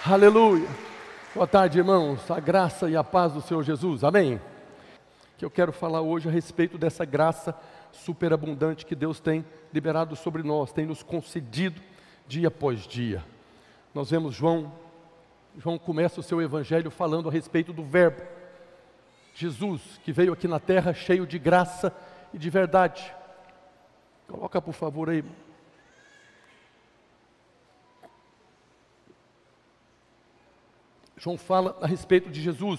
Aleluia. Boa tarde, irmãos. A graça e a paz do Senhor Jesus. Amém. Que eu quero falar hoje a respeito dessa graça superabundante que Deus tem liberado sobre nós, tem nos concedido dia após dia. Nós vemos João começa o seu evangelho falando a respeito do Verbo. Jesus, que veio aqui na terra cheio de graça e de verdade. Coloca por favor aí. João fala a respeito de Jesus,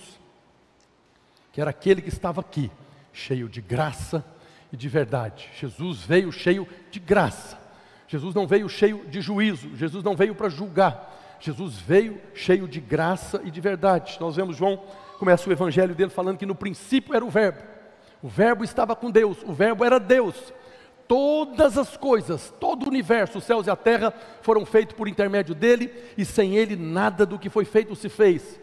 que era aquele que estava aqui, cheio de graça e de verdade. Jesus veio cheio de graça. Jesus não veio cheio de juízo. Jesus não veio para julgar. Jesus veio cheio de graça e de verdade. Nós vemos João, começa o evangelho dele falando que no princípio era o Verbo. O Verbo estava com Deus, o Verbo era Deus. Todas as coisas, todo o universo, os céus e a terra foram feitos por intermédio dele, e sem ele nada do que foi feito se fez.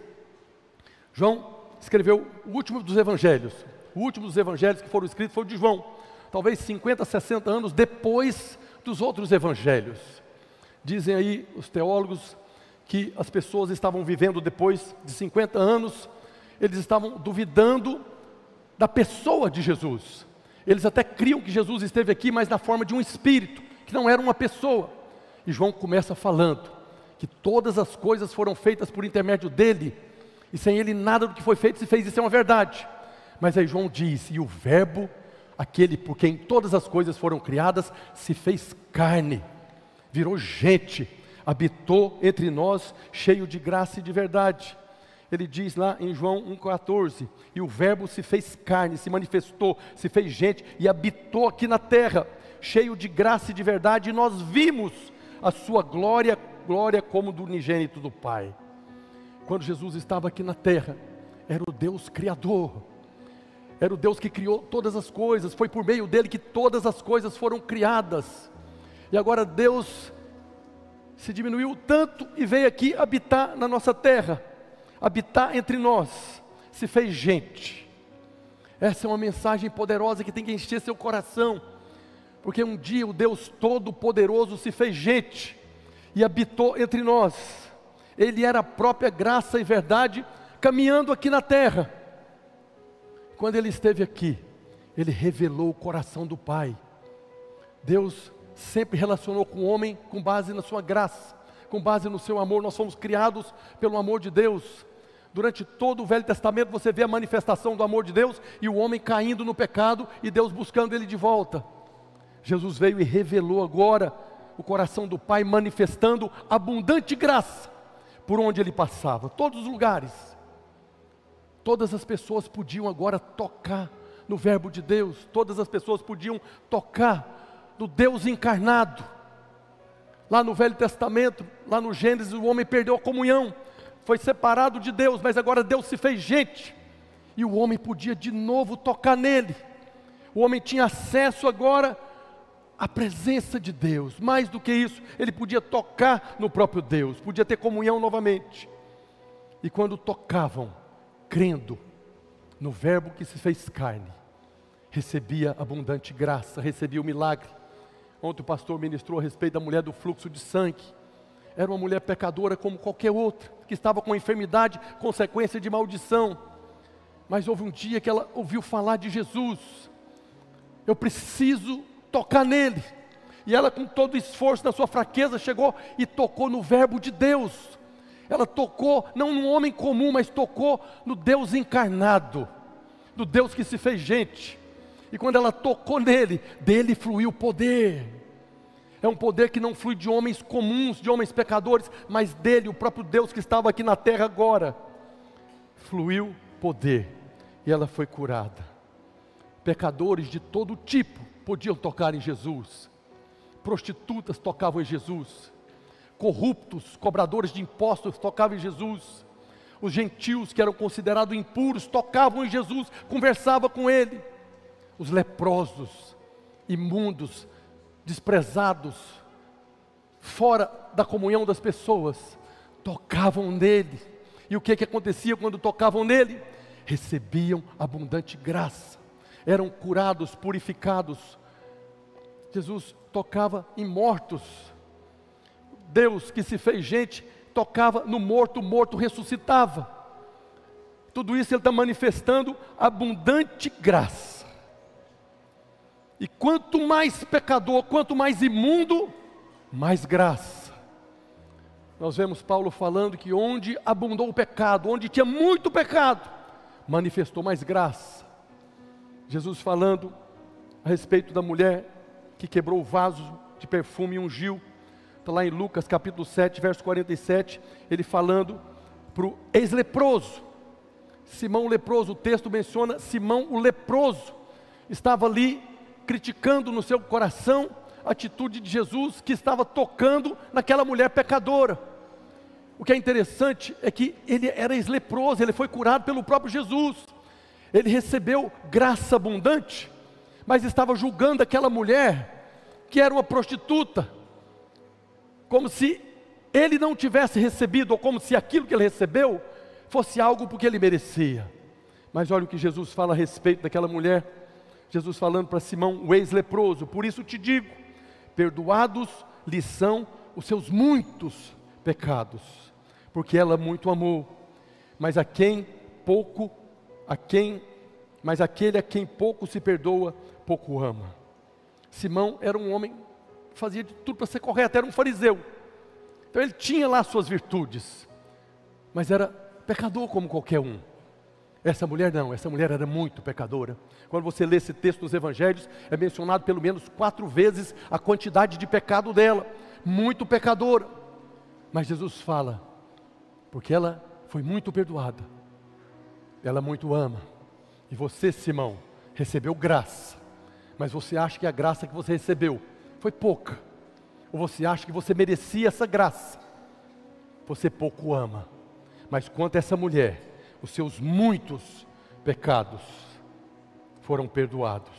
João escreveu o último dos evangelhos. O último dos evangelhos que foram escritos foi o de João, talvez 50, 60 anos depois dos outros evangelhos. Dizem aí os teólogos que as pessoas estavam vivendo depois de 50 anos, eles estavam duvidando da pessoa de Jesus. Eles até criam que Jesus esteve aqui, mas na forma de um espírito, que não era uma pessoa. E João começa falando que todas as coisas foram feitas por intermédio dele, e sem ele nada do que foi feito se fez. Isso é uma verdade. Mas aí João diz, e o Verbo, aquele por quem todas as coisas foram criadas, se fez carne, virou gente, habitou entre nós, cheio de graça e de verdade. Ele diz lá em João 1,14, e o Verbo se fez carne, se manifestou, se fez gente e habitou aqui na terra, cheio de graça e de verdade, e nós vimos a sua glória, glória como do unigênito do Pai. Quando Jesus estava aqui na terra, era o Deus Criador, era o Deus que criou todas as coisas, foi por meio dele que todas as coisas foram criadas, e agora Deus se diminuiu tanto e veio aqui habitar na nossa terra, habitar entre nós, se fez gente. Essa é uma mensagem poderosa que tem que encher seu coração, porque um dia o Deus Todo-Poderoso se fez gente e habitou entre nós. Ele era a própria graça e verdade caminhando aqui na terra. Quando ele esteve aqui, ele revelou o coração do Pai. Deus sempre relacionou com o homem com base na sua graça, com base no seu amor. Nós fomos criados pelo amor de Deus. Durante todo o Velho Testamento você vê a manifestação do amor de Deus e o homem caindo no pecado e Deus buscando ele de volta. Jesus veio e revelou agora o coração do Pai, manifestando abundante graça por onde ele passava, todos os lugares. Todas as pessoas podiam agora tocar no Verbo de Deus, todas as pessoas podiam tocar no Deus encarnado. Lá no Velho Testamento, lá no Gênesis, o homem perdeu a comunhão, foi separado de Deus, mas agora Deus se fez gente, e o homem podia de novo tocar nele. O homem tinha acesso agora à presença de Deus. Mais do que isso, ele podia tocar no próprio Deus, podia ter comunhão novamente. E quando tocavam, crendo no Verbo que se fez carne, recebia abundante graça, recebia o milagre. Ontem o pastor ministrou a respeito da mulher do fluxo de sangue. Era uma mulher pecadora como qualquer outra, que estava com enfermidade, consequência de maldição. Mas houve um dia que ela ouviu falar de Jesus. Eu preciso tocar nele. E ela, com todo esforço, na sua fraqueza, chegou e tocou no Verbo de Deus. Ela tocou, não num homem comum, mas tocou no Deus encarnado, no Deus que se fez gente. E quando ela tocou nele, dele fluiu poder. É um poder que não flui de homens comuns, de homens pecadores, mas dele, o próprio Deus que estava aqui na terra agora. Fluiu poder, e ela foi curada. Pecadores de todo tipo podiam tocar em Jesus. Prostitutas tocavam em Jesus. Corruptos, cobradores de impostos tocavam em Jesus. Os gentios que eram considerados impuros tocavam em Jesus, conversavam com ele. Os leprosos, imundos, desprezados, fora da comunhão das pessoas, tocavam nele. E o que acontecia quando tocavam nele? Recebiam abundante graça, eram curados, purificados. Jesus tocava em mortos. Deus que se fez gente tocava no morto, o morto ressuscitava. Tudo isso ele está manifestando abundante graça. E quanto mais pecador, quanto mais imundo, mais graça. Nós vemos Paulo falando que onde abundou o pecado, onde tinha muito pecado, manifestou mais graça. Jesus falando a respeito da mulher que quebrou o vaso de perfume e ungiu. Está lá em Lucas capítulo 7, verso 47, ele falando para o ex-leproso, Simão o leproso. O texto menciona Simão o leproso, estava ali criticando no seu coração a atitude de Jesus, que estava tocando naquela mulher pecadora. O que é interessante é que ele era ex-leproso, ele foi curado pelo próprio Jesus, ele recebeu graça abundante, mas estava julgando aquela mulher, que era uma prostituta, como se ele não tivesse recebido, ou como se aquilo que ele recebeu fosse algo porque ele merecia. Mas olha o que Jesus fala a respeito daquela mulher. Jesus falando para Simão, o ex-leproso: por isso te digo, perdoados lhe são os seus muitos pecados, porque ela muito amou. Mas aquele a quem pouco se perdoa, pouco ama. Simão era um homem que fazia de tudo para ser correto, era um fariseu. Então ele tinha lá suas virtudes, mas era pecador como qualquer um. Essa mulher não, essa mulher era muito pecadora. Quando você lê esse texto nos evangelhos, é mencionado pelo menos 4 vezes a quantidade de pecado dela, muito pecadora. Mas Jesus fala, porque ela foi muito perdoada, ela muito ama. E você, Simão, recebeu graça, mas você acha que a graça que você recebeu foi pouca, ou você acha que você merecia essa graça, você pouco ama. Mas quanto a essa mulher, os seus muitos pecados foram perdoados.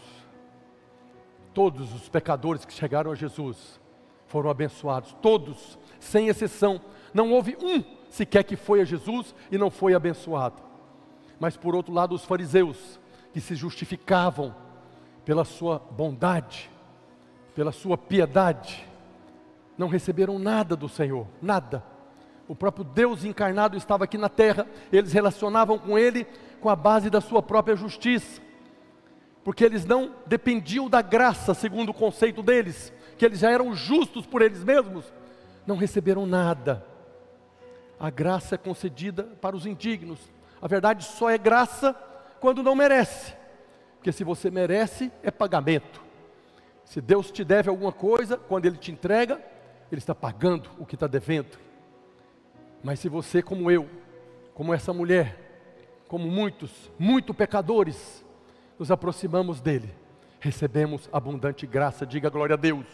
Todos os pecadores que chegaram a Jesus foram abençoados, todos, sem exceção. Não houve um sequer que foi a Jesus e não foi abençoado. Mas por outro lado, os fariseus, que se justificavam pela sua bondade, pela sua piedade, não receberam nada do Senhor, nada. O próprio Deus encarnado estava aqui na terra, eles relacionavam com Ele com a base da sua própria justiça, porque eles não dependiam da graça, segundo o conceito deles, que eles já eram justos por eles mesmos, não receberam nada. A graça é concedida para os indignos. A verdade, só é graça quando não merece, porque se você merece, é pagamento. Se Deus te deve alguma coisa, quando Ele te entrega, Ele está pagando o que está devendo. Mas se você, como eu, como essa mulher, como muitos, muito pecadores, nos aproximamos dEle, recebemos abundante graça. Diga glória a Deus.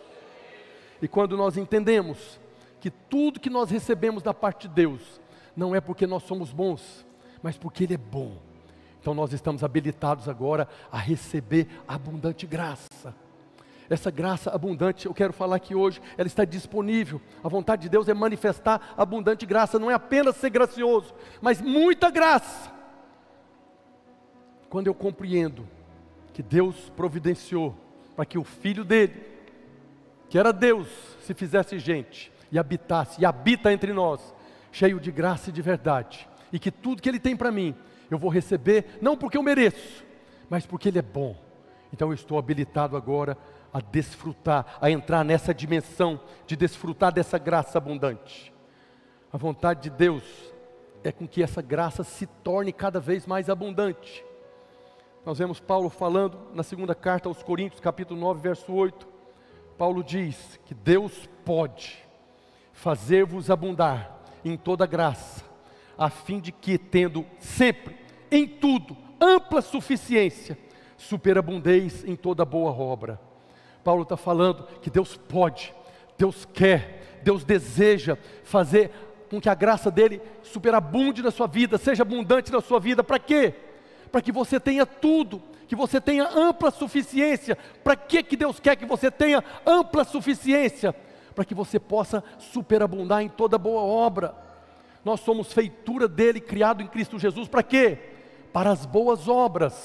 E quando nós entendemos que tudo que nós recebemos da parte de Deus, não é porque nós somos bons, mas porque Ele é bom, então nós estamos habilitados agora a receber abundante graça. Essa graça abundante, eu quero falar aqui hoje, ela está disponível. A vontade de Deus é manifestar abundante graça, não é apenas ser gracioso, mas muita graça. Quando eu compreendo que Deus providenciou para que o Filho dele, que era Deus, se fizesse gente e habitasse, e habita entre nós, cheio de graça e de verdade, e que tudo que Ele tem para mim, eu vou receber, não porque eu mereço, mas porque Ele é bom. Então eu estou habilitado agora a desfrutar, a entrar nessa dimensão de desfrutar dessa graça abundante. A vontade de Deus é com que essa graça se torne cada vez mais abundante. Nós vemos Paulo falando na segunda carta aos Coríntios, capítulo 9, verso 8. Paulo diz que Deus pode fazer-vos abundar em toda graça, a fim de que, tendo sempre, em tudo, ampla suficiência, superabundeis em toda boa obra. Paulo está falando que Deus pode, Deus quer, Deus deseja fazer com que a graça dEle superabunde na sua vida, seja abundante na sua vida. Para quê? Para que você tenha tudo, que você tenha ampla suficiência. Para que Deus quer que você tenha ampla suficiência? Para que você possa superabundar em toda boa obra. Nós somos feitura dEle, criado em Cristo Jesus. Para quê? Para as boas obras.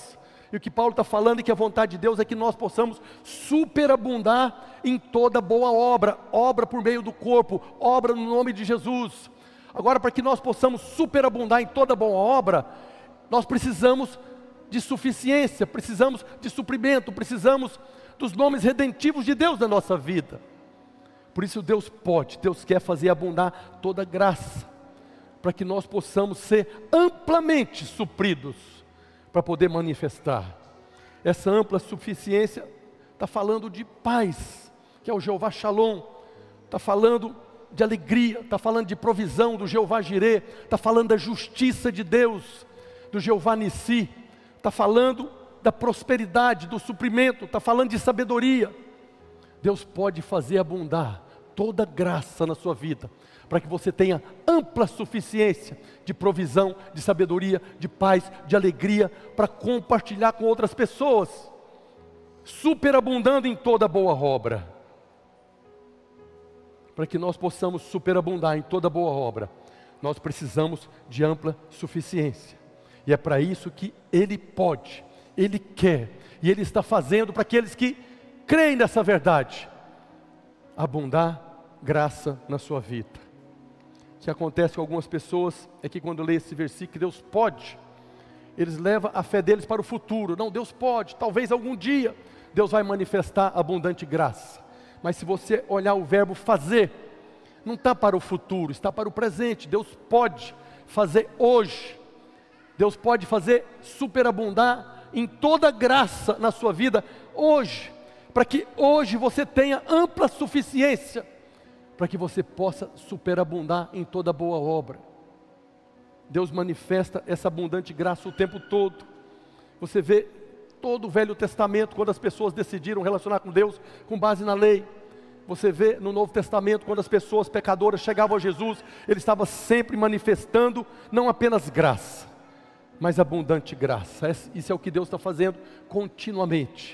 E o que Paulo está falando e que a vontade de Deus é que nós possamos superabundar em toda boa obra, obra por meio do corpo, obra no nome de Jesus. Agora, para que nós possamos superabundar em toda boa obra, nós precisamos de suficiência, precisamos de suprimento, precisamos dos nomes redentivos de Deus na nossa vida. Por isso Deus quer fazer abundar toda graça, para que nós possamos ser amplamente supridos, para poder manifestar. Essa ampla suficiência está falando de paz, que é o Jeová Shalom, está falando de alegria, está falando de provisão do Jeová Jireh, está falando da justiça de Deus, do Jeová Nissi, está falando da prosperidade, do suprimento, está falando de sabedoria. Deus pode fazer abundar toda graça na sua vida, para que você tenha ampla suficiência de provisão, de sabedoria, de paz, de alegria, para compartilhar com outras pessoas, superabundando em toda boa obra. Para que nós possamos superabundar em toda boa obra, nós precisamos de ampla suficiência. E é para isso que Ele pode, Ele quer, e Ele está fazendo para aqueles que creem nessa verdade, abundar graça na sua vida. O que acontece com algumas pessoas é que quando lê esse versículo, que Deus pode, eles levam a fé deles para o futuro. Não, Deus pode, talvez algum dia Deus vai manifestar abundante graça. Mas se você olhar o verbo fazer, não está para o futuro, está para o presente. Deus pode fazer hoje, Deus pode fazer superabundar em toda graça na sua vida hoje, para que hoje você tenha ampla suficiência, para que você possa superabundar em toda boa obra. Deus manifesta essa abundante graça o tempo todo. Você vê todo o Velho Testamento, quando as pessoas decidiram relacionar com Deus com base na lei. Você vê no Novo Testamento, quando as pessoas pecadoras chegavam a Jesus, Ele estava sempre manifestando não apenas graça, mas abundante graça. Isso é o que Deus está fazendo continuamente.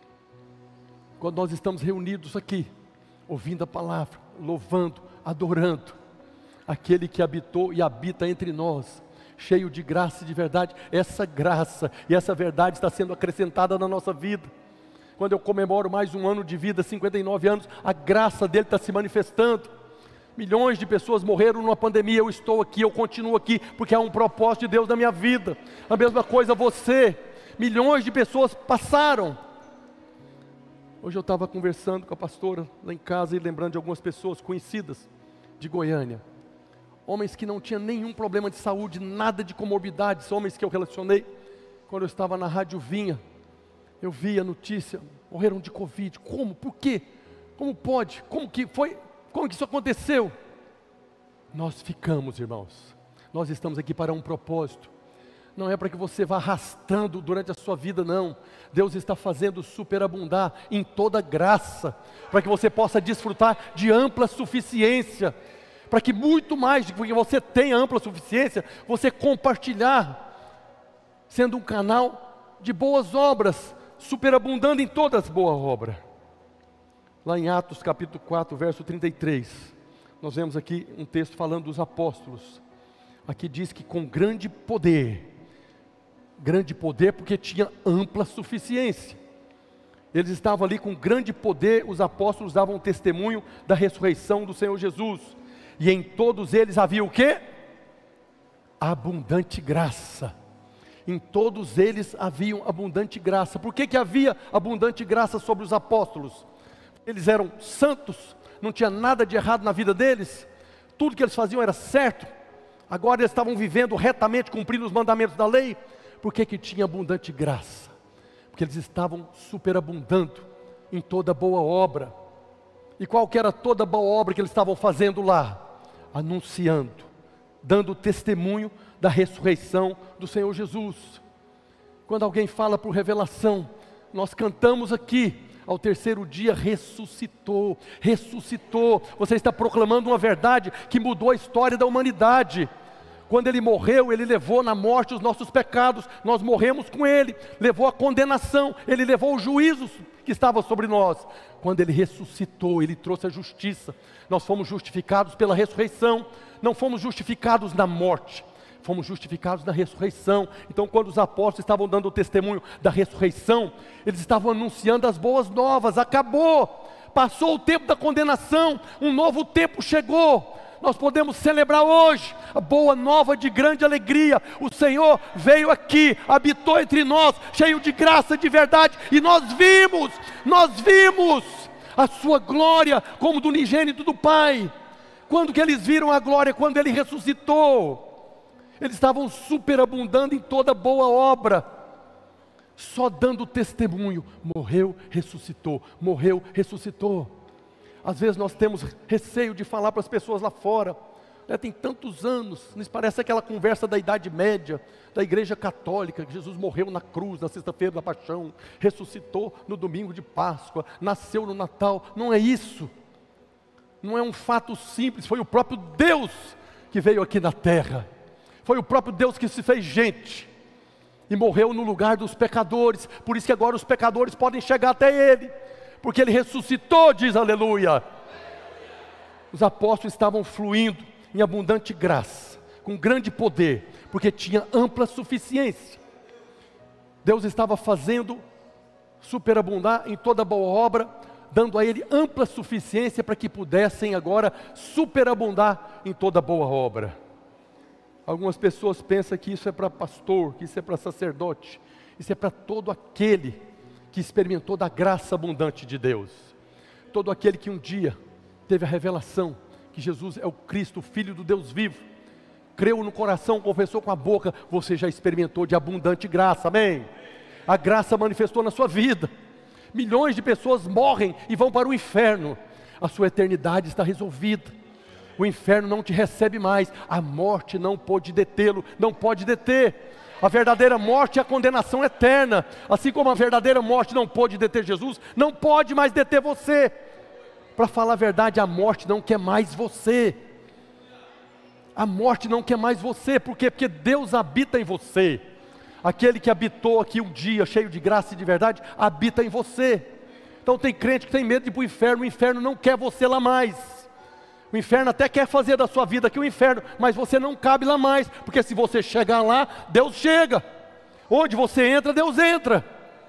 Quando nós estamos reunidos aqui, ouvindo a palavra, louvando, adorando aquele que habitou e habita entre nós, cheio de graça e de verdade, essa graça e essa verdade está sendo acrescentada na nossa vida. Quando eu comemoro mais um ano de vida, 59 anos, a graça dele está se manifestando. Milhões de pessoas morreram numa pandemia, eu estou aqui, eu continuo aqui, porque há um propósito de Deus na minha vida. A mesma coisa você, milhões de pessoas passaram. Hoje eu estava conversando com a pastora lá em casa e lembrando de algumas pessoas conhecidas de Goiânia. Homens que não tinham nenhum problema de saúde, nada de comorbidades, homens que eu relacionei. Quando eu estava na Rádio Vinha, eu vi a notícia, morreram de Covid. Como? Por quê? Como pode? Como que foi? Como que isso aconteceu? Nós ficamos, irmãos. Nós estamos aqui para um propósito. Não é para que você vá arrastando durante a sua vida, não. Deus está fazendo superabundar em toda graça, para que você possa desfrutar de ampla suficiência, para que muito mais do que você tenha ampla suficiência, você compartilhar, sendo um canal de boas obras, superabundando em todas as boas obras. Lá em Atos capítulo 4, verso 33, nós vemos aqui um texto falando dos apóstolos. Aqui diz que com grande poder porque tinha ampla suficiência. Eles estavam ali com grande poder, os apóstolos davam testemunho da ressurreição do Senhor Jesus. E em todos eles havia o quê? Abundante graça. Em todos eles havia abundante graça. Por que havia abundante graça sobre os apóstolos? Eles eram santos, não tinha nada de errado na vida deles, tudo que eles faziam era certo. Agora eles estavam vivendo retamente, cumprindo os mandamentos da lei. Por que tinha abundante graça? Porque eles estavam superabundando em toda boa obra. E qual que era toda boa obra que eles estavam fazendo lá? Anunciando, dando testemunho da ressurreição do Senhor Jesus. Quando alguém fala por revelação, nós cantamos aqui, ao terceiro dia ressuscitou, ressuscitou. Você está proclamando uma verdade que mudou a história da humanidade. Quando Ele morreu, Ele levou na morte os nossos pecados, nós morremos com Ele, levou a condenação, Ele levou os juízos que estavam sobre nós. Quando Ele ressuscitou, Ele trouxe a justiça. Nós fomos justificados pela ressurreição, não fomos justificados na morte, fomos justificados na ressurreição. Então, quando os apóstolos estavam dando o testemunho da ressurreição, eles estavam anunciando as boas novas. Acabou, passou o tempo da condenação, um novo tempo chegou. Nós podemos celebrar hoje a boa nova de grande alegria. O Senhor veio aqui, habitou entre nós, cheio de graça, de verdade, e nós vimos a sua glória como do unigênito do Pai. Quando que eles viram a glória? Quando Ele ressuscitou. Eles estavam superabundando em toda boa obra, só dando testemunho. Morreu, ressuscitou, morreu, ressuscitou. Às vezes nós temos receio de falar para as pessoas lá fora, tem tantos anos, nos parece aquela conversa da Idade Média, da Igreja Católica, que Jesus morreu na cruz, na sexta-feira da paixão, ressuscitou no domingo de Páscoa, nasceu no Natal. Não é isso, não é um fato simples, foi o próprio Deus que veio aqui na terra, foi o próprio Deus que se fez gente, e morreu no lugar dos pecadores. Por isso que agora os pecadores podem chegar até Ele, porque Ele ressuscitou, diz aleluia. Os apóstolos estavam fluindo em abundante graça, com grande poder, porque tinha ampla suficiência. Deus estava fazendo superabundar em toda boa obra, dando a ele ampla suficiência para que pudessem agora superabundar em toda boa obra. Algumas pessoas pensam que isso é para pastor, que isso é para sacerdote. Isso é para todo aquele que experimentou da graça abundante de Deus. Todo aquele que um dia teve a revelação que Jesus é o Cristo, o Filho do Deus vivo, creu no coração, confessou com a boca, você já experimentou de abundante graça, amém? A graça manifestou na sua vida. Milhões de pessoas morrem e vão para o inferno. A sua eternidade está resolvida. O inferno não te recebe mais. A morte não pode detê-lo, não pode deter. A verdadeira morte é a condenação eterna. Assim como a verdadeira morte não pode deter Jesus, não pode mais deter você. Para falar a verdade, a morte não quer mais você. A morte não quer mais você. Por quê? Porque Deus habita em você. Aquele que habitou aqui um dia, cheio de graça e de verdade, habita em você. Então tem crente que tem medo de ir para o inferno. O inferno não quer você lá mais. O inferno até quer fazer da sua vida aqui o inferno, mas você não cabe lá mais, porque se você chegar lá, Deus chega. Onde você entra, Deus entra.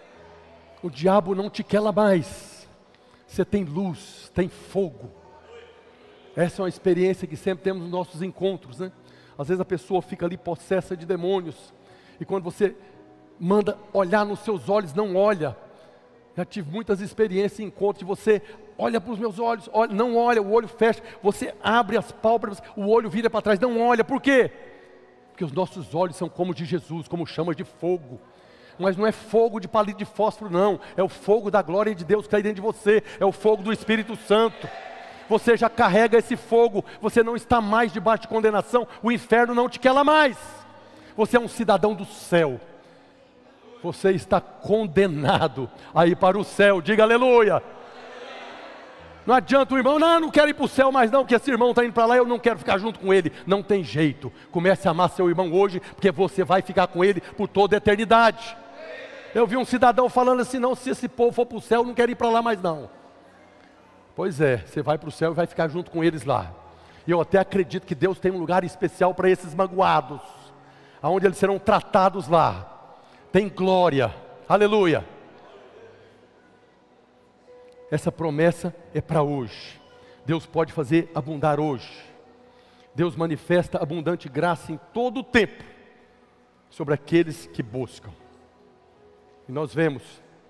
O diabo não te quer lá mais. Você tem luz, tem fogo. Essa é uma experiência que sempre temos nos nossos encontros, né? Às vezes a pessoa fica ali possessa de demônios, e quando você manda olhar nos seus olhos, não olha. Já tive muitas experiências em encontros de você olha para os meus olhos, olha, não olha, o olho fecha, você abre as pálpebras, o olho vira para trás, não olha. Por quê? Porque os nossos olhos são como de Jesus, como chamas de fogo. Mas não é fogo de palito de fósforo, não. É o fogo da glória de Deus que está aí dentro de você. É o fogo do Espírito Santo. Você já carrega esse fogo. Você não está mais debaixo de condenação. O inferno não te quer lá mais. Você é um cidadão do céu. Você está condenado a ir para o céu. Diga aleluia. Não adianta o irmão, não quero ir para o céu mais não, porque esse irmão está indo para lá, eu não quero ficar junto com ele. Não tem jeito. Comece a amar seu irmão hoje, porque você vai ficar com ele por toda a eternidade. Eu vi um cidadão falando assim, não, se esse povo for para o céu, eu não quero ir para lá mais não. Pois é, você vai para o céu e vai ficar junto com eles lá. E eu até acredito que Deus tem um lugar especial para esses magoados, aonde eles serão tratados lá. Tem glória, aleluia. Essa promessa é para hoje. Deus pode fazer abundar hoje. Deus manifesta abundante graça em todo o tempo sobre aqueles que buscam. E nós vemos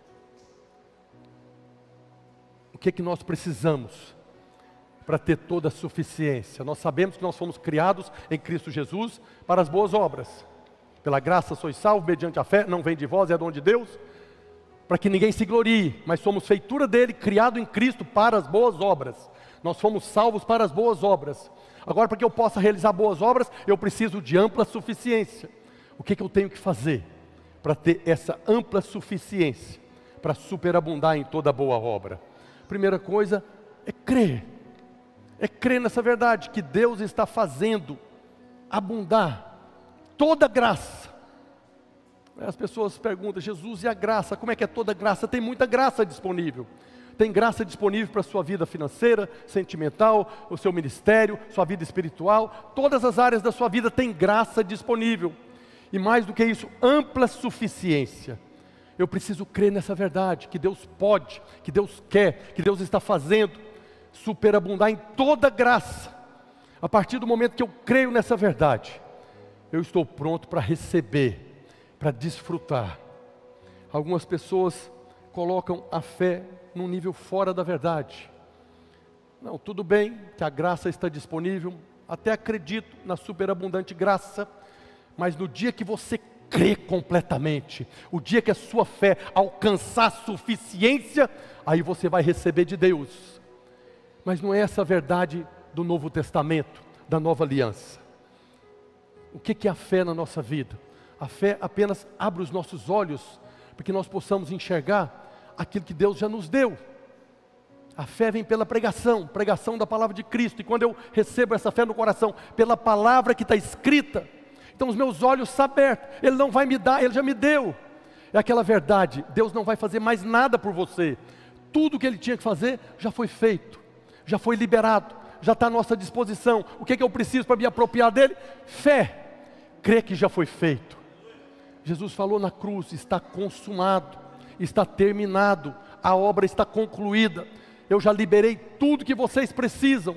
o que nós precisamos para ter toda a suficiência. Nós sabemos que nós fomos criados em Cristo Jesus para as boas obras. Pela graça sois salvos mediante a fé, não vem de vós, é dom de Deus, para que ninguém se glorie, mas somos feitura dele, criado em Cristo para as boas obras. Nós fomos salvos para as boas obras. Agora, para que eu possa realizar boas obras, eu preciso de ampla suficiência. O que eu tenho que fazer para ter essa ampla suficiência, para superabundar em toda boa obra? Primeira coisa é crer nessa verdade, que Deus está fazendo abundar toda graça. As pessoas perguntam, Jesus, e a graça? Como é que é toda graça? Tem muita graça disponível. tem graça disponível para a sua vida financeira, sentimental, o seu ministério, sua vida espiritual, todas as áreas da sua vida tem graça disponível. E mais do que isso, ampla suficiência. Eu preciso crer nessa verdade, que Deus pode, que Deus quer, que Deus está fazendo superabundar em toda graça. A partir do momento que eu creio nessa verdade, eu estou pronto para receber, para desfrutar. Algumas pessoas colocam a fé num nível fora da verdade. Não, tudo bem que a graça está disponível, até acredito na superabundante graça, mas no dia que você crê completamente, o dia que a sua fé alcançar suficiência, aí você vai receber de Deus. Mas não é essa a verdade do Novo Testamento, da Nova Aliança. O que é a fé na nossa vida? A fé apenas abre os nossos olhos, para que nós possamos enxergar aquilo que Deus já nos deu. A fé vem pela pregação da palavra de Cristo, e quando eu recebo essa fé no coração, pela palavra que está escrita, então os meus olhos estão abertos, Ele não vai me dar, Ele já me deu. É aquela verdade, Deus não vai fazer mais nada por você, tudo que Ele tinha que fazer já foi feito, já foi liberado, já está à nossa disposição. O que eu preciso para me apropriar dele? Fé, crer que já foi feito. Jesus falou na cruz, está consumado, está terminado, a obra está concluída, eu já liberei tudo que vocês precisam.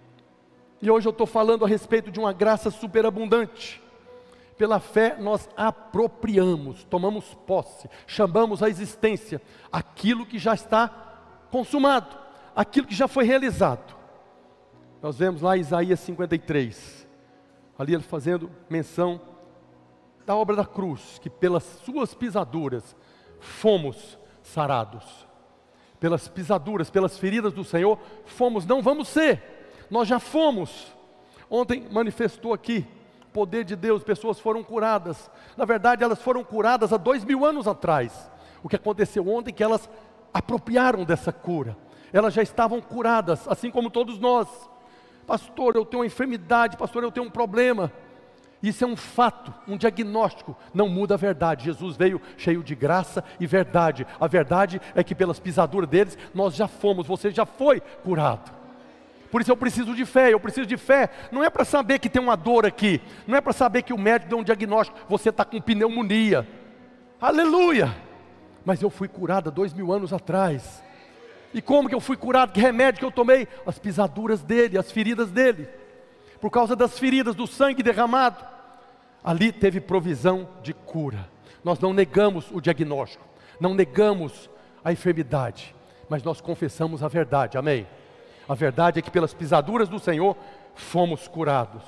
E hoje eu estou falando a respeito de uma graça superabundante. Pela fé nós apropriamos, tomamos posse, chamamos à existência aquilo que já está consumado, aquilo que já foi realizado. Nós vemos lá Isaías 53, ali ele fazendo menção da obra da cruz, que pelas suas pisaduras fomos sarados. Pelas pisaduras, pelas feridas do Senhor, fomos, não vamos ser, nós já fomos. Ontem manifestou aqui o poder de Deus, pessoas foram curadas. Na verdade elas foram curadas há 2000 anos atrás. O que aconteceu ontem é que elas apropriaram dessa cura. Elas já estavam curadas, assim como todos nós. Pastor, eu tenho uma enfermidade, pastor, eu tenho um problema. Isso é um fato, um diagnóstico, não muda a verdade. Jesus veio cheio de graça e verdade. A verdade é que pelas pisaduras deles, nós já fomos, você já foi curado. Por isso eu preciso de fé, não é para saber que tem uma dor aqui, não é para saber que o médico deu um diagnóstico, você está com pneumonia, aleluia, mas eu fui curado há 2000 anos atrás. E como que eu fui curado? Que remédio que eu tomei? As pisaduras dele, as feridas dele. Por causa das feridas, do sangue derramado, ali teve provisão de cura. Nós não negamos o diagnóstico, não negamos a enfermidade, mas nós confessamos a verdade, amém? A verdade é que pelas pisaduras do Senhor fomos curados.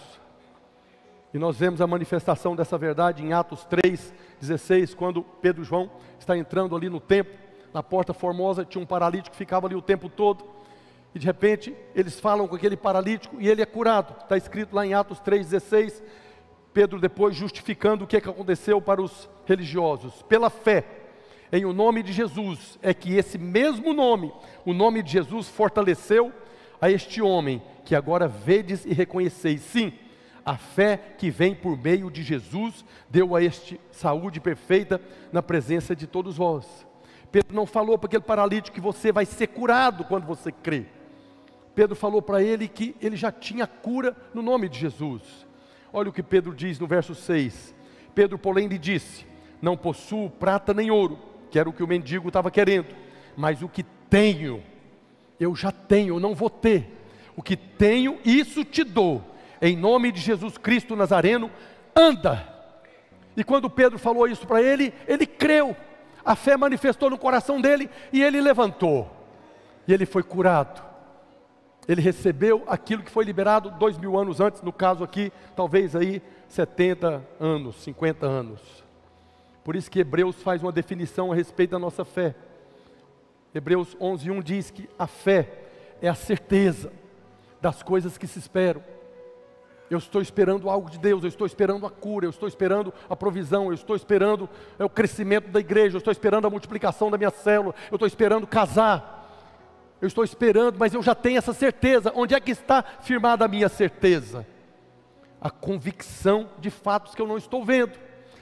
E nós vemos a manifestação dessa verdade em Atos 3:16, quando Pedro e João estão entrando ali no templo, na porta formosa, tinha um paralítico que ficava ali o tempo todo, e de repente eles falam com aquele paralítico e ele é curado. Está escrito lá em Atos 3:16, Pedro depois justificando o que aconteceu para os religiosos. Pela fé em o nome de Jesus, é que esse mesmo nome, o nome de Jesus, fortaleceu a este homem, que agora vedes e reconheceis. Sim, a fé que vem por meio de Jesus, deu a este saúde perfeita na presença de todos vós. Pedro não falou para aquele paralítico que você vai ser curado quando você crê. Pedro falou para ele que ele já tinha cura no nome de Jesus. Olha o que Pedro diz no verso 6. Pedro, porém, lhe disse: não possuo prata nem ouro, que era o que o mendigo estava querendo, mas o que tenho, eu já tenho, eu não vou ter. O que tenho, isso te dou. Em nome de Jesus Cristo Nazareno, anda. E quando Pedro falou isso para ele, ele creu. A fé manifestou no coração dele e ele levantou. E ele foi curado. Ele recebeu aquilo que foi liberado 2000 anos antes, no caso aqui, talvez aí 70 anos, 50 anos. Por isso que Hebreus faz uma definição a respeito da nossa fé. Hebreus 11:1 diz que a fé é a certeza das coisas que se esperam. Eu estou esperando algo de Deus, eu estou esperando a cura, eu estou esperando a provisão, eu estou esperando o crescimento da igreja, eu estou esperando a multiplicação da minha célula, eu estou esperando casar. Eu estou esperando, mas eu já tenho essa certeza. Onde é que está firmada a minha certeza? A convicção de fatos que eu não estou vendo.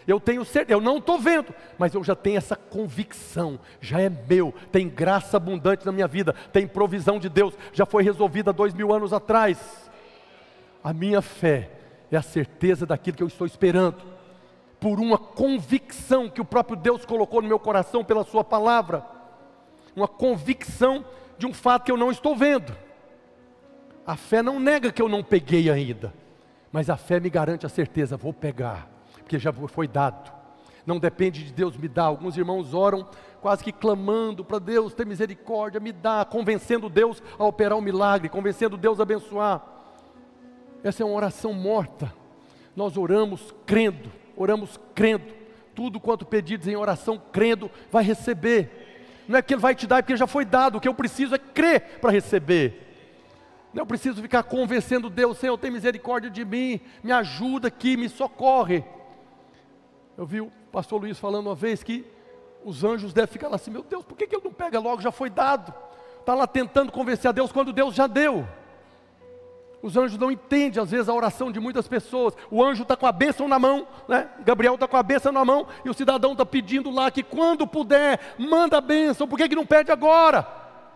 Eu tenho certeza, eu não estou vendo, mas eu já tenho essa convicção, já é meu, tem graça abundante na minha vida, tem provisão de Deus, já foi resolvida 2000 anos atrás. A minha fé é a certeza daquilo que eu estou esperando, por uma convicção que o próprio Deus colocou no meu coração pela sua palavra, uma convicção de um fato que eu não estou vendo. A fé não nega que eu não peguei ainda, mas a fé me garante a certeza, vou pegar, porque já foi dado. Não depende de Deus me dar. Alguns irmãos oram quase que clamando para Deus ter misericórdia, me dá, convencendo Deus a operar um milagre, convencendo Deus a abençoar. Essa é uma oração morta. Nós oramos crendo, tudo quanto pedidos em oração crendo, vai receber. Não é que Ele vai te dar, é porque já foi dado. O que eu preciso é crer para receber. Não preciso ficar convencendo Deus, Senhor, tem misericórdia de mim, me ajuda aqui, me socorre. Eu vi o pastor Luiz falando uma vez que os anjos devem ficar lá assim, meu Deus, por que ele não pega logo, já foi dado? Está lá tentando convencer a Deus quando Deus já deu. Os anjos não entendem às vezes a oração de muitas pessoas. O anjo está com a bênção na mão, né? Gabriel está com a bênção na mão, e o cidadão está pedindo lá que quando puder, manda a bênção, por que não pede agora?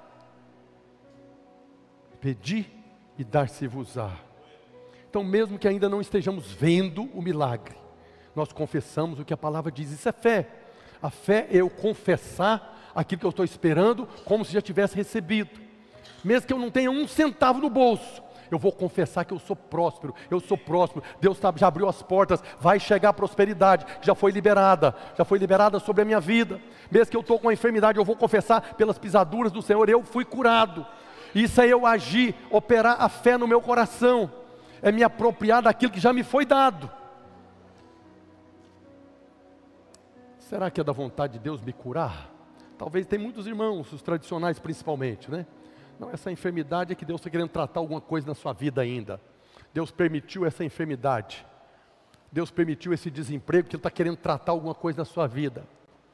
Pedi e dar-se-vos-á. Então mesmo que ainda não estejamos vendo o milagre, nós confessamos o que a palavra diz, isso é fé. A fé é eu confessar aquilo que eu estou esperando, como se já tivesse recebido. Mesmo que eu não tenha um centavo no bolso, eu vou confessar que eu sou próspero, Deus já abriu as portas, vai chegar a prosperidade, já foi liberada sobre a minha vida. Mesmo que eu estou com uma enfermidade, eu vou confessar pelas pisaduras do Senhor, eu fui curado. Isso é eu agir, operar a fé no meu coração, é me apropriar daquilo que já me foi dado. Será que é da vontade de Deus me curar? Talvez tem muitos irmãos, os tradicionais principalmente, né? Não, essa enfermidade é que Deus está querendo tratar alguma coisa na sua vida ainda. Deus permitiu essa enfermidade. Deus permitiu esse desemprego, porque Ele está querendo tratar alguma coisa na sua vida.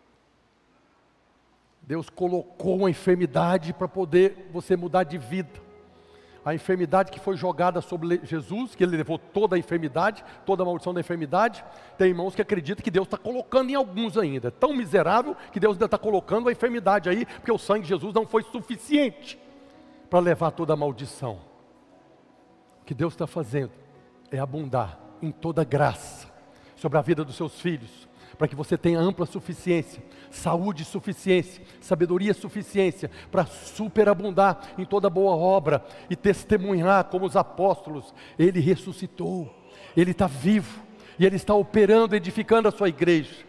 Deus colocou uma enfermidade para poder você mudar de vida. A enfermidade que foi jogada sobre Jesus, que Ele levou toda a enfermidade, toda a maldição da enfermidade. Tem irmãos que acreditam que Deus está colocando em alguns ainda. É tão miserável que Deus ainda está colocando a enfermidade aí, porque o sangue de Jesus não foi suficiente para levar toda a maldição. O que Deus está fazendo é abundar em toda graça sobre a vida dos seus filhos, para que você tenha ampla suficiência, saúde suficiência, sabedoria suficiência, para superabundar em toda boa obra e testemunhar como os apóstolos. Ele ressuscitou, Ele está vivo, e Ele está operando, edificando a sua igreja.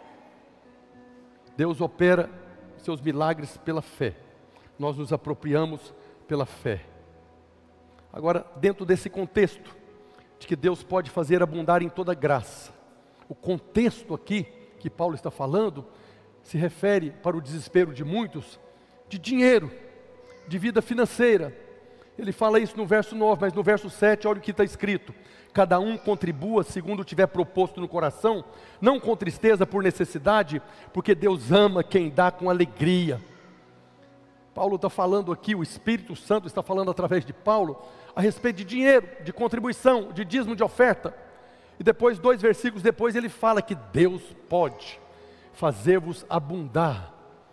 Deus opera seus milagres pela fé, nós nos apropriamos pela fé. Agora, dentro desse contexto, de que Deus pode fazer abundar em toda graça, o contexto aqui, que Paulo está falando, se refere para o desespero de muitos, de dinheiro, de vida financeira. Ele fala isso no verso 9, mas no verso 7, olha o que está escrito: cada um contribua segundo tiver proposto no coração, não com tristeza por necessidade, porque Deus ama quem dá com alegria. Paulo está falando aqui, o Espírito Santo está falando através de Paulo, a respeito de dinheiro, de contribuição, de dízimo, de oferta. E depois, 2 versículos depois, ele fala que Deus pode fazer-vos abundar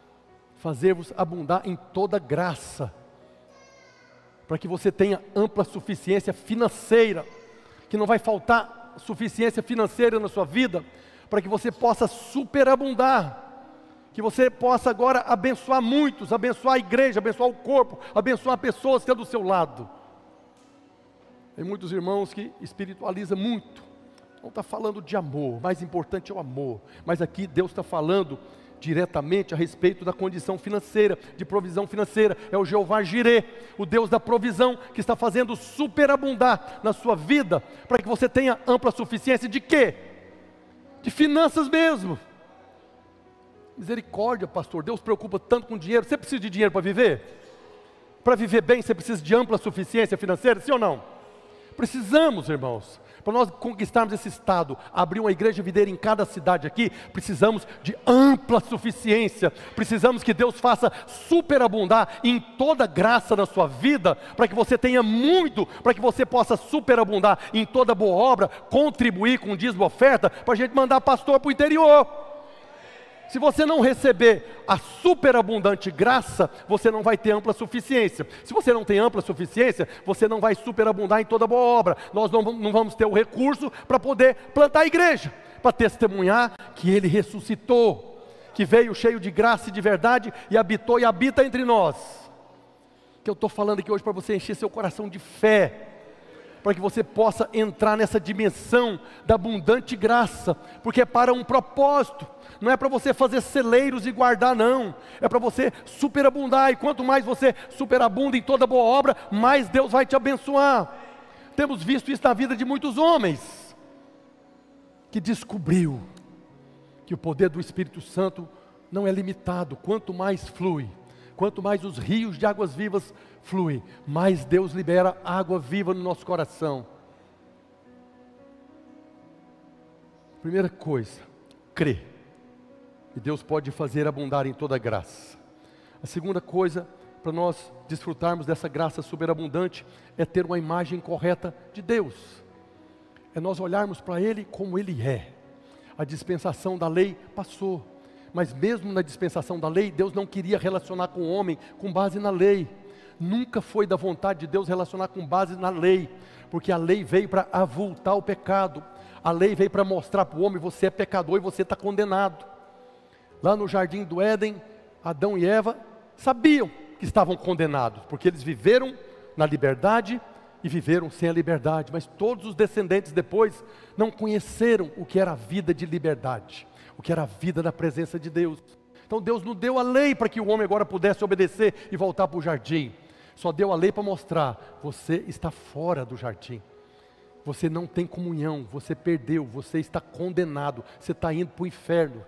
em toda graça, para que você tenha ampla suficiência financeira, que não vai faltar suficiência financeira na sua vida, para que você possa superabundar, que você possa agora abençoar muitos, abençoar a igreja, abençoar o corpo, abençoar pessoas que estão do seu lado. Tem muitos irmãos que espiritualizam muito, não está falando de amor, o mais importante é o amor, mas aqui Deus está falando diretamente a respeito da condição financeira, de provisão financeira. É o Jeová Jirê, o Deus da provisão, que está fazendo superabundar na sua vida, para que você tenha ampla suficiência de quê? De finanças mesmo. Misericórdia, pastor, Deus preocupa tanto com dinheiro. Você precisa de dinheiro para viver? Para viver bem, você precisa de ampla suficiência financeira, sim ou não? Precisamos, irmãos, Para nós conquistarmos esse estado, abrir uma igreja videira em cada cidade aqui, precisamos de ampla suficiência. Precisamos que Deus faça superabundar em toda graça na sua vida, para que você tenha muito, para que você possa superabundar em toda boa obra, contribuir com dízimo e oferta, para a gente mandar pastor para o interior. Se você não receber a superabundante graça, você não vai ter ampla suficiência. Se você não tem ampla suficiência, você não vai superabundar em toda boa obra. Nós não vamos ter o recurso para poder plantar a igreja, para testemunhar que Ele ressuscitou, que veio cheio de graça e de verdade e habitou e habita entre nós. Que eu estou falando aqui hoje para você encher seu coração de fé, para que você possa entrar nessa dimensão da abundante graça, porque é para um propósito. Não é para você fazer celeiros e guardar, não. É para você superabundar. E quanto mais você superabunda em toda boa obra, mais Deus vai te abençoar. Temos visto isso na vida de muitos homens, que descobriu que o poder do Espírito Santo não é limitado. Quanto mais flui, quanto mais os rios de águas vivas fluem, mais Deus libera água viva no nosso coração. Primeira coisa, crer. E Deus pode fazer abundar em toda graça. A segunda coisa, para nós desfrutarmos dessa graça superabundante, é ter uma imagem correta de Deus. É nós olharmos para Ele como Ele é. A dispensação da lei passou, mas mesmo na dispensação da lei, Deus não queria relacionar com o homem com base na lei. Nunca foi da vontade de Deus relacionar com base na lei, porque a lei veio para avultar o pecado. A lei veio para mostrar para o homem: você é pecador e você está condenado. Lá no jardim do Éden, Adão e Eva sabiam que estavam condenados, porque eles viveram na liberdade e viveram sem a liberdade. Mas todos os descendentes depois não conheceram o que era a vida de liberdade, o que era a vida da presença de Deus. Então Deus não deu a lei para que o homem agora pudesse obedecer e voltar para o jardim. Só deu a lei para mostrar: você está fora do jardim. Você não tem comunhão, você perdeu, você está condenado, você está indo para o inferno.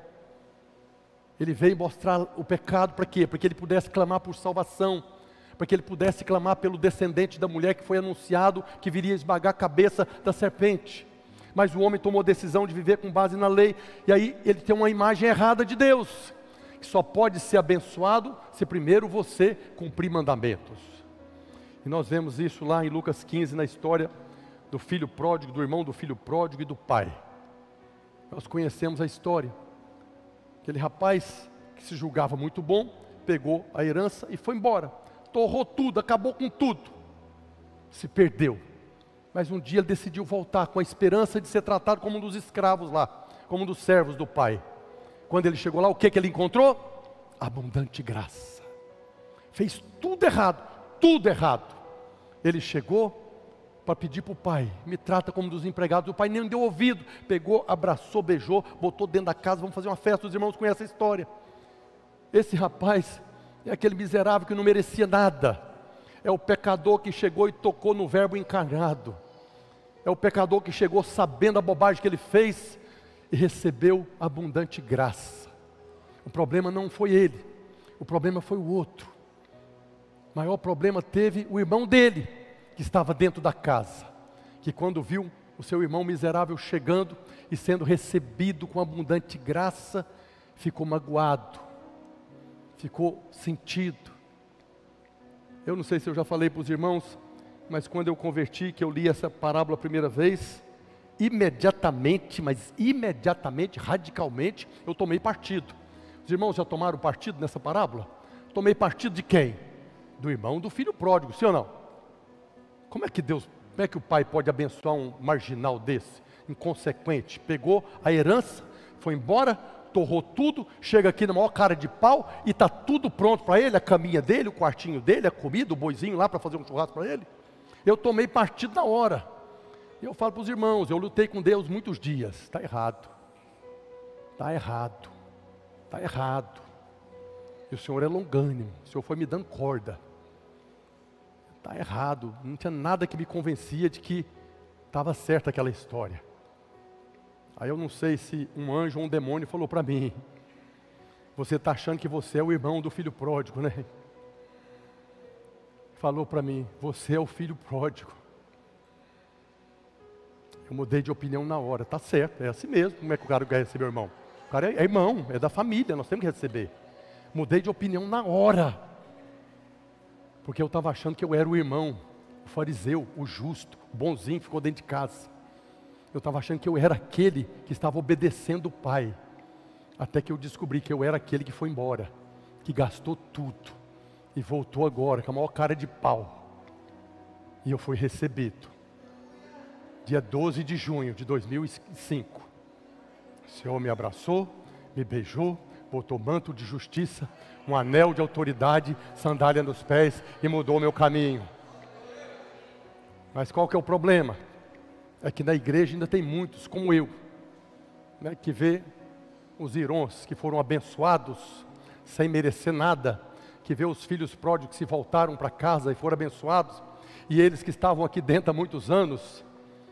Ele veio mostrar o pecado para quê? Para que ele pudesse clamar por salvação, para que ele pudesse clamar pelo descendente da mulher que foi anunciado, que viria esmagar a cabeça da serpente. Mas o homem tomou a decisão de viver com base na lei, e aí ele tem uma imagem errada de Deus, que só pode ser abençoado se primeiro você cumprir mandamentos. E nós vemos isso lá em Lucas 15, na história do filho pródigo, do irmão do filho pródigo e do pai. Nós conhecemos a história. Aquele rapaz que se julgava muito bom, pegou a herança e foi embora. Torrou tudo, acabou com tudo. Se perdeu. Mas um dia ele decidiu voltar com a esperança de ser tratado como um dos escravos lá, como um dos servos do pai. Quando ele chegou lá, o que ele encontrou? Abundante graça. Fez tudo errado, tudo errado. Ele chegou para pedir para o pai: me trata como um dos empregados. O pai nem deu ouvido, pegou, abraçou, beijou, botou dentro da casa: vamos fazer uma festa. Os irmãos conhecem a história. Esse rapaz é aquele miserável que não merecia nada. É o pecador que chegou e tocou no verbo encarnado. É o pecador que chegou sabendo a bobagem que ele fez e recebeu abundante graça. O problema não foi ele, o problema foi o outro. O maior problema teve o irmão dele, que estava dentro da casa, que quando viu o seu irmão miserável chegando e sendo recebido com abundante graça, ficou magoado, ficou sentido. Eu não sei se eu já falei para os irmãos, mas quando eu converti, que eu li essa parábola a primeira vez, imediatamente, radicalmente, eu tomei partido. Os irmãos já tomaram partido nessa parábola? Tomei partido de quem? Do irmão do filho pródigo, sim ou não? Como é que o pai pode abençoar um marginal desse, inconsequente? Pegou a herança, foi embora, torrou tudo, chega aqui na maior cara de pau e está tudo pronto para ele, a caminha dele, o quartinho dele, a comida, o boizinho lá para fazer um churrasco para ele. Eu tomei partido na hora. Eu falo para os irmãos: eu lutei com Deus muitos dias. Está errado. Está errado. Está errado. E o Senhor é longânimo. O Senhor foi me dando corda. Está errado. Não tinha nada que me convencia de que estava certa aquela história. Aí eu não sei se um anjo ou um demônio falou para mim: você está achando que você é o irmão do filho pródigo, né? Falou para mim: você é o filho pródigo. Eu mudei de opinião na hora. Tá certo, é assim mesmo. Como é que o cara quer receber o irmão? O cara é irmão, é da família, nós temos que receber. Mudei de opinião na hora. Porque eu estava achando que eu era o irmão, o fariseu, o justo, o bonzinho, ficou dentro de casa. Eu estava achando que eu era aquele que estava obedecendo o pai. Até que eu descobri que eu era aquele que foi embora, que gastou tudo e voltou agora com a maior cara de pau. E eu fui recebido. Dia 12 de junho de 2005. O Senhor me abraçou, me beijou, botou manto de justiça, um anel de autoridade, sandália nos pés e mudou o meu caminho. Mas qual que é o problema? É que na igreja ainda tem muitos, como eu, né, que vê os irmãos que foram abençoados sem merecer nada, que vê os filhos pródigos que se voltaram para casa e foram abençoados, e eles que estavam aqui dentro há muitos anos,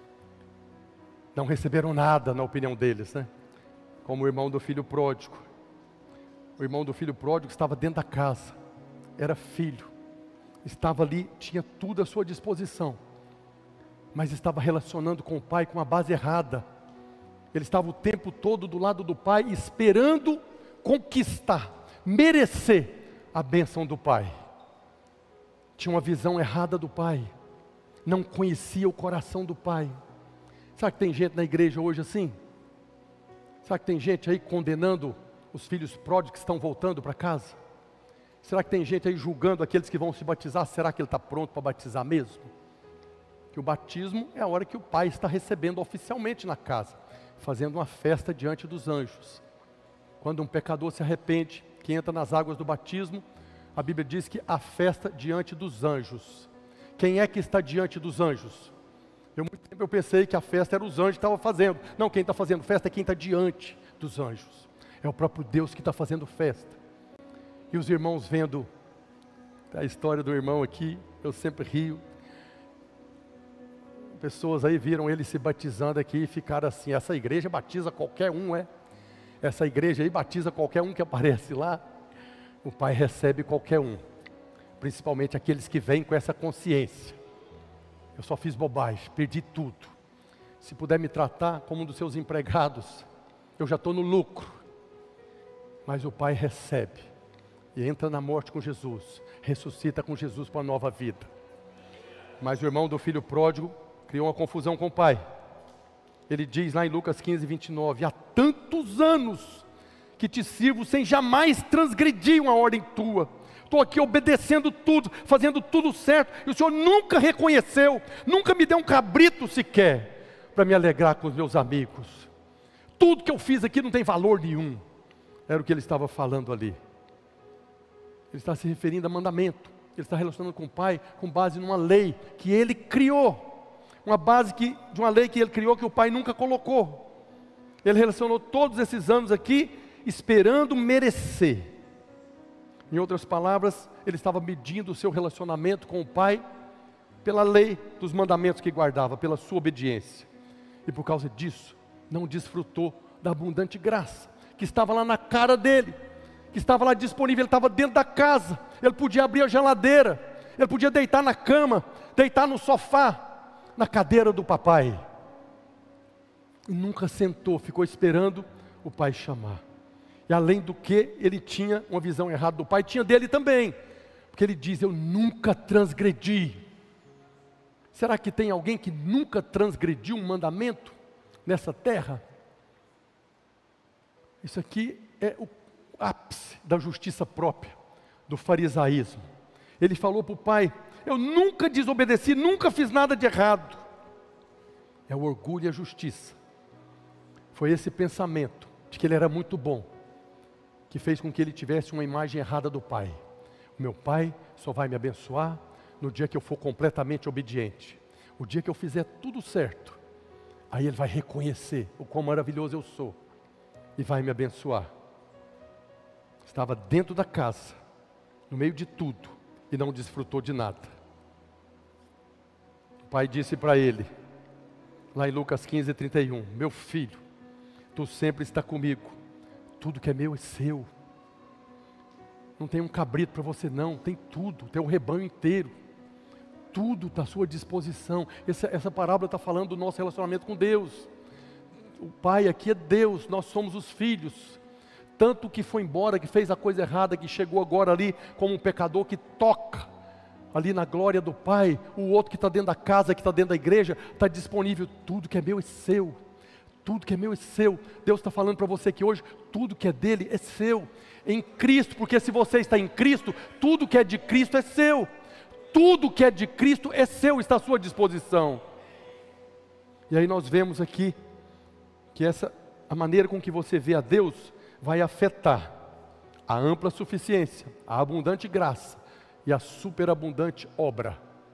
não receberam nada na opinião deles, né? Como o irmão do filho pródigo. O irmão do filho pródigo estava dentro da casa, era filho, estava ali, tinha tudo à sua disposição, mas estava relacionando com o pai com a base errada. Ele estava o tempo todo do lado do pai, esperando conquistar, merecer a bênção do pai. Tinha uma visão errada do pai, não conhecia o coração do pai. Sabe que tem gente na igreja hoje assim? Será que tem gente aí condenando os filhos pródigos que estão voltando para casa? Será que tem gente aí julgando aqueles que vão se batizar? Será que ele está pronto para batizar mesmo? Que o batismo é a hora que o pai está recebendo oficialmente na casa, fazendo uma festa diante dos anjos. Quando um pecador se arrepende, que entra nas águas do batismo, a Bíblia diz que há festa diante dos anjos. Quem é que está diante dos anjos? Muito tempo eu pensei que a festa era os anjos que estavam fazendo. Não, quem está fazendo festa é quem está diante dos anjos. É o próprio Deus que está fazendo festa. E os irmãos vendo a história do irmão aqui, eu sempre rio. Pessoas aí viram ele se batizando aqui e ficaram assim: essa igreja batiza qualquer um, é? Essa igreja aí batiza qualquer um que aparece lá. O pai recebe qualquer um, principalmente aqueles que vêm com essa consciência. Eu só fiz bobagem, perdi tudo. Se puder me tratar como um dos seus empregados, eu já estou no lucro. Mas o pai recebe e entra na morte com Jesus, ressuscita com Jesus para uma nova vida. Mas o irmão do filho pródigo criou uma confusão com o pai. Ele diz lá em Lucas 15, 29, há tantos anos que te sirvo sem jamais transgredir uma ordem tua. Estou aqui obedecendo tudo, fazendo tudo certo, e o Senhor nunca reconheceu, nunca me deu um cabrito sequer, para me alegrar com os meus amigos. Tudo que eu fiz aqui não tem valor nenhum. Era o que ele estava falando ali. Ele está se referindo a mandamento. Ele está relacionando com o pai com base numa lei que ele criou. Uma base de uma lei que ele criou que o pai nunca colocou. Ele relacionou todos esses anos aqui esperando merecer. Em outras palavras, ele estava medindo o seu relacionamento com o pai pela lei dos mandamentos que guardava, pela sua obediência. E por causa disso, não desfrutou da abundante graça que estava lá na cara dele, que estava lá disponível. Ele estava dentro da casa, ele podia abrir a geladeira, ele podia deitar na cama, deitar no sofá, na cadeira do papai. E nunca sentou, ficou esperando o pai chamar. E além do que, ele tinha uma visão errada do pai, tinha dele também. Porque ele diz, eu nunca transgredi. Será que tem alguém que nunca transgrediu um mandamento nessa terra? Isso aqui é o ápice da justiça própria, do farisaísmo. Ele falou para o pai, eu nunca desobedeci, nunca fiz nada de errado. É o orgulho e a justiça. Foi esse pensamento de que ele era muito bom, que fez com que ele tivesse uma imagem errada do pai. O meu pai só vai me abençoar no dia que eu for completamente obediente. O dia que eu fizer tudo certo, aí ele vai reconhecer o quão maravilhoso eu sou e vai me abençoar. Estava dentro da casa, no meio de tudo, e não desfrutou de nada. O pai disse para ele, lá em Lucas 15, 31, meu filho, tu sempre está comigo. Tudo que é meu é seu. Não tem um cabrito para você não, tem tudo, tem o rebanho inteiro. tudo está à sua disposição. Essa parábola está falando do nosso relacionamento com Deus. O Pai aqui é Deus, nós somos os filhos. Tanto que foi embora, que fez a coisa errada, que chegou agora ali como um pecador que toca ali na glória do Pai. O outro que está dentro da casa, que está dentro da igreja, está disponível. Tudo que é meu é seu. Tudo que é meu é seu. Deus está falando para você que hoje, tudo que é dele é seu. Em Cristo, porque se você está em Cristo, tudo que é de Cristo é seu. Tudo que é de Cristo é seu, está à sua disposição. E aí nós vemos aqui que a maneira com que você vê a Deus vai afetar a ampla suficiência, a abundante graça e a superabundante obra.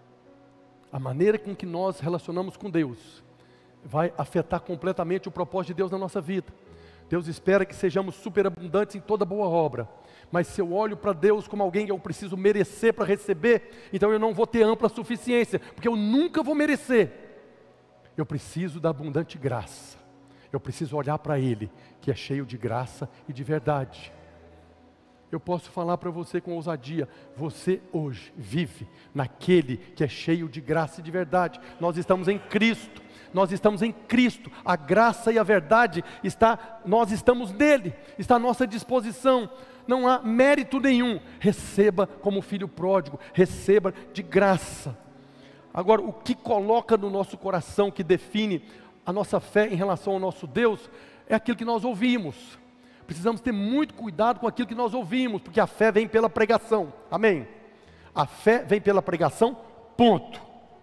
A maneira com que nós relacionamos com Deus vai afetar completamente o propósito de Deus na nossa vida. Deus espera que sejamos superabundantes em toda boa obra. Mas se eu olho para Deus como alguém que eu preciso merecer para receber, então eu não vou ter ampla suficiência, porque eu nunca vou merecer. Eu preciso da abundante graça. Eu preciso olhar para Ele, que é cheio de graça e de verdade. Eu posso falar para você com ousadia, você hoje vive naquele que é cheio de graça e de verdade. Nós estamos em Cristo, nós estamos em Cristo, a graça e a verdade nós estamos nele, está à nossa disposição. Não há mérito nenhum, receba como filho pródigo, receba de graça. Agora, o que coloca no nosso coração, que define a nossa fé em relação ao nosso Deus, é aquilo que nós ouvimos. Precisamos ter muito cuidado com aquilo que nós ouvimos, porque a fé vem pela pregação, amém? A fé vem pela pregação, ponto.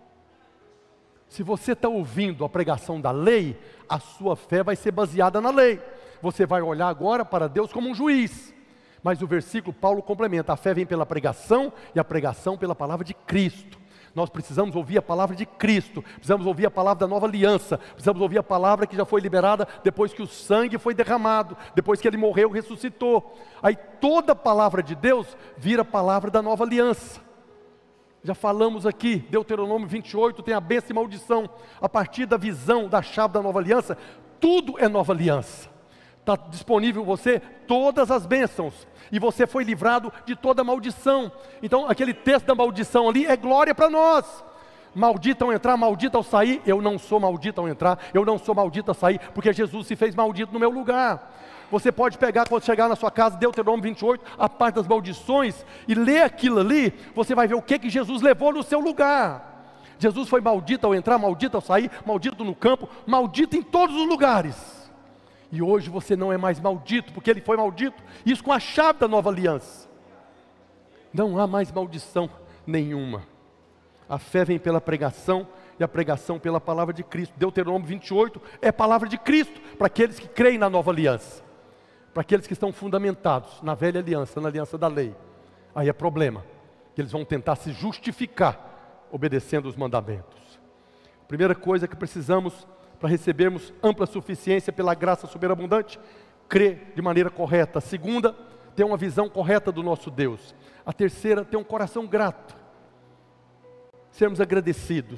Se você está ouvindo a pregação da lei, a sua fé vai ser baseada na lei. Você vai olhar agora para Deus como um juiz. Mas o versículo, Paulo complementa, a fé vem pela pregação, e a pregação pela palavra de Cristo. Nós precisamos ouvir a palavra de Cristo, precisamos ouvir a palavra da nova aliança, precisamos ouvir a palavra que já foi liberada depois que o sangue foi derramado, depois que Ele morreu e ressuscitou. Aí toda a palavra de Deus vira a palavra da nova aliança. Já falamos aqui, Deuteronômio 28 tem a bênção e maldição. A partir da visão da chave da nova aliança, tudo é nova aliança. Está disponível você todas as bênçãos, e você foi livrado de toda maldição. Então aquele texto da maldição ali é glória para nós. Maldito ao entrar, maldito ao sair. Eu não sou maldito ao entrar, eu não sou maldito ao sair, porque Jesus se fez maldito no meu lugar. Você pode pegar, quando chegar na sua casa, Deuteronômio 28, a parte das maldições, e ler aquilo ali, você vai ver o que Jesus levou no seu lugar. Jesus foi maldito ao entrar, maldito ao sair, maldito no campo, maldito em todos os lugares. E hoje você não é mais maldito, porque Ele foi maldito, isso com a chave da nova aliança. Não há mais maldição nenhuma. A fé vem pela pregação, e a pregação pela palavra de Cristo. Deuteronômio 28 é a palavra de Cristo, para aqueles que creem na nova aliança. Para aqueles que estão fundamentados na velha aliança, na aliança da lei. Aí é problema, que eles vão tentar se justificar, obedecendo os mandamentos. Primeira coisa que precisamos para recebermos ampla suficiência pela graça superabundante, crer de maneira correta. A segunda, ter uma visão correta do nosso Deus. A terceira, ter um coração grato. Sermos agradecidos.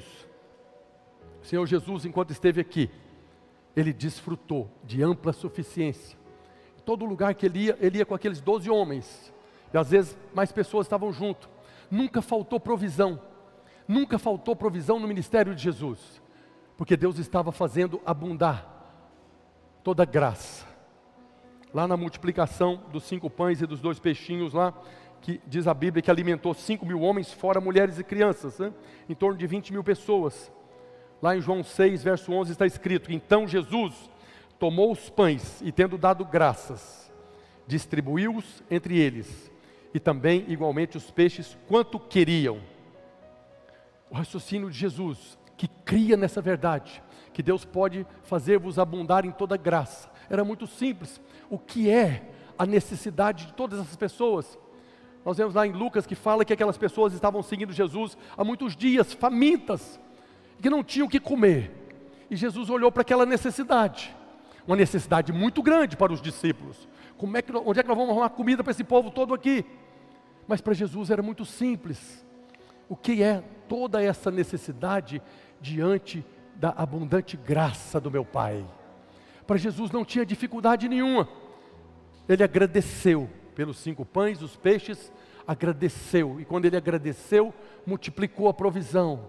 O Senhor Jesus, enquanto esteve aqui, Ele desfrutou de ampla suficiência. Em todo lugar que Ele ia com aqueles 12 homens, e às vezes mais pessoas estavam junto. Nunca faltou provisão. Nunca faltou provisão no ministério de Jesus. Porque Deus estava fazendo abundar toda graça. Lá na multiplicação dos 5 pães e dos 2 peixinhos lá, que diz a Bíblia que alimentou 5.000 homens, fora mulheres e crianças, né? Em torno de 20.000 pessoas. Lá em João 6, verso 11 está escrito, então Jesus tomou os pães e tendo dado graças, distribuiu-os entre eles, e também igualmente os peixes quanto queriam. O raciocínio de Jesus, que cria nessa verdade, que Deus pode fazer-vos abundar em toda graça, era muito simples. O que é a necessidade de todas essas pessoas? Nós vemos lá em Lucas que fala que aquelas pessoas estavam seguindo Jesus há muitos dias, famintas, que não tinham o que comer, e Jesus olhou para aquela necessidade, uma necessidade muito grande para os discípulos. Onde é que nós vamos arrumar comida para esse povo todo aqui? Mas para Jesus era muito simples. O que é toda essa necessidade diante da abundante graça do meu Pai? Para Jesus não tinha dificuldade nenhuma. Ele agradeceu pelos 5 pães, os peixes, agradeceu, e quando ele agradeceu, multiplicou a provisão.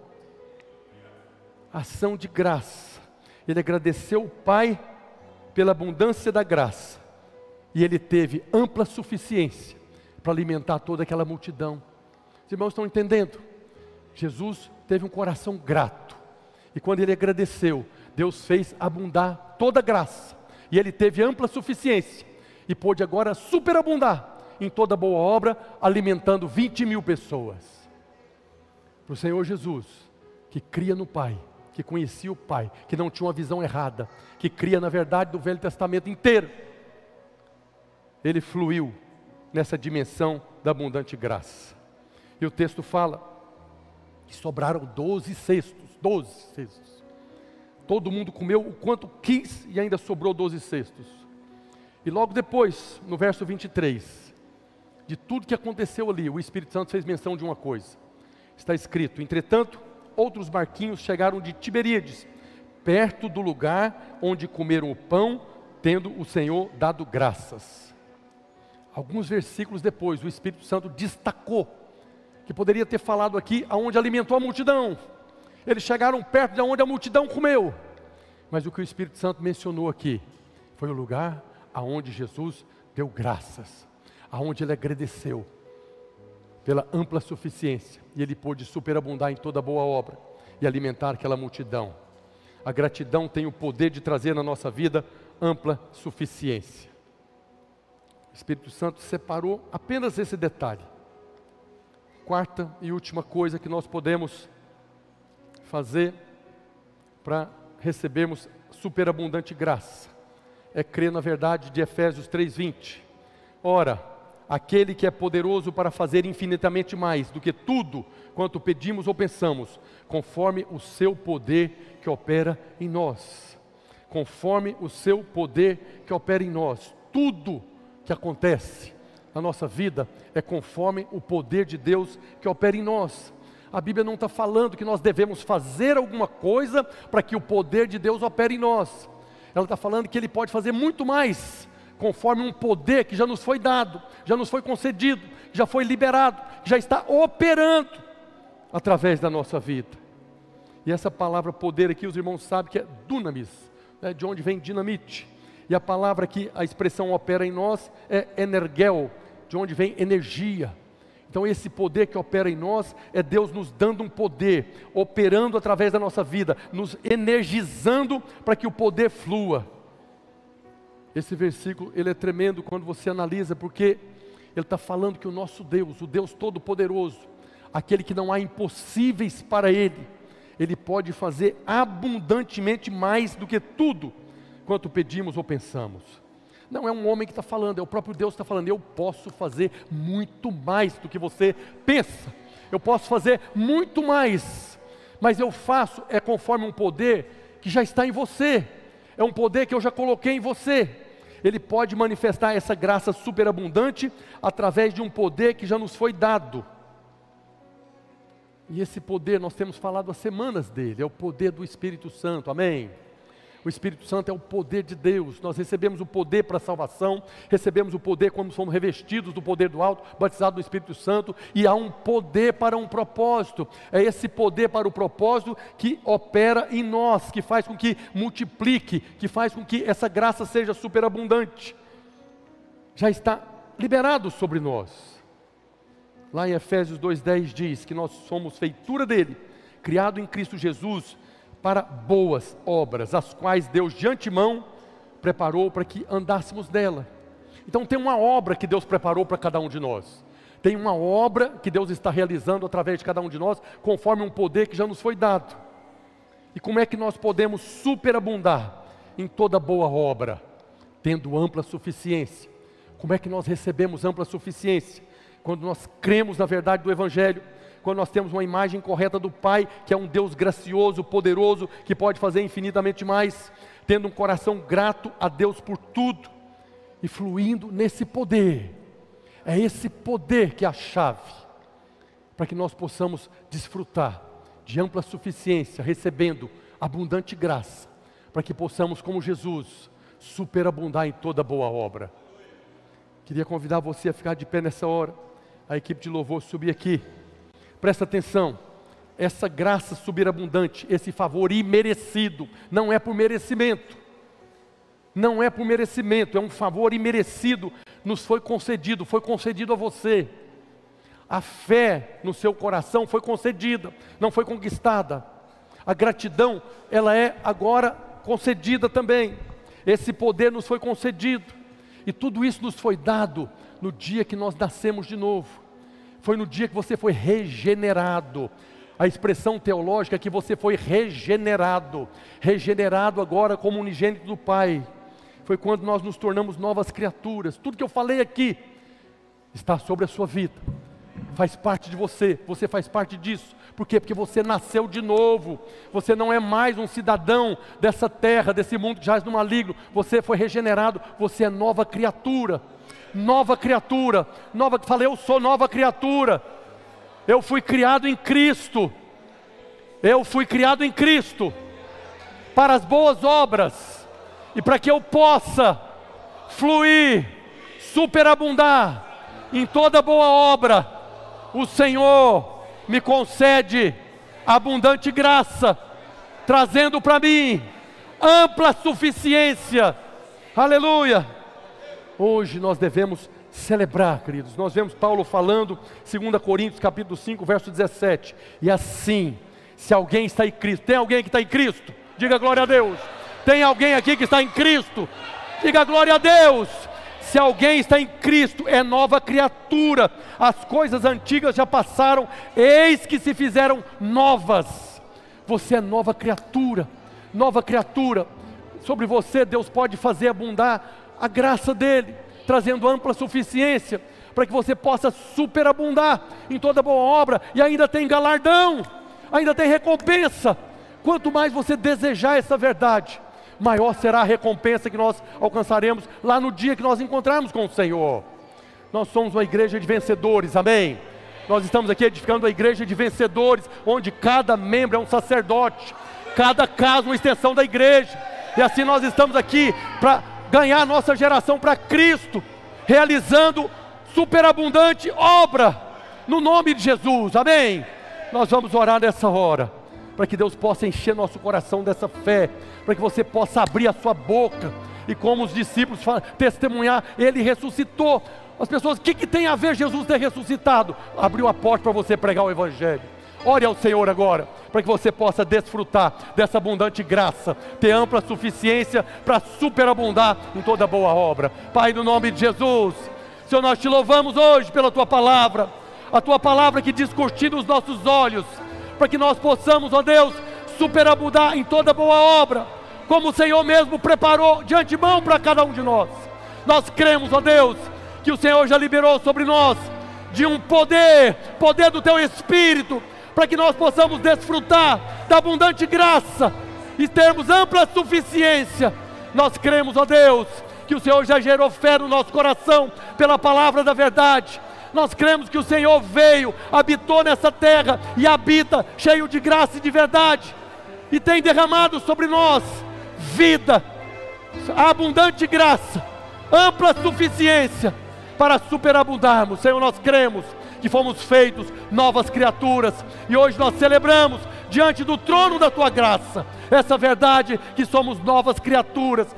Ação de graça. Ele agradeceu o Pai pela abundância da graça, e ele teve ampla suficiência para alimentar toda aquela multidão. Os irmãos estão entendendo? Jesus teve um coração grato, e quando ele agradeceu, Deus fez abundar toda a graça, e ele teve ampla suficiência, e pôde agora superabundar em toda boa obra, alimentando 20.000 pessoas. Para o Senhor Jesus, que cria no Pai, que conhecia o Pai, que não tinha uma visão errada, que cria na verdade do Velho Testamento inteiro, ele fluiu nessa dimensão da abundante graça. E o texto fala que sobraram 12 cestos, 12 cestos. Todo mundo comeu o quanto quis e ainda sobrou 12 cestos. E logo depois, no verso 23, de tudo que aconteceu ali, o Espírito Santo fez menção de uma coisa. Está escrito: entretanto, outros barquinhos chegaram de Tiberíades, perto do lugar onde comeram o pão, tendo o Senhor dado graças. Alguns versículos depois, o Espírito Santo destacou que poderia ter falado aqui aonde alimentou a multidão. Eles chegaram perto de onde a multidão comeu. Mas o que o Espírito Santo mencionou aqui foi o lugar aonde Jesus deu graças, aonde ele agradeceu pela ampla suficiência, e ele pôde superabundar em toda boa obra e alimentar aquela multidão. A gratidão tem o poder de trazer na nossa vida ampla suficiência. O Espírito Santo separou apenas esse detalhe. Quarta e última coisa que nós podemos fazer para recebermos superabundante graça é crer na verdade de Efésios 3:20. Ora, aquele que é poderoso para fazer infinitamente mais do que tudo quanto pedimos ou pensamos, conforme o seu poder que opera em nós. Conforme o seu poder que opera em nós. Tudo que acontece na nossa vida é conforme o poder de Deus que opera em nós. A Bíblia não está falando que nós devemos fazer alguma coisa para que o poder de Deus opere em nós. Ela está falando que Ele pode fazer muito mais, conforme um poder que já nos foi dado, já nos foi concedido, já foi liberado, já está operando através da nossa vida. E essa palavra poder aqui, os irmãos sabem que é dunamis, né, de onde vem dinamite. E a palavra que a expressão opera em nós é energel, de onde vem energia. Então esse poder que opera em nós é Deus nos dando um poder, operando através da nossa vida, nos energizando para que o poder flua. Esse versículo, ele é tremendo quando você analisa, porque ele está falando que o nosso Deus, o Deus Todo-Poderoso, aquele que não há impossíveis para Ele, Ele pode fazer abundantemente mais do que tudo quanto pedimos ou pensamos. Não é um homem que está falando, é o próprio Deus que está falando. Eu posso fazer muito mais do que você pensa, eu posso fazer muito mais, mas eu faço é conforme um poder que já está em você, é um poder que eu já coloquei em você. Ele pode manifestar essa graça superabundante através de um poder que já nos foi dado. E esse poder, nós temos falado há semanas dele, é o poder do Espírito Santo, amém? O Espírito Santo é o poder de Deus. Nós recebemos o poder para a salvação, recebemos o poder quando somos revestidos do poder do alto, batizados do Espírito Santo, e há um poder para um propósito. É esse poder para o propósito que opera em nós, que faz com que multiplique, que faz com que essa graça seja superabundante. Já está liberado sobre nós. Lá em Efésios 2:10 diz que nós somos feitura dele, criado em Cristo Jesus, para boas obras, as quais Deus de antemão preparou para que andássemos nela. Então tem uma obra que Deus preparou para cada um de nós. Tem uma obra que Deus está realizando através de cada um de nós, conforme um poder que já nos foi dado. E como é que nós podemos superabundar em toda boa obra? Tendo ampla suficiência. Como é que nós recebemos ampla suficiência? Quando nós cremos na verdade do Evangelho, quando nós temos uma imagem correta do Pai, que é um Deus gracioso, poderoso, que pode fazer infinitamente mais, tendo um coração grato a Deus por tudo, e fluindo nesse poder. É esse poder que é a chave, para que nós possamos desfrutar de ampla suficiência, recebendo abundante graça, para que possamos, como Jesus, superabundar em toda boa obra. Queria convidar você a ficar de pé nessa hora. a equipe de louvor subir aqui. Presta atenção, essa graça superabundante, esse favor imerecido, não é por merecimento. Não é por merecimento, é um favor imerecido, nos foi concedido a você. A fé no seu coração foi concedida, não foi conquistada. A gratidão, ela é agora concedida também. Esse poder nos foi concedido. E tudo isso nos foi dado no dia que nós nascemos de novo. Foi no dia que você foi regenerado. A expressão teológica é que você foi regenerado. Regenerado agora como unigênito do Pai. Foi quando nós nos tornamos novas criaturas. Tudo que eu falei aqui está sobre a sua vida. Faz parte de você. Você faz parte disso. Por quê? Porque você nasceu de novo. Você não é mais um cidadão dessa terra, desse mundo que jaz no maligno. Você foi regenerado. Você é nova criatura. Nova criatura. Falei, eu sou nova criatura. Eu fui criado em Cristo. Eu fui criado em Cristo. Para as boas obras. E para que eu possa fluir, superabundar em toda boa obra, o Senhor me concede abundante graça, trazendo para mim ampla suficiência. Aleluia! Hoje nós devemos celebrar, queridos. Nós vemos Paulo falando, 2 Coríntios capítulo 5, verso 17. E assim, se alguém está em Cristo, tem alguém que está em Cristo? Diga glória a Deus. Tem alguém aqui que está em Cristo? Diga glória a Deus. Se alguém está em Cristo, é nova criatura. As coisas antigas já passaram, eis que se fizeram novas. Você é nova criatura. Nova criatura. Sobre você Deus pode fazer abundar a graça dele, trazendo ampla suficiência, para que você possa superabundar em toda boa obra. E ainda tem galardão, ainda tem recompensa. Quanto mais você desejar essa verdade, maior será a recompensa que nós alcançaremos lá no dia que nós encontrarmos com o Senhor. Nós somos uma igreja de vencedores, amém? Nós estamos aqui edificando uma igreja de vencedores, onde cada membro é um sacerdote, cada casa uma extensão da igreja. E assim nós estamos aqui para ganhar a nossa geração para Cristo, realizando superabundante obra, no nome de Jesus, amém? Nós vamos orar nessa hora, para que Deus possa encher nosso coração dessa fé, para que você possa abrir a sua boca, e como os discípulos testemunhar, Ele ressuscitou. As pessoas, o que tem a ver Jesus ter ressuscitado? Abriu a porta para você pregar o Evangelho. Ore ao Senhor agora, para que você possa desfrutar dessa abundante graça, ter ampla suficiência para superabundar em toda boa obra. Pai, no nome de Jesus, Senhor, nós te louvamos hoje pela Tua palavra, a Tua palavra que descortina os nossos olhos, para que nós possamos, ó Deus, superabundar em toda boa obra, como o Senhor mesmo preparou de antemão para cada um de nós. Nós cremos, ó Deus, que o Senhor já liberou sobre nós de um poder do Teu Espírito, para que nós possamos desfrutar da abundante graça e termos ampla suficiência. Nós cremos, ó Deus, que o Senhor já gerou fé no nosso coração pela palavra da verdade. Nós cremos que o Senhor veio, habitou nessa terra e habita cheio de graça e de verdade, e tem derramado sobre nós vida, abundante graça, ampla suficiência para superabundarmos. Senhor, nós cremos que fomos feitos novas criaturas, e hoje nós celebramos diante do trono da Tua graça essa verdade, que somos novas criaturas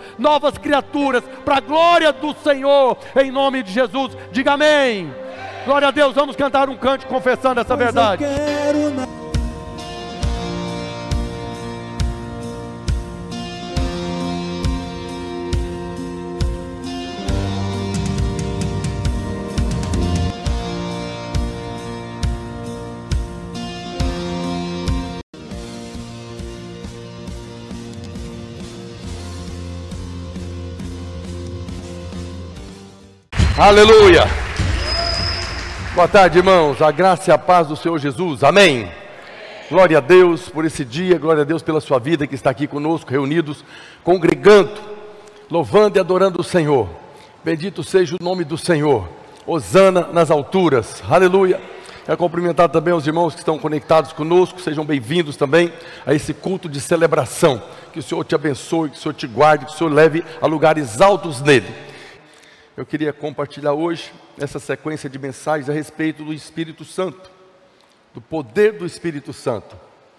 para a glória do Senhor, em nome de Jesus. Diga amém. Glória a Deus. Vamos cantar um cântico confessando essa verdade. Aleluia. Boa tarde, irmãos. A graça e a paz do Senhor Jesus. Amém. Glória a Deus por esse dia. Glória a Deus pela sua vida que está aqui conosco, reunidos, congregando, louvando e adorando o Senhor. Bendito seja o nome do Senhor. Hosana nas alturas. Aleluia. Quero cumprimentar também os irmãos que estão conectados conosco. Sejam bem-vindos também a esse culto de celebração. Que o Senhor te abençoe, que o Senhor te guarde, que o Senhor leve a lugares altos nele. Eu queria compartilhar hoje essa sequência de mensagens a respeito do Espírito Santo, do poder do Espírito Santo.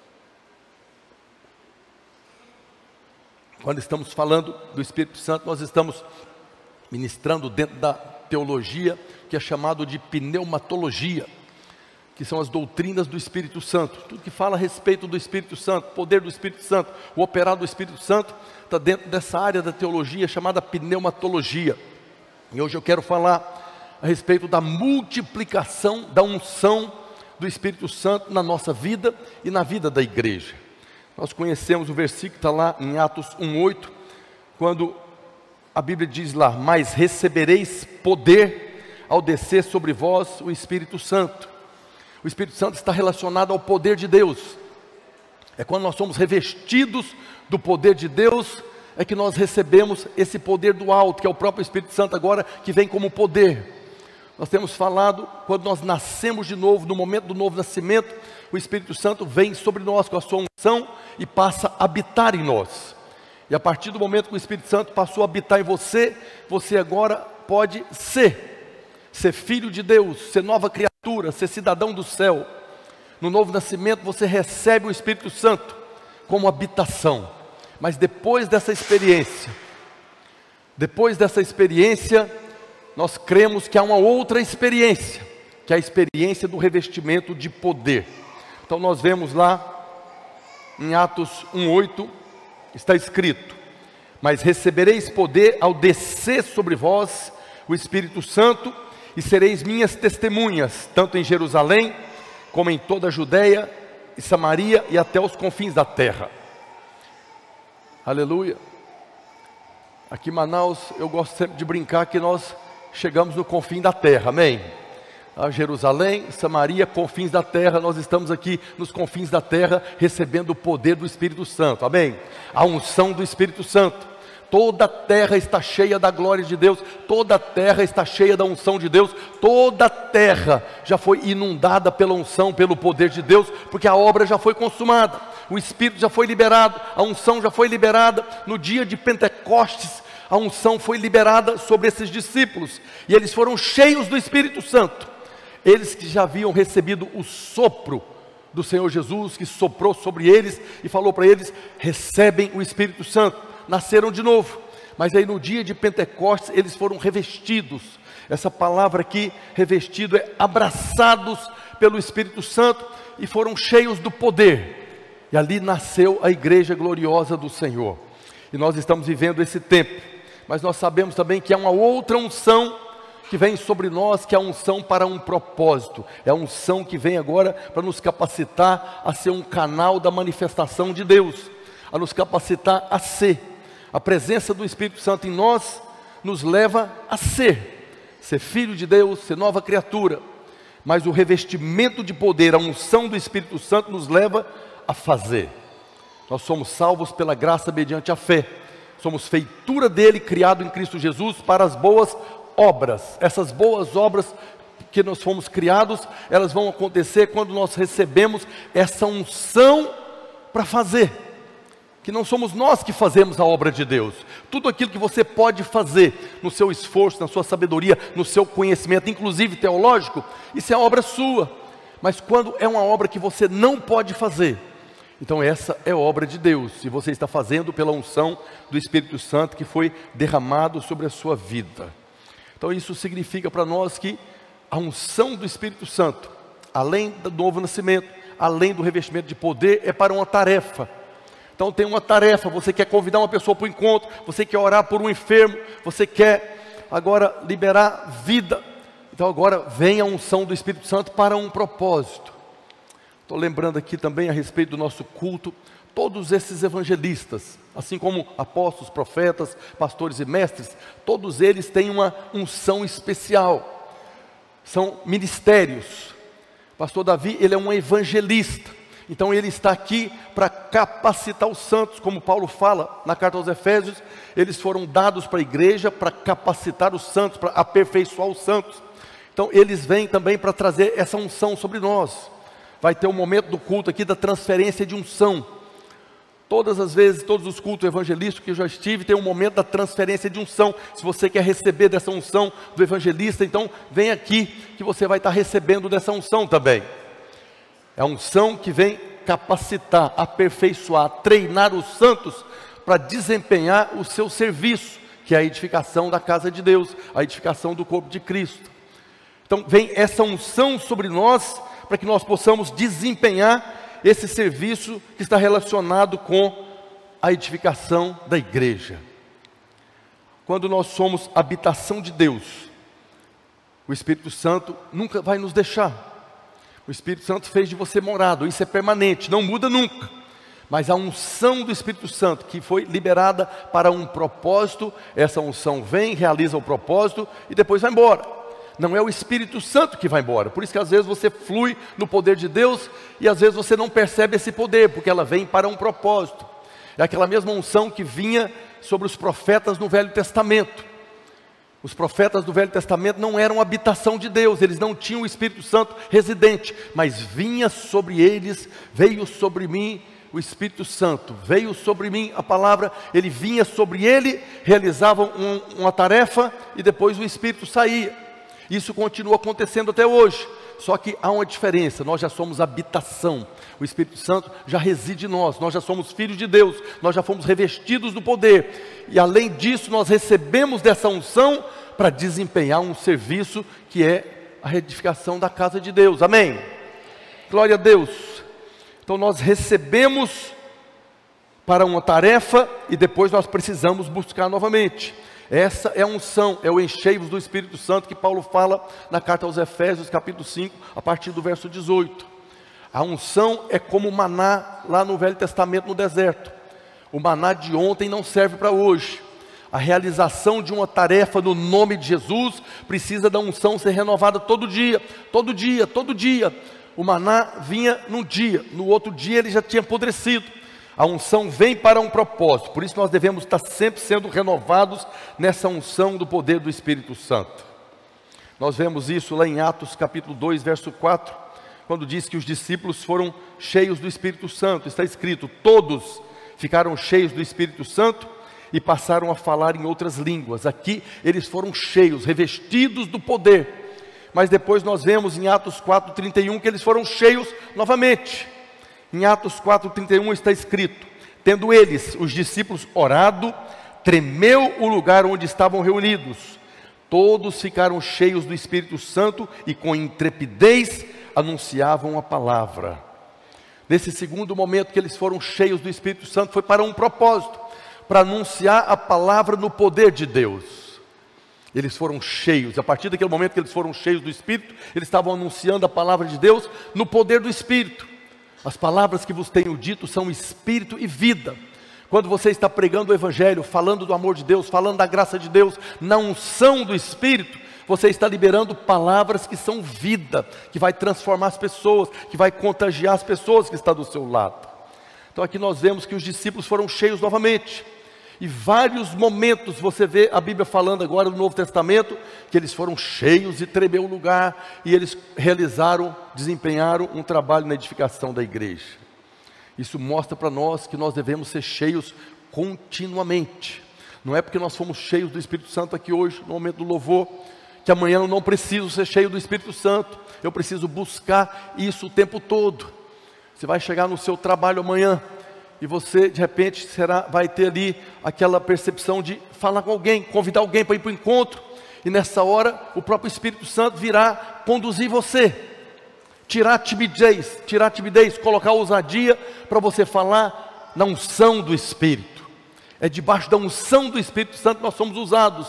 Quando estamos falando do Espírito Santo, nós estamos ministrando dentro da teologia, que é chamado de pneumatologia, que são as doutrinas do Espírito Santo. Tudo que fala a respeito do Espírito Santo, poder do Espírito Santo, o operar do Espírito Santo, está dentro dessa área da teologia chamada pneumatologia. E hoje eu quero falar a respeito da multiplicação da unção do Espírito Santo na nossa vida e na vida da igreja. Nós conhecemos o versículo que está lá em Atos 1:8, quando a Bíblia diz lá: mas recebereis poder ao descer sobre vós o Espírito Santo. O Espírito Santo está relacionado ao poder de Deus. É quando nós somos revestidos do poder de Deus, é que nós recebemos esse poder do alto, que é o próprio Espírito Santo agora, que vem como poder. Nós temos falado, quando nós nascemos de novo, no momento do novo nascimento, o Espírito Santo vem sobre nós com a sua unção e passa a habitar em nós. E a partir do momento que o Espírito Santo passou a habitar em você, você agora pode ser filho de Deus, ser nova criatura, ser cidadão do céu. No novo nascimento você recebe o Espírito Santo como habitação. Mas depois dessa experiência, nós cremos que há uma outra experiência, que é a experiência do revestimento de poder. Então nós vemos lá em Atos 1:8, está escrito: mas recebereis poder ao descer sobre vós o Espírito Santo, e sereis minhas testemunhas, tanto em Jerusalém, como em toda a Judeia e Samaria e até os confins da terra. Aleluia. Aqui em Manaus, eu gosto sempre de brincar que nós chegamos no confim da terra, amém? A Jerusalém, Samaria, confins da terra, nós estamos aqui nos confins da terra, recebendo o poder do Espírito Santo, amém? A unção do Espírito Santo. Toda a terra está cheia da glória de Deus, toda a terra está cheia da unção de Deus, toda a terra já foi inundada pela unção, pelo poder de Deus, porque a obra já foi consumada, o Espírito já foi liberado, a unção já foi liberada. No dia de Pentecostes, a unção foi liberada sobre esses discípulos, e eles foram cheios do Espírito Santo, eles que já haviam recebido o sopro do Senhor Jesus, que soprou sobre eles e falou para eles: recebem o Espírito Santo. Nasceram de novo, mas aí no dia de Pentecostes eles foram revestidos. Essa palavra aqui, revestido, é abraçados pelo Espírito Santo e foram cheios do poder. E ali nasceu a igreja gloriosa do Senhor. E nós estamos vivendo esse tempo, mas nós sabemos também que há uma outra unção que vem sobre nós, que é a unção para um propósito. É a unção que vem agora para nos capacitar a ser um canal da manifestação de Deus, a nos capacitar a ser. A presença do Espírito Santo em nós nos leva a ser filho de Deus, ser nova criatura. Mas o revestimento de poder, a unção do Espírito Santo nos leva a fazer. Nós somos salvos pela graça mediante a fé. Somos feitura dele, criado em Cristo Jesus para as boas obras. Essas boas obras que nós fomos criados, elas vão acontecer quando nós recebemos essa unção para fazer. Que não somos nós que fazemos a obra de Deus. Tudo aquilo que você pode fazer no seu esforço, na sua sabedoria, no seu conhecimento, inclusive teológico, isso é obra sua. Mas quando é uma obra que você não pode fazer, então essa é obra de Deus, e você está fazendo pela unção do Espírito Santo que foi derramado sobre a sua vida. Então isso significa para nós que a unção do Espírito Santo, além do novo nascimento, além do revestimento de poder, é para uma tarefa. Então tem uma tarefa: você quer convidar uma pessoa para o encontro, você quer orar por um enfermo, você quer agora liberar vida. Então agora vem a unção do Espírito Santo para um propósito. Estou lembrando aqui também a respeito do nosso culto, todos esses evangelistas, assim como apóstolos, profetas, pastores e mestres, todos eles têm uma unção especial, são ministérios. Pastor Davi, ele é um evangelista. Então ele está aqui para capacitar os santos, como Paulo fala na carta aos Efésios. Eles foram dados para a igreja para capacitar os santos, para aperfeiçoar os santos. Então eles vêm também para trazer essa unção sobre nós. Vai ter um momento do culto aqui da transferência de unção. Todas as vezes, todos os cultos evangelísticos que eu já estive, tem um momento da transferência de unção. Se você quer receber dessa unção do evangelista, então vem aqui que você vai estar recebendo dessa unção também. É a unção que vem capacitar, aperfeiçoar, treinar os santos para desempenhar o seu serviço, que é a edificação da casa de Deus, a edificação do corpo de Cristo. Então vem essa unção sobre nós, para que nós possamos desempenhar esse serviço que está relacionado com a edificação da igreja. Quando nós somos habitação de Deus, o Espírito Santo nunca vai nos deixar. O Espírito Santo fez de você morado, isso é permanente, não muda nunca. Mas a unção do Espírito Santo, que foi liberada para um propósito, essa unção vem, realiza o propósito e depois vai embora. Não é o Espírito Santo que vai embora. Por isso que às vezes você flui no poder de Deus e às vezes você não percebe esse poder, porque ela vem para um propósito. É aquela mesma unção que vinha sobre os profetas no Velho Testamento. Os profetas do Velho Testamento não eram habitação de Deus, eles não tinham o Espírito Santo residente, mas vinha sobre eles, veio sobre mim o Espírito Santo, veio sobre mim a palavra, ele vinha sobre ele, realizavam uma tarefa e depois o Espírito saía. Isso continua acontecendo até hoje, só que há uma diferença, nós já somos habitação, o Espírito Santo já reside em nós já somos filhos de Deus, nós já fomos revestidos do poder, e além disso nós recebemos dessa unção para desempenhar um serviço que é a edificação da casa de Deus, amém? Glória a Deus. Então nós recebemos para uma tarefa e depois nós precisamos buscar novamente. Essa é a unção, é o encheio do Espírito Santo que Paulo fala na carta aos Efésios, capítulo 5, a partir do verso 18. A unção é como o maná lá no Velho Testamento no deserto. O maná de ontem não serve para hoje. A realização de uma tarefa no nome de Jesus precisa da unção ser renovada todo dia, todo dia, todo dia. O maná vinha num dia, no outro dia ele já tinha apodrecido. A unção vem para um propósito, por isso nós devemos estar sempre sendo renovados nessa unção do poder do Espírito Santo. Nós vemos isso lá em Atos capítulo 2, verso 4, quando diz que os discípulos foram cheios do Espírito Santo. Está escrito, todos ficaram cheios do Espírito Santo e passaram a falar em outras línguas. Aqui eles foram cheios, revestidos do poder. Mas depois nós vemos em Atos 4:31 que eles foram cheios novamente. Em Atos 4:31 está escrito, tendo eles, os discípulos, orado, tremeu o lugar onde estavam reunidos. Todos ficaram cheios do Espírito Santo e com intrepidez anunciavam a palavra. Nesse segundo momento que eles foram cheios do Espírito Santo, foi para um propósito, para anunciar a palavra no poder de Deus. Eles foram cheios, a partir daquele momento que eles foram cheios do Espírito, eles estavam anunciando a palavra de Deus no poder do Espírito. As palavras que vos tenho dito são Espírito e vida. Quando você está pregando o Evangelho, falando do amor de Deus, falando da graça de Deus, na unção do Espírito, você está liberando palavras que são vida, que vai transformar as pessoas, que vai contagiar as pessoas que estão do seu lado. Então aqui nós vemos que os discípulos foram cheios novamente. E vários momentos você vê a Bíblia falando agora no Novo Testamento, que eles foram cheios e tremeu o lugar, e eles realizaram, desempenharam um trabalho na edificação da igreja. Isso mostra para nós que nós devemos ser cheios continuamente. Não é porque nós fomos cheios do Espírito Santo aqui hoje, no momento do louvor, que amanhã eu não preciso ser cheio do Espírito Santo. Eu preciso buscar isso o tempo todo. Você vai chegar no seu trabalho amanhã, e você de repente vai ter ali aquela percepção de falar com alguém, convidar alguém para ir para o encontro, e nessa hora o próprio Espírito Santo virá conduzir você, tirar a timidez, colocar a ousadia para você falar na unção do Espírito. É debaixo da unção do Espírito Santo que nós somos usados,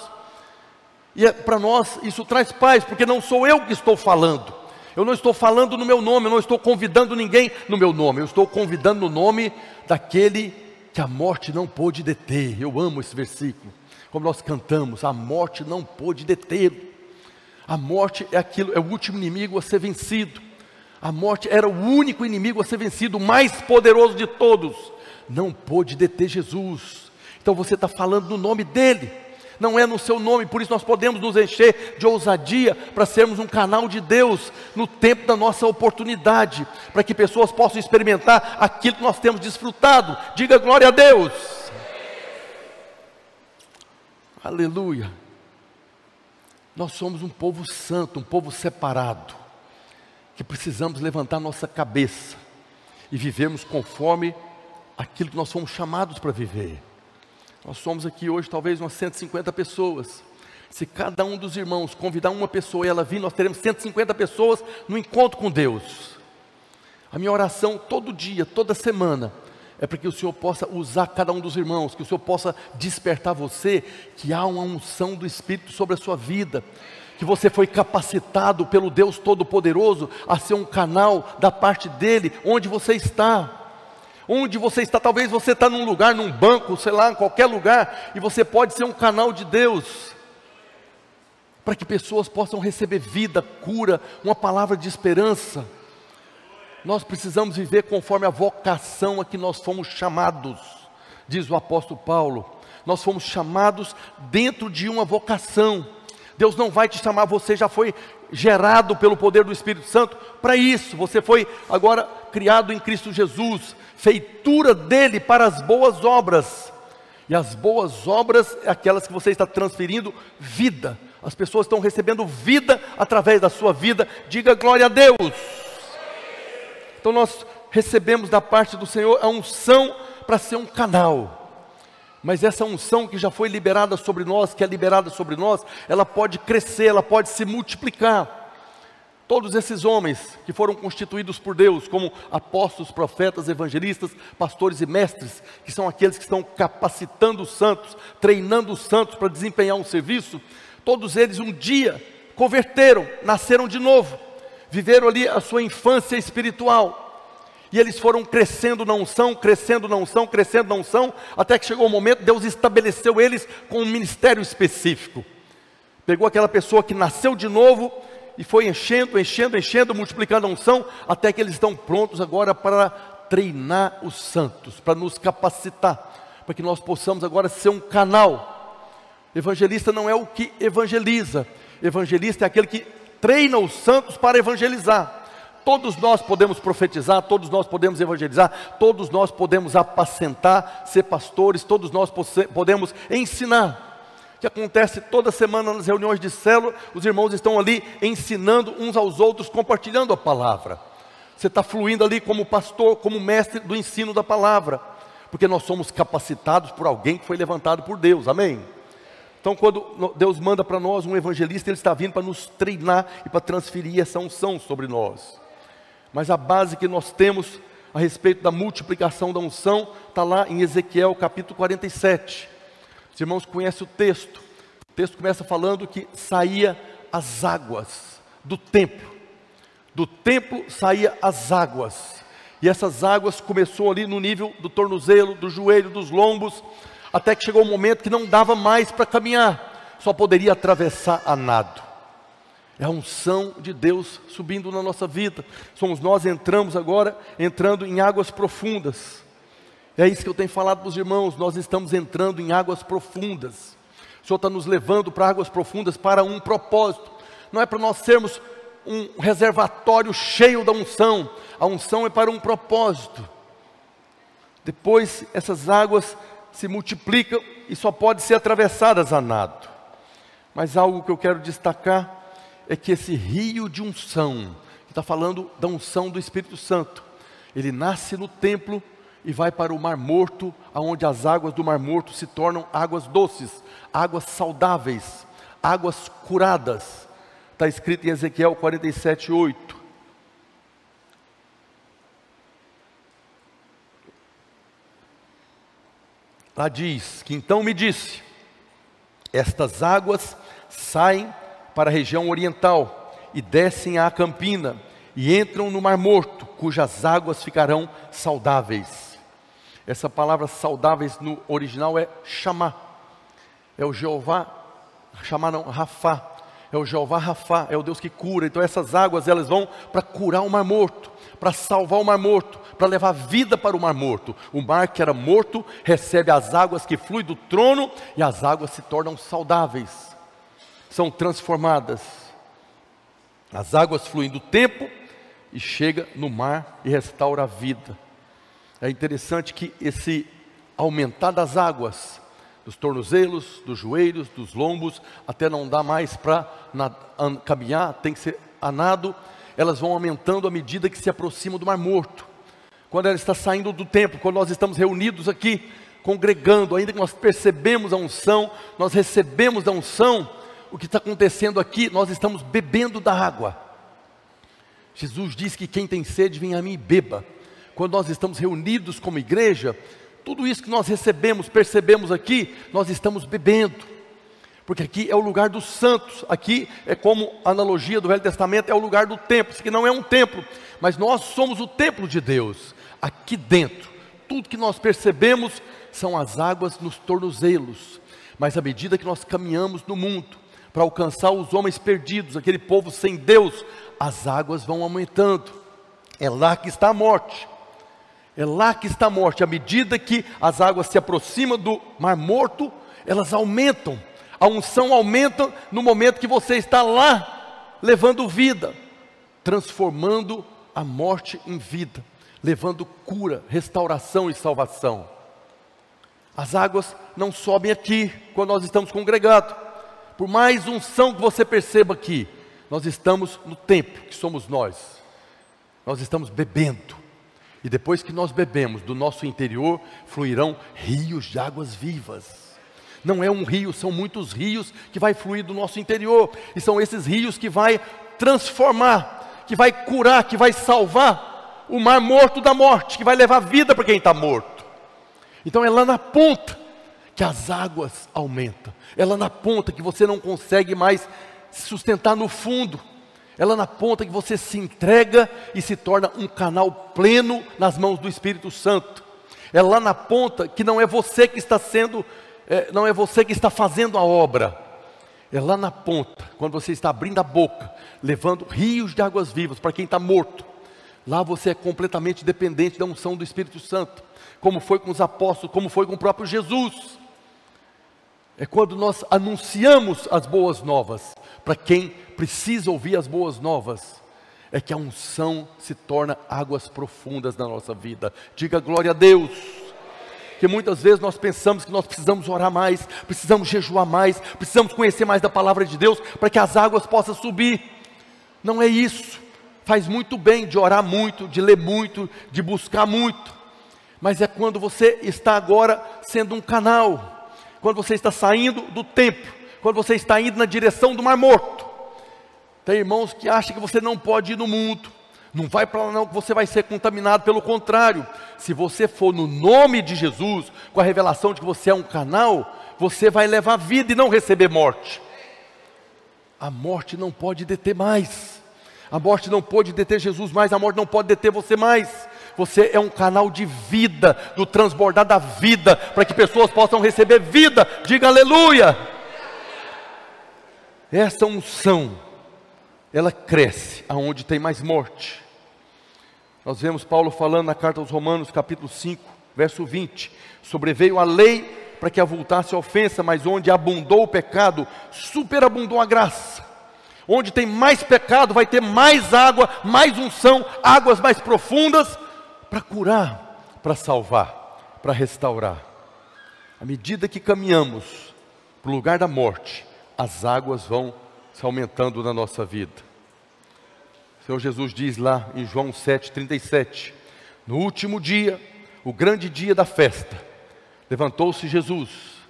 e para nós isso traz paz, porque não sou eu que estou falando. Eu não estou falando no meu nome, eu não estou convidando ninguém no meu nome, eu estou convidando no nome daquele que a morte não pôde deter. Eu amo esse versículo, como nós cantamos, a morte não pôde detê-lo. A morte é aquilo, é o último inimigo a ser vencido. A morte era o único inimigo a ser vencido, o mais poderoso de todos. Não pôde deter Jesus. Então você está falando no nome dele. não é no seu nome. Por isso nós podemos nos encher de ousadia para sermos um canal de Deus no tempo da nossa oportunidade, para que pessoas possam experimentar aquilo que nós temos desfrutado. Diga glória a Deus. Aleluia. Nós somos um povo santo, um povo separado, que precisamos levantar nossa cabeça e vivermos conforme aquilo que nós fomos chamados para viver. Nós somos aqui hoje talvez umas 150 pessoas. Se cada um dos irmãos convidar uma pessoa e ela vir, nós teremos 150 pessoas no encontro com Deus. A minha oração todo dia, toda semana, é para que o Senhor possa usar cada um dos irmãos, que o Senhor possa despertar você, que há uma unção do Espírito sobre a sua vida, que você foi capacitado pelo Deus Todo-Poderoso a ser um canal da parte dEle, onde você está. Onde você está, talvez você está num lugar, num banco, sei lá, em qualquer lugar, e você pode ser um canal de Deus, para que pessoas possam receber vida, cura, uma palavra de esperança. Nós precisamos viver conforme a vocação a que nós fomos chamados, diz o apóstolo Paulo. Nós fomos chamados dentro de uma vocação. Deus não vai te chamar, você já foi gerado pelo poder do Espírito Santo para isso. Você foi agora criado em Cristo Jesus, feitura dele para as boas obras. E as boas obras é aquelas que você está transferindo vida. As pessoas estão recebendo vida através da sua vida. Diga glória a Deus. Então nós recebemos da parte do Senhor a unção para ser um canal. Mas essa unção que já foi liberada sobre nós, que é liberada sobre nós, ela pode crescer, ela pode se multiplicar. Todos esses homens que foram constituídos por Deus como apóstolos, profetas, evangelistas, pastores e mestres, que são aqueles que estão capacitando os santos, treinando os santos para desempenhar um serviço, todos eles um dia converteram, nasceram de novo, viveram ali a sua infância espiritual. E eles foram crescendo na unção, crescendo na unção, crescendo na unção, até que chegou o momento, Deus estabeleceu eles com um ministério específico. Pegou aquela pessoa que nasceu de novo e foi enchendo, enchendo, enchendo, multiplicando a unção, até que eles estão prontos agora para treinar os santos, para nos capacitar, para que nós possamos agora ser um canal. Evangelista não é o que evangeliza, evangelista é aquele que treina os santos para evangelizar. Todos nós podemos profetizar, todos nós podemos evangelizar, todos nós podemos apacentar, ser pastores, todos nós podemos ensinar. O que acontece toda semana nas reuniões de célula, os irmãos estão ali ensinando uns aos outros, compartilhando a palavra. Você está fluindo ali como pastor, como mestre do ensino da palavra, porque nós somos capacitados por alguém que foi levantado por Deus, amém? Então quando Deus manda para nós um evangelista, Ele está vindo para nos treinar e para transferir essa unção sobre nós. Mas a base que nós temos a respeito da multiplicação da unção está lá em Ezequiel capítulo 47. Os irmãos conhecem o texto. O texto começa falando que saía as águas do templo. Do templo saía as águas. E essas águas começou ali no nível do tornozelo, do joelho, dos lombos, até que chegou um momento que não dava mais para caminhar, só poderia atravessar a nado. É a unção de Deus subindo na nossa vida. Somos nós entrando em águas profundas. É isso que eu tenho falado para os irmãos, nós estamos entrando em águas profundas. O Senhor está nos levando para águas profundas para um propósito. Não é para nós sermos um reservatório cheio da unção. A unção é para um propósito. Depois essas águas se multiplicam e só podem ser atravessadas a nado. Mas algo que eu quero destacar é que esse rio de unção, que está falando da unção do Espírito Santo, ele nasce no templo e vai para o Mar Morto, aonde as águas do Mar Morto se tornam águas doces, águas saudáveis, águas curadas. Está escrito em Ezequiel 47:8. Lá diz que então me disse: estas águas saem para a região oriental e descem à Campina e entram no Mar Morto, cujas águas ficarão saudáveis. Essa palavra saudáveis no original é Chamá. É o Jeová, Chamá não, Rafá. É o Jeová Rafá, é o Deus que cura. Então essas águas elas vão para curar o Mar Morto, para salvar o mar morto, para levar vida para o mar morto. O mar que era morto recebe as águas que fluem do trono e as águas se tornam saudáveis, são transformadas. As águas fluem do tempo e chega no mar e restaura a vida. É interessante que esse aumentar das águas, dos tornozelos, dos joelhos, dos lombos, até não dá mais para caminhar, tem que ser a nado, elas vão aumentando à medida que se aproximam do mar morto. Quando ela está saindo do templo, quando nós estamos reunidos aqui, congregando, ainda que nós percebemos a unção, nós recebemos a unção, o que está acontecendo aqui, nós estamos bebendo da água. Jesus diz que quem tem sede, vem a mim e beba. Quando nós estamos reunidos como igreja, tudo isso que nós recebemos, percebemos aqui, nós estamos bebendo. Porque aqui é o lugar dos santos, aqui é como a analogia do Velho Testamento, é o lugar do templo. Isso aqui não é um templo, mas nós somos o templo de Deus. Aqui dentro, tudo que nós percebemos são as águas nos tornozelos. Mas à medida que nós caminhamos no mundo, para alcançar os homens perdidos, aquele povo sem Deus, as águas vão aumentando. É lá que está a morte. É lá que está a morte. À medida que as águas se aproximam do mar morto, elas aumentam. A unção aumenta no momento que você está lá, levando vida, transformando a morte em vida, levando cura, restauração e salvação. As águas não sobem aqui, quando nós estamos congregados. Por mais unção que você perceba aqui, nós estamos no templo, que somos nós. Nós estamos bebendo. E depois que nós bebemos, do nosso interior fluirão rios de águas vivas. Não é um rio, são muitos rios que vai fluir do nosso interior. E são esses rios que vai transformar, que vai curar, que vai salvar o mar morto da morte, que vai levar vida para quem está morto. Então é lá na ponta que as águas aumentam. É lá na ponta que você não consegue mais se sustentar no fundo. É lá na ponta que você se entrega e se torna um canal pleno nas mãos do Espírito Santo. É lá na ponta que não é você que está não é você que está fazendo a obra. É lá na ponta, quando você está abrindo a boca, levando rios de águas vivas para quem está morto. Lá você é completamente dependente da unção do Espírito Santo, como foi com os apóstolos, como foi com o próprio Jesus. É quando nós anunciamos as boas novas, para quem precisa ouvir as boas novas, é que a unção se torna águas profundas na nossa vida. Diga glória a Deus. Que muitas vezes nós pensamos que nós precisamos orar mais, precisamos jejuar mais, precisamos conhecer mais da palavra de Deus, para que as águas possam subir. Não é isso. Faz muito bem de orar muito, de ler muito, de buscar muito. Mas é quando você está agora sendo um canal, quando você está saindo do templo, quando você está indo na direção do mar morto. Tem irmãos que acham que você não pode ir no mundo, não vai para lá não, que você vai ser contaminado. Pelo contrário, se você for no nome de Jesus, com a revelação de que você é um canal, você vai levar vida e não receber morte. A morte não pode deter mais, a morte não pode deter Jesus mais, a morte não pode deter você mais. Você é um canal de vida, do transbordar da vida, para que pessoas possam receber vida. Diga aleluia. Essa unção, ela cresce aonde tem mais morte. Nós vemos Paulo falando na carta aos Romanos, capítulo 5, verso 20. Sobreveio a lei para que avultasse a ofensa, mas onde abundou o pecado, superabundou a graça. Onde tem mais pecado, vai ter mais água, mais unção, águas mais profundas, para curar, para salvar, para restaurar. À medida que caminhamos para o lugar da morte, as águas vão se aumentando na nossa vida. O Senhor Jesus diz lá em João 7,37, no último dia, o grande dia da festa, levantou-se Jesus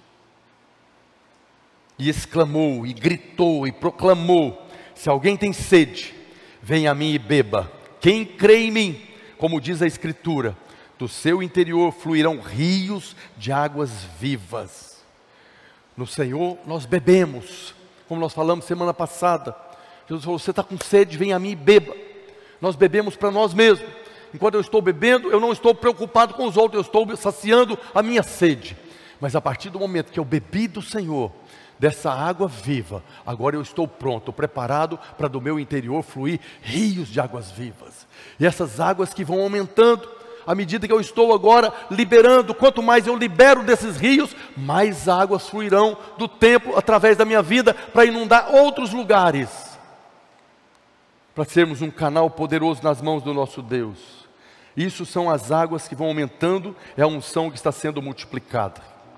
e exclamou, e gritou, e proclamou: se alguém tem sede, venha a mim e beba. Quem crê em mim, como diz a Escritura, do seu interior fluirão rios de águas vivas. No Senhor nós bebemos, como nós falamos semana passada. Jesus falou: você está com sede, vem a mim e beba. Nós bebemos para nós mesmos. Enquanto eu estou bebendo, eu não estou preocupado com os outros, eu estou saciando a minha sede. Mas a partir do momento que eu bebi do Senhor, dessa água viva, agora eu estou pronto, preparado para do meu interior fluir rios de águas vivas. E essas águas que vão aumentando, à medida que eu estou agora liberando, quanto mais eu libero desses rios, mais águas fluirão do templo através da minha vida para inundar outros lugares, para sermos um canal poderoso nas mãos do nosso Deus. Isso são as águas que vão aumentando, é a unção que está sendo multiplicada.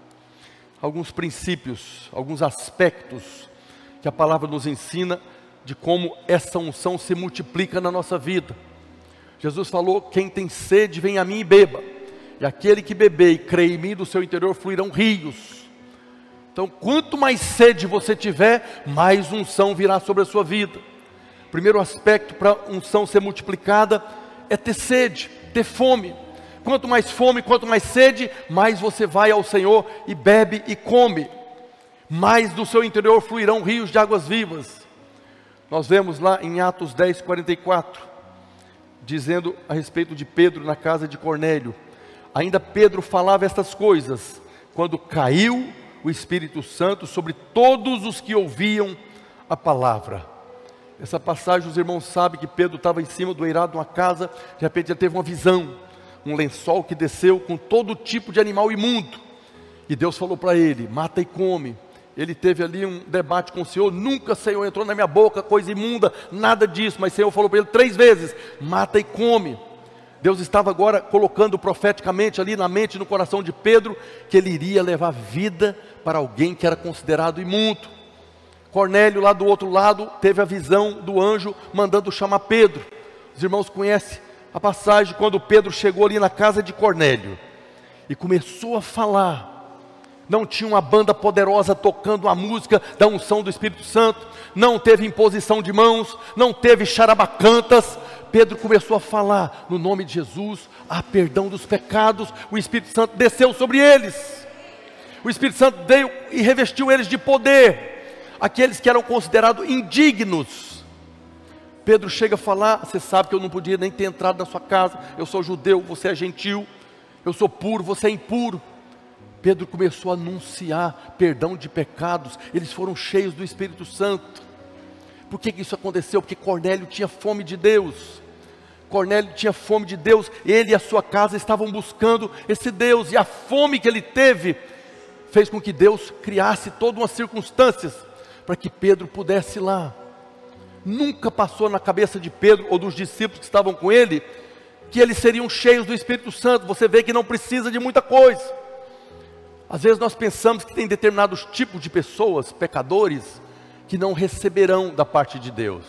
Alguns princípios, alguns aspectos que a palavra nos ensina de como essa unção se multiplica na nossa vida. Jesus falou: quem tem sede, vem a mim e beba, e aquele que beber e crer em mim, do seu interior fluirão rios. Então, quanto mais sede você tiver, mais unção virá sobre a sua vida. Primeiro aspecto para a unção ser multiplicada é ter sede, ter fome. Quanto mais fome, quanto mais sede, mais você vai ao Senhor e bebe e come. Mais do seu interior fluirão rios de águas vivas. Nós vemos lá em Atos 10, 44, dizendo a respeito de Pedro na casa de Cornélio. Ainda Pedro falava estas coisas, quando caiu o Espírito Santo sobre todos os que ouviam a palavra. Essa passagem, os irmãos sabem que Pedro estava em cima do eirado de uma casa, de repente ele teve uma visão, um lençol que desceu com todo tipo de animal imundo, e Deus falou para ele: mata e come. Ele teve ali um debate com o Senhor: nunca, Senhor, entrou na minha boca coisa imunda, nada disso. Mas o Senhor falou para ele 3 vezes: mata e come. Deus estava agora colocando profeticamente ali na mente e no coração de Pedro, que ele iria levar vida para alguém que era considerado imundo. Cornélio, lá do outro lado, teve a visão do anjo mandando chamar Pedro. Os irmãos conhecem a passagem quando Pedro chegou ali na casa de Cornélio e começou a falar. Não tinha uma banda poderosa tocando a música da unção do Espírito Santo, não teve imposição de mãos, não teve charabacantas. Pedro começou a falar: no nome de Jesus, há perdão dos pecados. O Espírito Santo desceu sobre eles, o Espírito Santo veio e revestiu eles de poder. Aqueles que eram considerados indignos, Pedro chega a falar: você sabe que eu não podia nem ter entrado na sua casa, eu sou judeu, você é gentil, eu sou puro, você é impuro. Pedro começou a anunciar perdão de pecados, eles foram cheios do Espírito Santo. Por que isso aconteceu? Porque Cornélio tinha fome de Deus. Cornélio tinha fome de Deus, ele e a sua casa estavam buscando esse Deus, e a fome que ele teve fez com que Deus criasse todas umas circunstâncias para que Pedro pudesse ir lá. Nunca passou na cabeça de Pedro ou dos discípulos que estavam com ele que eles seriam cheios do Espírito Santo. Você vê que não precisa de muita coisa. Às vezes nós pensamos que tem determinados tipos de pessoas, pecadores, que não receberão da parte de Deus.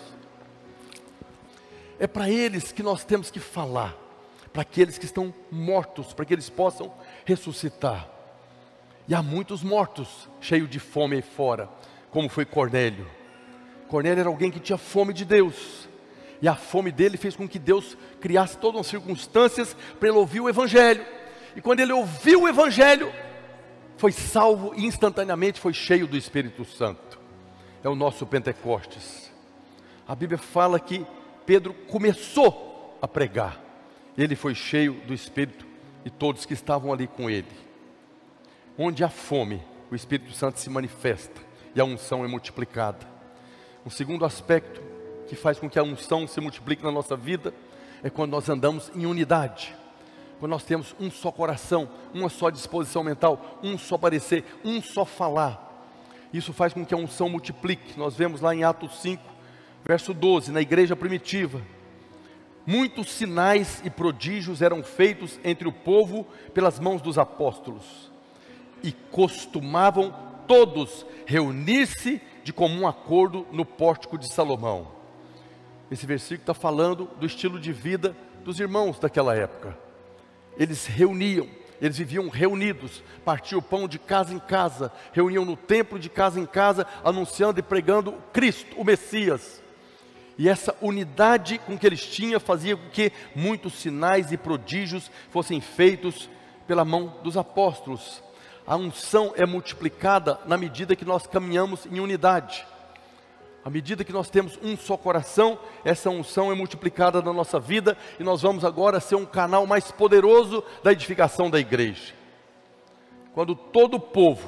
É para eles que nós temos que falar, para aqueles que estão mortos, para que eles possam ressuscitar. E há muitos mortos, cheios de fome aí fora, como foi Cornélio. Cornélio era alguém que tinha fome de Deus, e a fome dele fez com que Deus criasse todas as circunstâncias para ele ouvir o Evangelho. E quando ele ouviu o Evangelho, foi salvo e instantaneamente foi cheio do Espírito Santo. É o nosso Pentecostes. A Bíblia fala que Pedro começou a pregar, ele foi cheio do Espírito e todos que estavam ali com ele. Onde há fome, o Espírito Santo se manifesta e a unção é multiplicada. Um segundo aspecto que faz com que a unção se multiplique na nossa vida é quando nós andamos em unidade. Quando nós temos um só coração, uma só disposição mental, um só parecer, um só falar. Isso faz com que a unção multiplique. Nós vemos lá em Atos 5, verso 12, na igreja primitiva. Muitos sinais e prodígios eram feitos entre o povo pelas mãos dos apóstolos. E costumavam todos reunir-se de comum acordo no pórtico de Salomão. Esse versículo está falando do estilo de vida dos irmãos daquela época. Eles reuniam, eles viviam reunidos, partiam o pão de casa em casa, reuniam no templo de casa em casa, anunciando e pregando Cristo, o Messias. E essa unidade com que eles tinham fazia com que muitos sinais e prodígios fossem feitos pela mão dos apóstolos. A unção é multiplicada na medida que nós caminhamos em unidade. À medida que nós temos um só coração, essa unção é multiplicada na nossa vida e nós vamos agora ser um canal mais poderoso da edificação da igreja. Quando todo o povo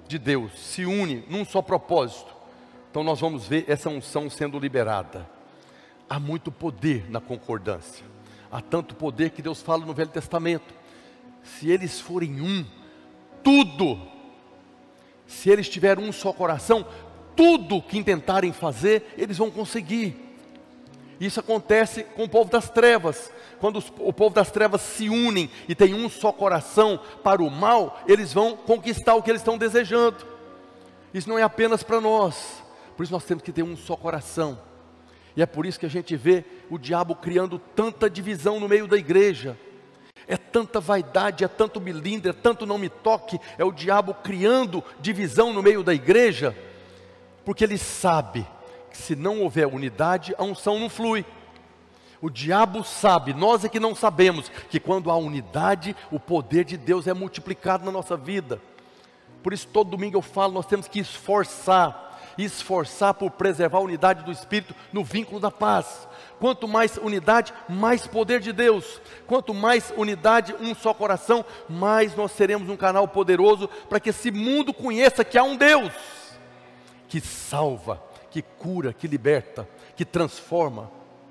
de Deus se une num só propósito, então nós vamos ver essa unção sendo liberada. Há muito poder na concordância. Há tanto poder que Deus fala no Velho Testamento. Se eles forem um, tudo, se eles tiverem um só coração, tudo que intentarem fazer, eles vão conseguir. Isso acontece com o povo das trevas. Quando o povo das trevas se unem e tem um só coração para o mal, eles vão conquistar o que eles estão desejando. Isso não é apenas para nós. Por isso nós temos que ter um só coração. E é por isso que a gente vê o diabo criando tanta divisão no meio da igreja. É tanta vaidade, é tanto milindre, é tanto não me toque. É o diabo criando divisão no meio da igreja, porque ele sabe que se não houver unidade, a unção não flui. O diabo sabe, nós é que não sabemos, que quando há unidade, o poder de Deus é multiplicado na nossa vida. Por isso todo domingo eu falo, nós temos que esforçar por preservar a unidade do Espírito no vínculo da paz. Quanto mais unidade, mais poder de Deus. Quanto mais unidade, um só coração, mais nós seremos um canal poderoso para que esse mundo conheça que há um Deus que salva, que cura, que liberta, que transforma.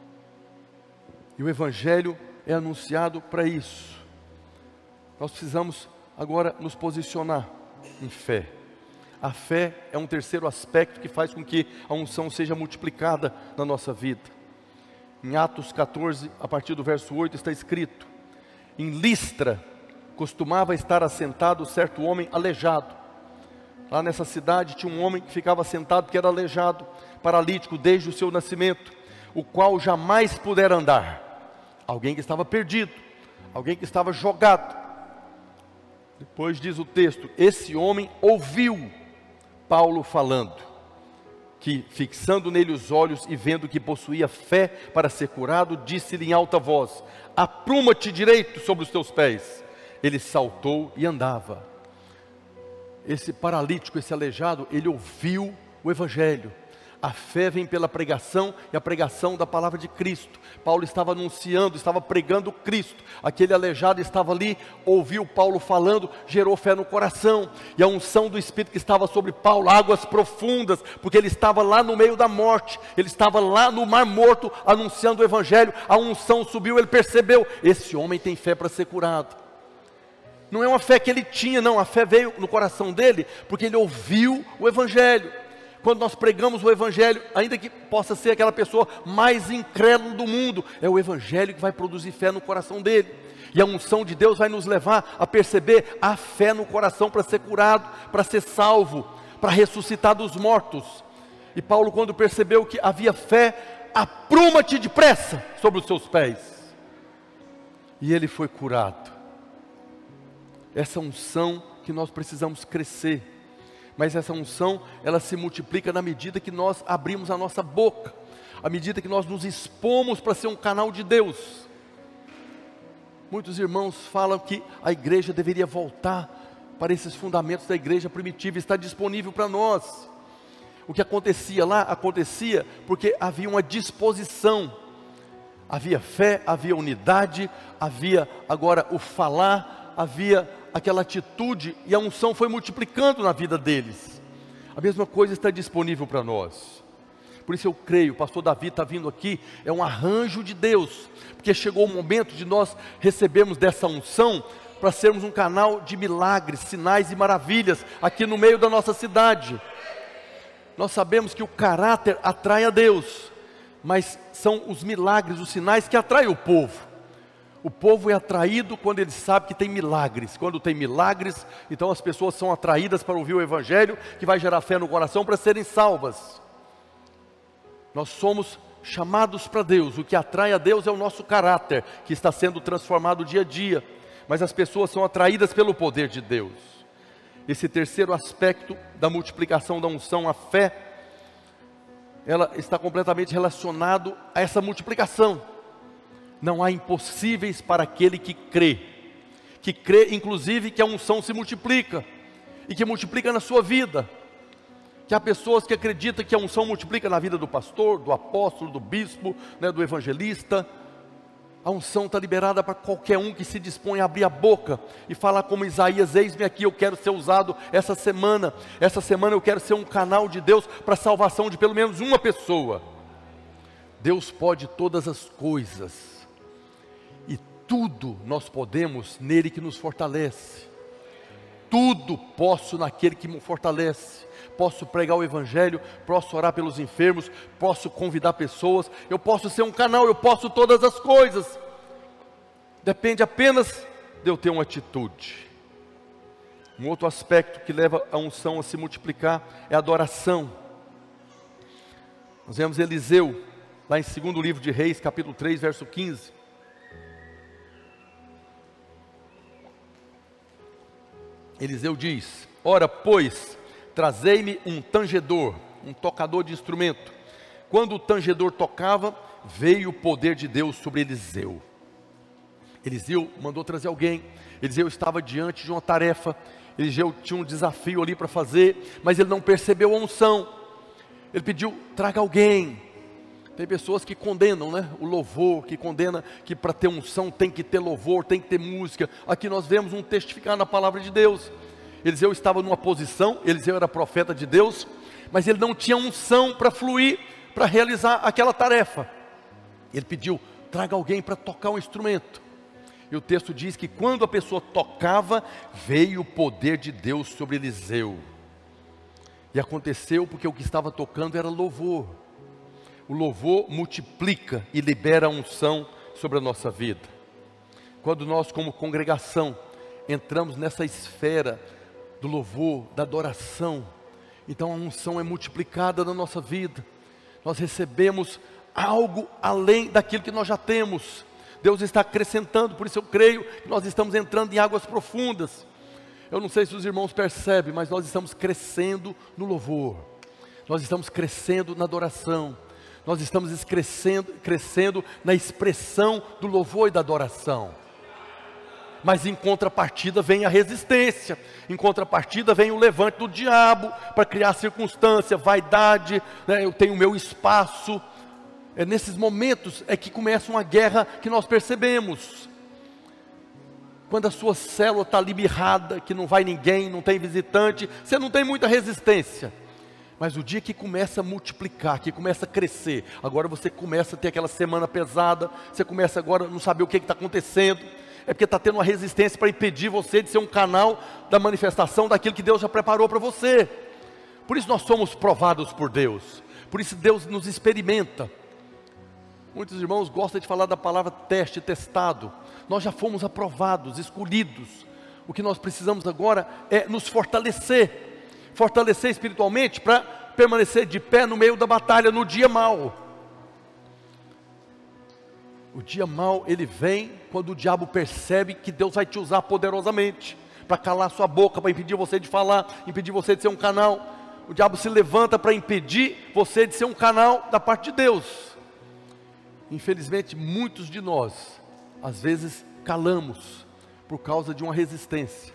E o Evangelho é anunciado para isso. Nós precisamos agora nos posicionar em fé. A fé é um terceiro aspecto que faz com que a unção seja multiplicada na nossa vida. Em Atos 14, a partir do verso 8, está escrito: em Listra costumava estar assentado certo homem aleijado. Lá nessa cidade tinha um homem que ficava sentado porque era aleijado, paralítico desde o seu nascimento, o qual jamais pudera andar. Alguém que estava perdido, alguém que estava jogado. Depois diz o texto: esse homem ouviu Paulo falando, que fixando nele os olhos e vendo que possuía fé para ser curado, disse-lhe em alta voz: apruma-te direito sobre os teus pés. Ele saltou e andava. Esse paralítico, esse aleijado, ele ouviu o Evangelho. A fé vem pela pregação, e a pregação da palavra de Cristo. Paulo estava anunciando, estava pregando Cristo. Aquele aleijado estava ali, ouviu Paulo falando, gerou fé no coração. E a unção do Espírito que estava sobre Paulo, águas profundas, porque ele estava lá no meio da morte, ele estava lá no Mar Morto, anunciando o Evangelho. A unção subiu, ele percebeu: esse homem tem fé para ser curado. Não é uma fé que ele tinha, não, a fé veio no coração dele, porque ele ouviu o Evangelho. Quando nós pregamos o Evangelho, ainda que possa ser aquela pessoa mais incrédula do mundo, é o Evangelho que vai produzir fé no coração dele. E a unção de Deus vai nos levar a perceber a fé no coração para ser curado, para ser salvo, para ressuscitar dos mortos. E Paulo, quando percebeu que havia fé, apruma-te depressa sobre os seus pés. E ele foi curado. Essa unção que nós precisamos crescer. Mas essa unção, ela se multiplica na medida que nós abrimos a nossa boca, à medida que nós nos expomos para ser um canal de Deus. Muitos irmãos falam que a igreja deveria voltar para esses fundamentos da igreja primitiva, está disponível para nós. O que acontecia lá, acontecia porque havia uma disposição, havia fé, havia unidade, havia agora o falar, havia aquela atitude, e a unção foi multiplicando na vida deles. A mesma coisa está disponível para nós. Por isso eu creio, o pastor Davi está vindo aqui, é um arranjo de Deus, porque chegou o momento de nós recebermos dessa unção, para sermos um canal de milagres, sinais e maravilhas, aqui no meio da nossa cidade. Nós sabemos que o caráter atrai a Deus, mas são os milagres, os sinais que atraem o povo. O povo é atraído quando ele sabe que tem milagres. Quando tem milagres, então as pessoas são atraídas para ouvir o Evangelho, que vai gerar fé no coração para serem salvas. Nós somos chamados para Deus. O que atrai a Deus é o nosso caráter, que está sendo transformado dia a dia. Mas as pessoas são atraídas pelo poder de Deus. Esse terceiro aspecto da multiplicação da unção, a fé, ela está completamente relacionado a essa multiplicação. Não há impossíveis para aquele que crê inclusive que a unção se multiplica, e que multiplica na sua vida. Que há pessoas que acreditam que a unção multiplica na vida do pastor, do apóstolo, do bispo, do evangelista. A unção está liberada para qualquer um que se dispõe a abrir a boca e falar como Isaías: eis-me aqui, eu quero ser usado essa semana. Essa semana eu quero ser um canal de Deus para a salvação de pelo menos uma pessoa. Deus pode todas as coisas, e tudo nós podemos nele que nos fortalece. Tudo posso naquele que me fortalece. Posso pregar o Evangelho, posso orar pelos enfermos, posso convidar pessoas, eu posso ser um canal, eu posso todas as coisas. Depende apenas de eu ter uma atitude. Um outro aspecto que leva a unção a se multiplicar é a adoração. Nós vemos Eliseu, lá em 2º livro de Reis, capítulo 3, verso 15. Eliseu diz: ora, pois, trazei-me um tangedor, um tocador de instrumento. Quando o tangedor tocava, veio o poder de Deus sobre Eliseu. Eliseu mandou trazer alguém. Eliseu estava diante de uma tarefa. Eliseu tinha um desafio ali para fazer, mas ele não percebeu a unção. Ele pediu: traga alguém. Tem pessoas que condenam, né, o louvor, que condena que para ter unção tem que ter louvor, tem que ter música. Aqui nós vemos um testificar na palavra de Deus. Eliseu estava numa posição, Eliseu era profeta de Deus, mas ele não tinha unção para fluir, para realizar aquela tarefa. Ele pediu: traga alguém para tocar um instrumento. E o texto diz que quando a pessoa tocava, veio o poder de Deus sobre Eliseu. E aconteceu porque o que estava tocando era louvor. O louvor multiplica e libera a unção sobre a nossa vida. Quando nós, como congregação, entramos nessa esfera do louvor, da adoração, então a unção é multiplicada na nossa vida. Nós recebemos algo além daquilo que nós já temos. Deus está acrescentando, por isso eu creio que nós estamos entrando em águas profundas. Eu não sei se os irmãos percebem, mas nós estamos crescendo no louvor. Nós estamos crescendo na adoração. Nós estamos crescendo na expressão do louvor e da adoração. Mas em contrapartida vem a resistência, em contrapartida vem o levante do diabo para criar circunstância, vaidade, né? Eu tenho o meu espaço. É nesses momentos é que começa uma guerra que nós percebemos. Quando a sua célula está ali mirrada, que não vai ninguém, não tem visitante, você não tem muita resistência. Mas o dia que começa a multiplicar, que começa a crescer, agora você começa a ter aquela semana pesada, você começa agora a não saber o que está acontecendo, é porque está tendo uma resistência para impedir você de ser um canal da manifestação daquilo que Deus já preparou para você. Por isso nós somos provados por Deus, por isso Deus nos experimenta. Muitos irmãos gostam de falar da palavra teste, testado. Nós já fomos aprovados, escolhidos. O que nós precisamos agora é nos fortalecer espiritualmente para permanecer de pé no meio da batalha, no dia mau. O dia mau, ele vem quando o diabo percebe que Deus vai te usar poderosamente para calar sua boca, para impedir você de falar, impedir você de ser um canal. O diabo se levanta para impedir você de ser um canal da parte de Deus. Infelizmente, muitos de nós, às vezes, calamos por causa de uma resistência.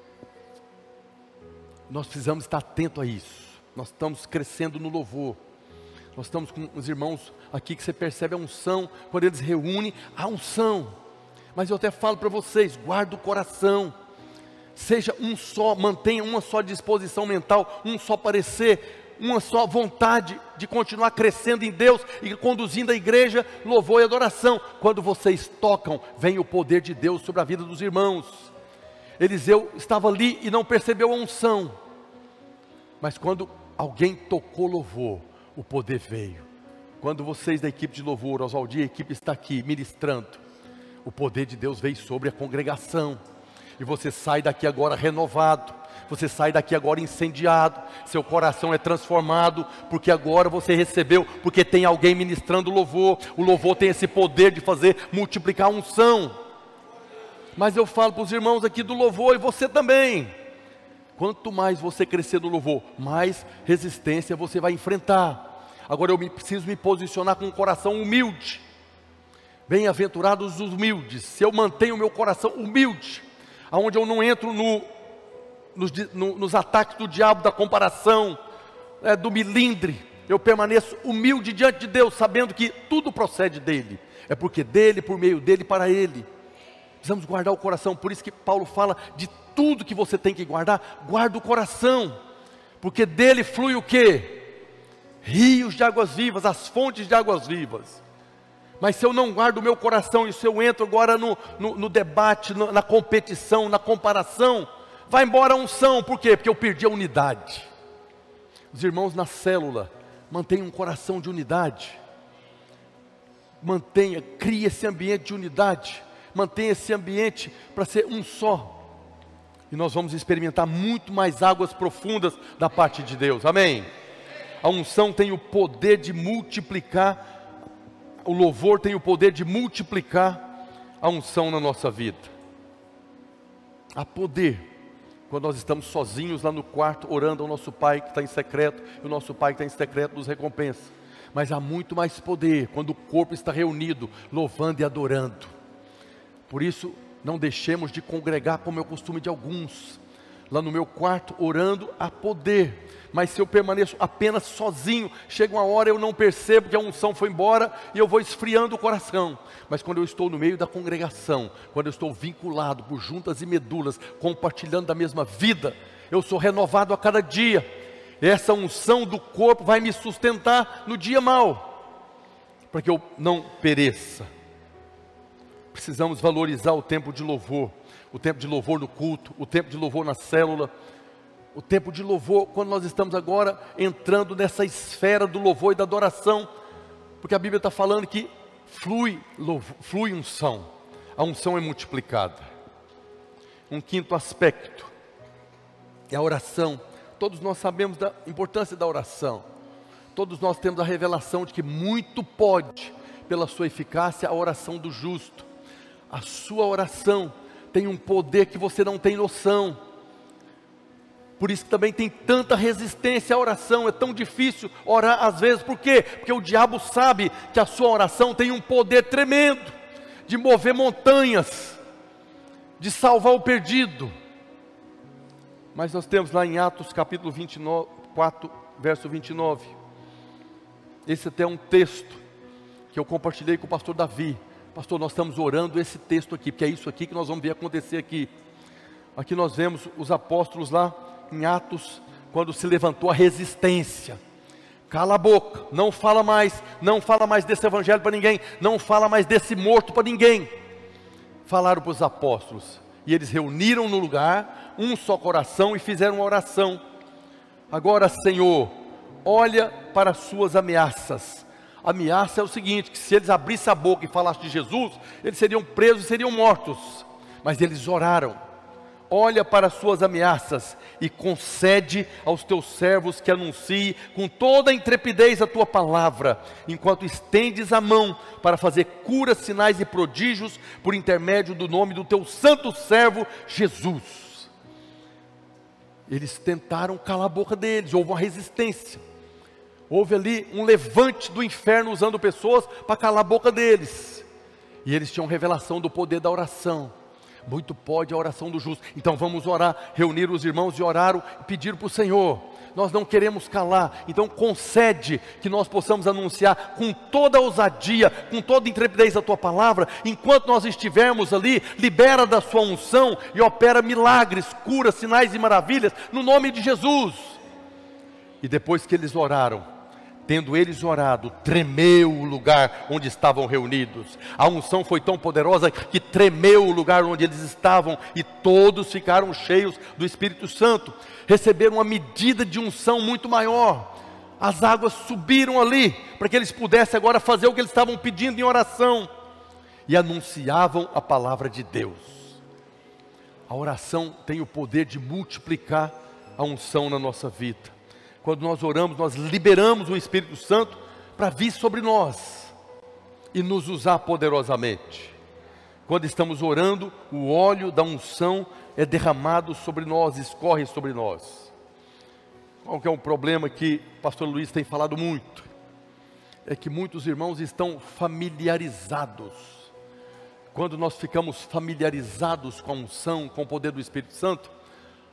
Nós precisamos estar atentos a isso. Nós estamos crescendo no louvor. Nós estamos com os irmãos aqui que você percebe a unção, quando eles reúnem a unção. Mas eu até falo para vocês, guarda o coração. Seja um só, mantenha uma só disposição mental, um só parecer, uma só vontade de continuar crescendo em Deus e conduzindo a igreja, louvor e adoração. Quando vocês tocam, vem o poder de Deus sobre a vida dos irmãos. Eliseu estava ali e não percebeu a unção, mas quando alguém tocou louvor, o poder veio. Quando vocês da equipe de louvor, Oswaldir, a equipe está aqui ministrando, o poder de Deus veio sobre a congregação, e você sai daqui agora renovado, você sai daqui agora incendiado, seu coração é transformado, porque agora você recebeu, porque tem alguém ministrando louvor. O louvor tem esse poder de fazer multiplicar a unção. Mas eu falo para os irmãos aqui do louvor, e você também, quanto mais você crescer no louvor, mais resistência você vai enfrentar. Agora eu preciso me posicionar com um coração humilde. Bem-aventurados os humildes. Se eu mantenho o meu coração humilde, aonde eu não entro nos ataques do diabo, da comparação, do milindre, eu permaneço humilde diante de Deus, sabendo que tudo procede dele. é porque dele, por meio dele, para ele. Precisamos guardar o coração, por isso que Paulo fala de tudo que você tem que guardar, guarda o coração, porque dele flui o quê? Rios de águas vivas, as fontes de águas vivas. Mas se eu não guardo o meu coração, e se eu entro agora no debate, na competição, na comparação, vai embora a unção. Por quê? Porque eu perdi a unidade. Os irmãos na célula, mantenham um coração de unidade. Mantenha, crie esse ambiente de unidade. Mantenha esse ambiente para ser um só. E nós vamos experimentar muito mais águas profundas da parte de Deus. Amém? A unção tem o poder de multiplicar. O louvor tem o poder de multiplicar a unção na nossa vida. Há poder quando nós estamos sozinhos lá no quarto, orando ao nosso Pai que está em secreto, e o nosso Pai que está em secreto nos recompensa. Mas há muito mais poder quando o corpo está reunido, louvando e adorando. Por isso, não deixemos de congregar como é o costume de alguns. Lá no meu quarto, orando, há poder. Mas se eu permaneço apenas sozinho, chega uma hora eu não percebo que a unção foi embora e eu vou esfriando o coração. Mas quando eu estou no meio da congregação, quando eu estou vinculado por juntas e medulas, compartilhando da mesma vida, eu sou renovado a cada dia. Essa unção do corpo vai me sustentar no dia mau, para que eu não pereça. Precisamos valorizar o tempo de louvor no culto, o tempo de louvor na célula, o tempo de louvor, quando nós estamos agora entrando nessa esfera do louvor e da adoração, porque a Bíblia está falando que flui unção, a unção é multiplicada. Um quinto aspecto é a oração. Todos nós sabemos da importância da oração, todos nós temos a revelação de que muito pode, pela sua eficácia, a oração do justo. A sua oração tem um poder que você não tem noção. Por isso que também tem tanta resistência à oração, é tão difícil orar às vezes. Por quê? Porque o diabo sabe que a sua oração tem um poder tremendo, de mover montanhas, de salvar o perdido. Mas nós temos lá em Atos capítulo 24, verso 29, esse até é um texto que eu compartilhei com o pastor Davi. Pastor, nós estamos orando esse texto aqui, porque é isso aqui que nós vamos ver acontecer aqui. Aqui nós vemos os apóstolos lá em Atos, quando se levantou a resistência. Cala a boca, não fala mais desse evangelho para ninguém, não fala mais desse morto para ninguém. Falaram para os apóstolos, e eles reuniram no lugar, um só coração, e fizeram uma oração. Agora, Senhor, olha para as suas ameaças. A ameaça é o seguinte, que se eles abrissem a boca e falassem de Jesus, eles seriam presos e seriam mortos. Mas eles oraram. Olha para as suas ameaças e concede aos teus servos que anuncie com toda a intrepidez a tua palavra, enquanto estendes a mão para fazer curas, sinais e prodígios por intermédio do nome do teu santo servo Jesus. Eles tentaram calar a boca deles, houve uma resistência. Houve ali um levante do inferno usando pessoas para calar a boca deles. E eles tinham revelação do poder da oração. Muito pode a oração do justo. Então vamos orar, reunir os irmãos e oraram e pedir para o Senhor. Nós não queremos calar, então concede que nós possamos anunciar com toda a ousadia, com toda a intrepidez a tua palavra. Enquanto nós estivermos ali, libera da sua unção e opera milagres, curas, sinais e maravilhas no nome de Jesus. E depois que eles oraram, tendo eles orado, tremeu o lugar onde estavam reunidos. A unção foi tão poderosa que tremeu o lugar onde eles estavam, e todos ficaram cheios do Espírito Santo. Receberam uma medida de unção muito maior. As águas subiram ali, para que eles pudessem agora fazer o que eles estavam pedindo em oração. E anunciavam a palavra de Deus. A oração tem o poder de multiplicar a unção na nossa vida. Quando nós oramos, nós liberamos o Espírito Santo para vir sobre nós e nos usar poderosamente. Quando estamos orando, o óleo da unção é derramado sobre nós, escorre sobre nós. Qual que é um problema que o pastor Luiz tem falado muito? É que muitos irmãos estão familiarizados. Quando nós ficamos familiarizados com a unção, com o poder do Espírito Santo,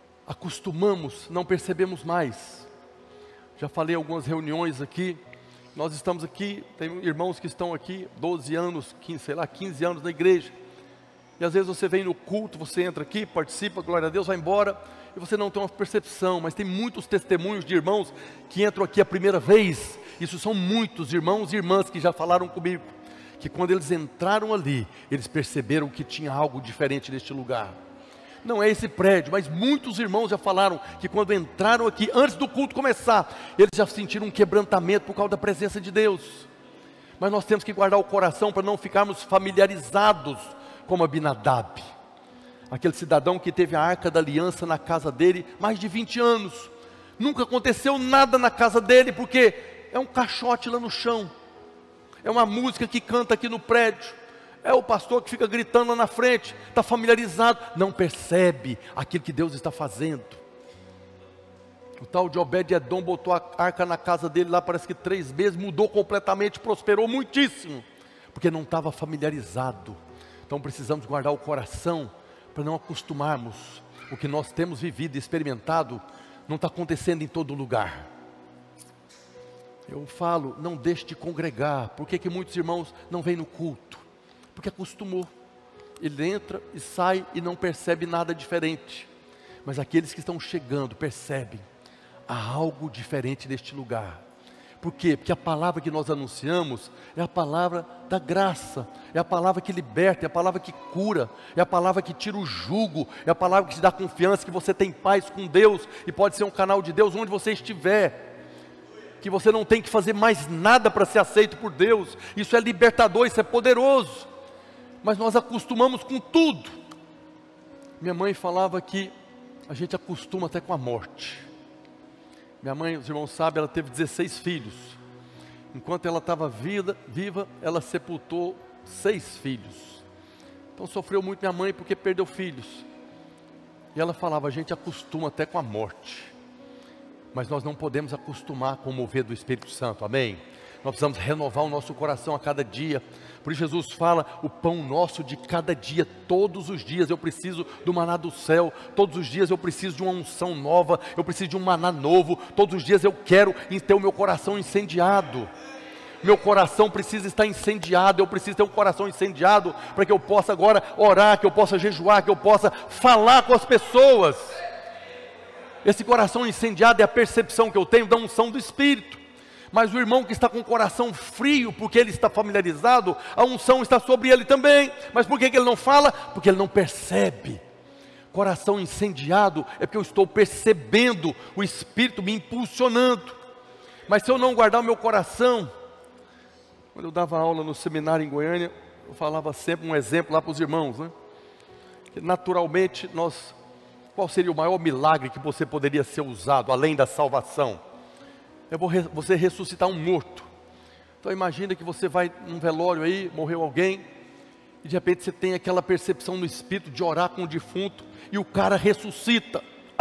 acostumamos, não percebemos mais. Já falei em algumas reuniões aqui, Nós estamos aqui, tem irmãos que estão aqui 12 anos, 15, sei lá, 15 anos na igreja. E às vezes você vem no culto, você entra aqui, participa, glória a Deus, vai embora, e você não tem uma percepção. Mas tem muitos testemunhos de irmãos que entram aqui a primeira vez. Isso são muitos irmãos e irmãs que já falaram comigo, que quando eles entraram ali, eles perceberam que tinha algo diferente neste lugar. Não é esse prédio, mas muitos irmãos já falaram que quando entraram aqui, antes do culto começar, eles já sentiram um quebrantamento por causa da presença de Deus. Mas nós temos que guardar o coração para não ficarmos familiarizados como Abinadab, aquele cidadão que teve a Arca da Aliança na casa dele mais de 20 anos. Nunca aconteceu nada na casa dele, porque é um caixote lá no chão, é uma música que canta aqui no prédio, é o pastor que fica gritando lá na frente, está familiarizado, não percebe aquilo que Deus está fazendo. O tal de Obed-Edom botou a arca na casa dele lá, parece que 3 meses, mudou completamente, prosperou muitíssimo, porque não estava familiarizado. Então precisamos guardar o coração, para não acostumarmos. O que nós temos vivido e experimentado, não está acontecendo em todo lugar. Eu falo, não deixe de congregar. Por que muitos irmãos não vêm no culto? Porque acostumou. Ele entra e sai e não percebe nada diferente. Mas aqueles que estão chegando percebem, há algo diferente neste lugar. Por quê? Porque a palavra que nós anunciamos é a palavra da graça, é a palavra que liberta, é a palavra que cura, é a palavra que tira o jugo, é a palavra que te dá confiança, que você tem paz com Deus, e pode ser um canal de Deus onde você estiver, que você não tem que fazer mais nada para ser aceito por Deus. Isso é libertador, isso é poderoso. Mas nós acostumamos com tudo. Minha mãe falava que a gente acostuma até com a morte. Minha mãe, os irmãos sabem, ela teve 16 filhos. Enquanto ela estava viva, ela sepultou 6 filhos. Então sofreu muito minha mãe porque perdeu filhos. E ela falava, a gente acostuma até com a morte. Mas nós não podemos acostumar com o mover do Espírito Santo, amém? Nós precisamos renovar o nosso coração a cada dia. Por isso Jesus fala, o pão nosso de cada dia, todos os dias eu preciso do maná do céu, todos os dias eu preciso de uma unção nova, eu preciso de um maná novo, todos os dias eu quero ter o meu coração incendiado. Meu coração precisa estar incendiado, eu preciso ter um coração incendiado, para que eu possa agora orar, que eu possa jejuar, que eu possa falar com as pessoas. Esse coração incendiado é a percepção que eu tenho da unção do Espírito. Mas o irmão que está com o coração frio, porque ele está familiarizado, a unção está sobre ele também. Mas por que ele não fala? Porque ele não percebe. Coração incendiado é porque eu estou percebendo o Espírito me impulsionando. Mas se eu não guardar o meu coração, quando eu dava aula no seminário em Goiânia, eu falava sempre um exemplo lá para os irmãos, né? Que naturalmente qual seria o maior milagre que você poderia ser usado, além da salvação? Você ressuscitar um morto. Então imagina que você vai num velório aí, morreu alguém, e de repente você tem aquela percepção no Espírito de orar com o defunto, e o cara ressuscita.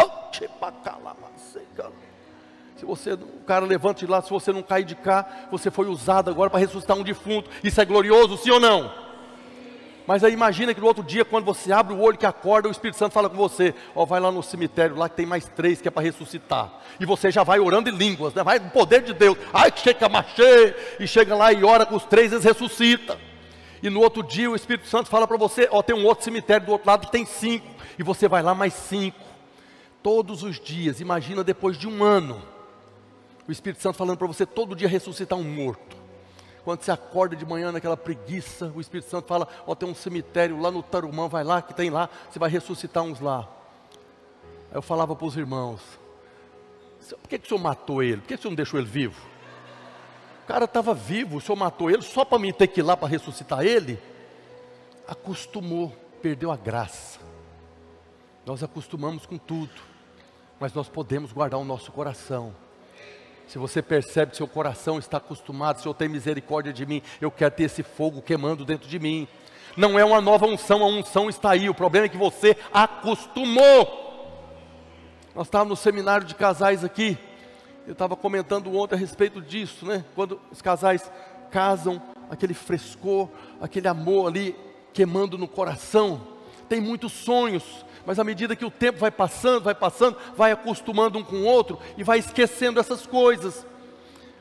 O cara levanta de lá, se você não cair de cá, você foi usado agora para ressuscitar um defunto. Isso é glorioso, sim ou não? Mas aí imagina que no outro dia, quando você abre o olho que acorda, o Espírito Santo fala com você, vai lá no cemitério, lá que tem mais 3 que é para ressuscitar. E você já vai orando em línguas, né? Vai no poder de Deus. Ai, chega machê, e chega lá e ora com os 3, eles ressuscita. E no outro dia o Espírito Santo fala para você, tem um outro cemitério do outro lado que tem 5. E você vai lá mais 5. Todos os dias, imagina depois de um ano, o Espírito Santo falando para você todo dia ressuscitar um morto. Quando você acorda de manhã naquela preguiça, o Espírito Santo fala, tem um cemitério lá no Tarumã, vai lá, que tem lá, você vai ressuscitar uns lá. Aí eu falava para os irmãos, por que o senhor matou ele? Por que o senhor não deixou ele vivo? O cara estava vivo, o senhor matou ele só para mim ter que ir lá para ressuscitar ele? Acostumou, perdeu a graça. Nós acostumamos com tudo, mas nós podemos guardar o nosso coração. Se você percebe que seu coração está acostumado, Senhor tem misericórdia de mim, eu quero ter esse fogo queimando dentro de mim. Não é uma nova unção, a unção está aí, o problema é que você acostumou. Nós estávamos no seminário de casais aqui, eu estava comentando ontem a respeito disso, né? Quando os casais casam, aquele frescor, aquele amor ali queimando no coração, tem muitos sonhos, mas à medida que o tempo vai passando, vai acostumando um com o outro e vai esquecendo essas coisas.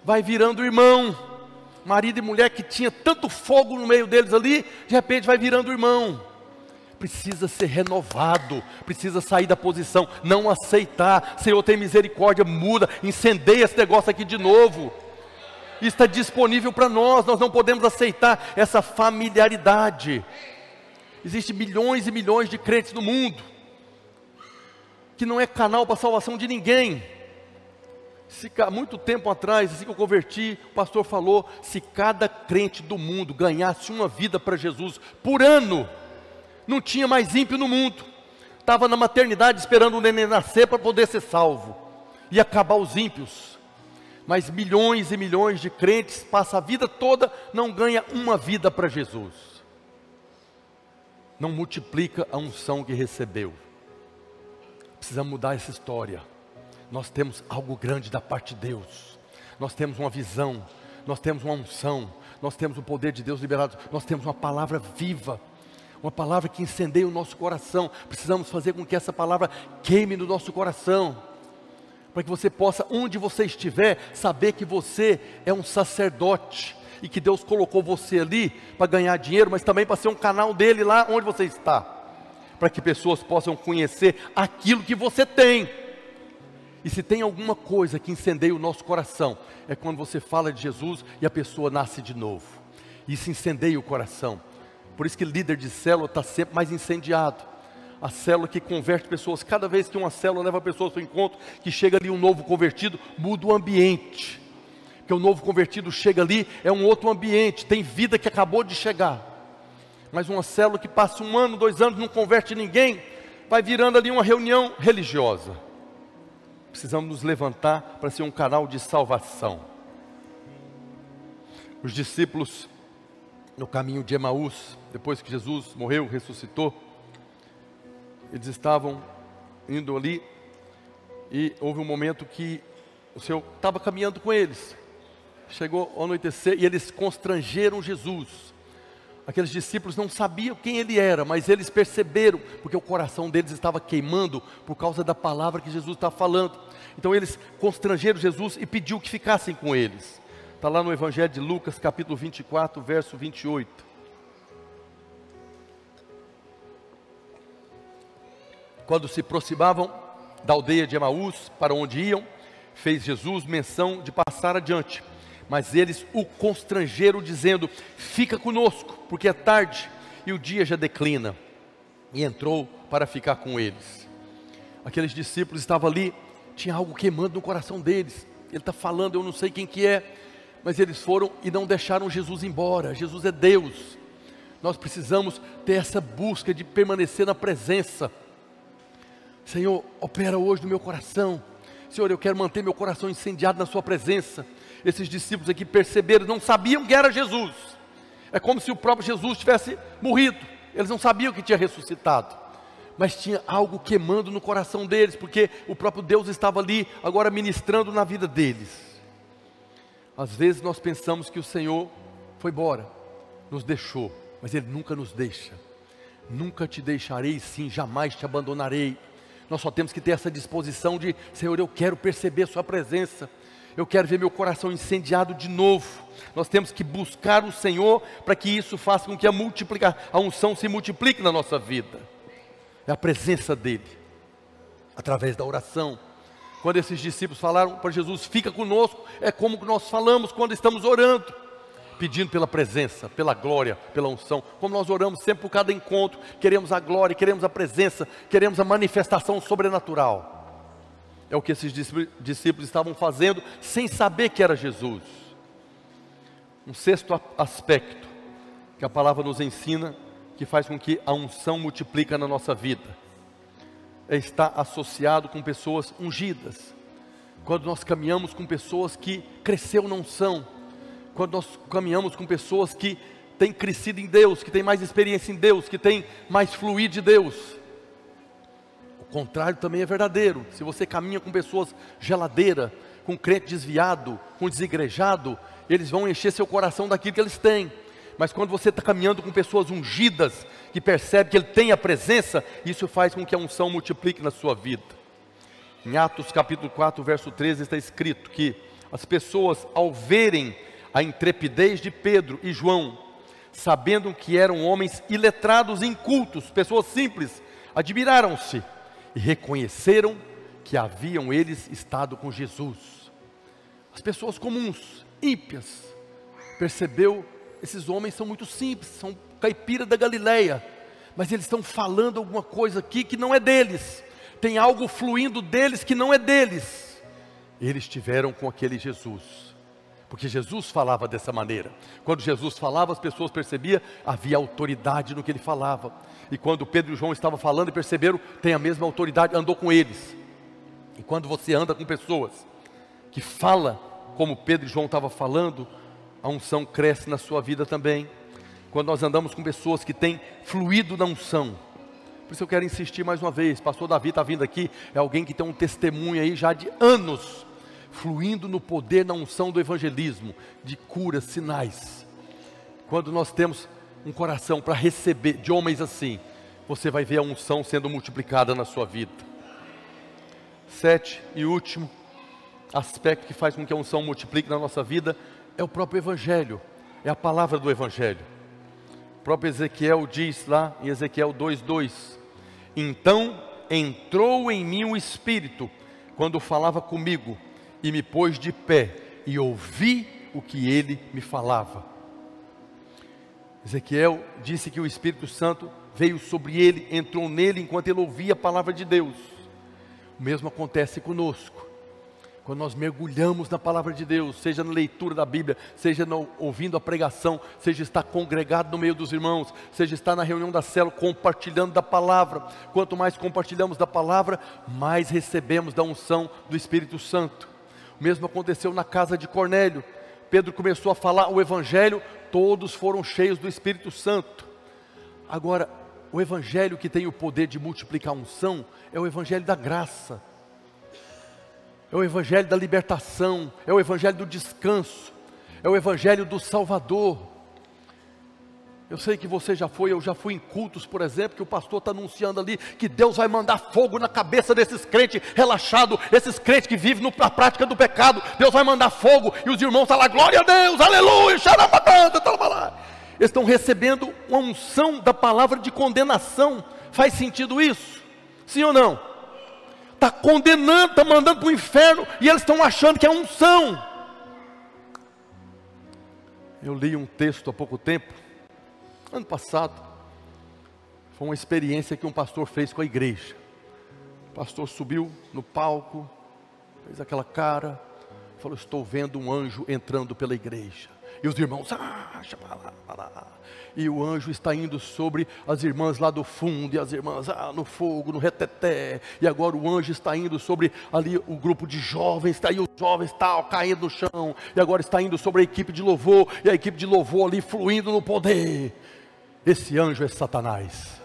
vai virando irmão. Marido e mulher que tinha tanto fogo no meio deles ali, de repente vai virando irmão. Precisa ser renovado, precisa sair da posição, não aceitar. Senhor, tem misericórdia, muda, incendeia esse negócio aqui de novo. Isso está disponível para nós não podemos aceitar essa familiaridade. Existem milhões e milhões de crentes no mundo, que não é canal para a salvação de ninguém. Muito tempo atrás, assim que eu converti, o pastor falou, se cada crente do mundo ganhasse uma vida para Jesus por ano, não tinha mais ímpio no mundo. Estava na maternidade esperando o neném nascer para poder ser salvo. Ia acabar os ímpios. Mas milhões e milhões de crentes passam a vida toda, não ganha uma vida para Jesus. Não multiplica a unção que recebeu. Precisamos mudar essa história. Nós temos algo grande da parte de Deus. Nós temos uma visão. Nós temos uma unção. Nós temos o poder de Deus liberado. Nós temos uma palavra viva. Uma palavra que incendeia o nosso coração. Precisamos fazer com que essa palavra queime no nosso coração. Para que você possa, onde você estiver, saber que você é um sacerdote. E que Deus colocou você ali para ganhar dinheiro, mas também para ser um canal dele lá onde você está. Para que pessoas possam conhecer aquilo que você tem. E se tem alguma coisa que incendeia o nosso coração, é quando você fala de Jesus e a pessoa nasce de novo. Isso incendeia o coração. Por isso que líder de célula está sempre mais incendiado. A célula que converte pessoas, cada vez que uma célula leva pessoas para o encontro, que chega ali um novo convertido, muda o ambiente. Porque o novo convertido chega ali, é um outro ambiente, tem vida que acabou de chegar. Mas uma célula que passa 1 ano, 2 anos, não converte ninguém, vai virando ali uma reunião religiosa. Precisamos nos levantar para ser um canal de salvação. Os discípulos, no caminho de Emaús, depois que Jesus morreu, ressuscitou, eles estavam indo ali, e houve um momento que o Senhor estava caminhando com eles. Chegou ao anoitecer e eles constrangeram Jesus. Aqueles discípulos não sabiam quem ele era, mas eles perceberam, porque o coração deles estava queimando por causa da palavra que Jesus estava falando. Então eles constrangeram Jesus e pediu que ficassem com eles. Está lá no Evangelho de Lucas, capítulo 24, verso 28. Quando se aproximavam da aldeia de Emaús, para onde iam, fez Jesus menção de passar adiante. Mas eles o constrangeram, dizendo: fica conosco, porque é tarde e o dia já declina. E entrou para ficar com eles. Aqueles discípulos estavam ali, tinha algo queimando no coração deles. Ele está falando, eu não sei quem que é, mas eles foram e não deixaram Jesus embora. Jesus é Deus. Nós precisamos ter essa busca de permanecer na presença. Senhor, opera hoje no meu coração. Senhor, eu quero manter meu coração incendiado na sua presença. Esses discípulos aqui perceberam, não sabiam que era Jesus. É como se o próprio Jesus tivesse morrido. Eles não sabiam que tinha ressuscitado. Mas tinha algo queimando no coração deles, porque o próprio Deus estava ali, agora ministrando na vida deles. Às vezes nós pensamos que o Senhor foi embora, nos deixou, mas Ele nunca nos deixa. Nunca te deixarei, sim, jamais te abandonarei. Nós só temos que ter essa disposição de: Senhor, eu quero perceber a sua presença. Eu quero ver meu coração incendiado de novo. Nós temos que buscar o Senhor para que isso faça com que a unção se multiplique na nossa vida. É a presença dEle, através da oração. Quando esses discípulos falaram para Jesus: fica conosco, é como nós falamos quando estamos orando, pedindo pela presença, pela glória, pela unção. Como nós oramos sempre por cada encontro, queremos a glória, queremos a presença, queremos a manifestação sobrenatural. É o que esses discípulos estavam fazendo, sem saber que era Jesus. Um sexto aspecto que a palavra nos ensina, que faz com que a unção multiplica na nossa vida, é estar associado com pessoas ungidas. Quando nós caminhamos com pessoas que cresceram na unção, quando nós caminhamos com pessoas que têm crescido em Deus, que têm mais experiência em Deus, que têm mais fluir de Deus. O contrário também é verdadeiro. Se você caminha com pessoas geladeiras, com crente desviado, com desigrejado, eles vão encher seu coração daquilo que eles têm. Mas quando você está caminhando com pessoas ungidas, que percebe que Ele tem a presença, isso faz com que a unção multiplique na sua vida. Em Atos capítulo 4, verso 13 está escrito que As pessoas, ao verem a intrepidez de Pedro e João, sabendo que eram homens iletrados e incultos, pessoas simples, admiraram-se e reconheceram que haviam eles estado com Jesus. As pessoas comuns, ímpias, percebeu, esses homens são muito simples, são caipira da Galileia, mas eles estão falando alguma coisa aqui que não é deles, tem algo fluindo deles que não é deles. Eles estiveram com aquele Jesus, porque Jesus falava dessa maneira. Quando Jesus falava, as pessoas percebiam, havia autoridade no que ele falava. E quando Pedro e João estavam falando e perceberam, tem a mesma autoridade, andou com eles. E quando você anda com pessoas que falam como Pedro e João estavam falando, a unção cresce na sua vida também. Quando nós andamos com pessoas que têm fluído na unção. Por isso eu quero insistir mais uma vez, pastor Davi está vindo aqui, é alguém que tem um testemunho aí já de anos, fluindo no poder, na unção do evangelismo, de curas, sinais. Quando nós temos um coração para receber de homens assim, você vai ver a unção sendo multiplicada na sua vida. 7 e último aspecto que faz com que a unção multiplique na nossa vida, é o próprio evangelho, é a palavra do evangelho. O próprio Ezequiel diz lá em Ezequiel 2:2, então entrou em mim o Espírito, quando falava comigo, e me pôs de pé, e ouvi o que ele me falava. Ezequiel disse que o Espírito Santo veio sobre ele, entrou nele, enquanto ele ouvia a palavra de Deus. O mesmo acontece conosco. Quando nós mergulhamos na palavra de Deus, seja na leitura da Bíblia, seja ouvindo a pregação, seja estar congregado no meio dos irmãos, seja estar na reunião da célula, compartilhando da palavra. Quanto mais compartilhamos da palavra, mais recebemos da unção do Espírito Santo. O mesmo aconteceu na casa de Cornélio. Pedro começou a falar o Evangelho, todos foram cheios do Espírito Santo. Agora, o Evangelho que tem o poder de multiplicar a unção, é o Evangelho da graça. É o Evangelho da libertação, é o Evangelho do descanso, é o Evangelho do Salvador. Eu sei que você já foi, eu já fui em cultos, por exemplo, que o pastor está anunciando ali, que Deus vai mandar fogo na cabeça desses crentes relaxados, esses crentes que vivem na prática do pecado. Deus vai mandar fogo, e os irmãos estão lá, glória a Deus, aleluia, xarabatanda, eles estão recebendo uma unção da palavra de condenação. Faz sentido isso? Sim ou não? Está condenando, está mandando para o inferno, e eles estão achando que é unção. Eu li um texto há pouco tempo, ano passado, foi uma experiência que um pastor fez com a igreja. O pastor subiu no palco, fez aquela cara, falou, estou vendo um anjo entrando pela igreja. E os irmãos, e o anjo está indo sobre as irmãs lá do fundo, e as irmãs no fogo, no reteté, e agora o anjo está indo sobre ali o grupo de jovens, está aí os jovens caindo no chão, e agora está indo sobre a equipe de louvor, e a equipe de louvor ali fluindo no poder. Esse anjo é Satanás.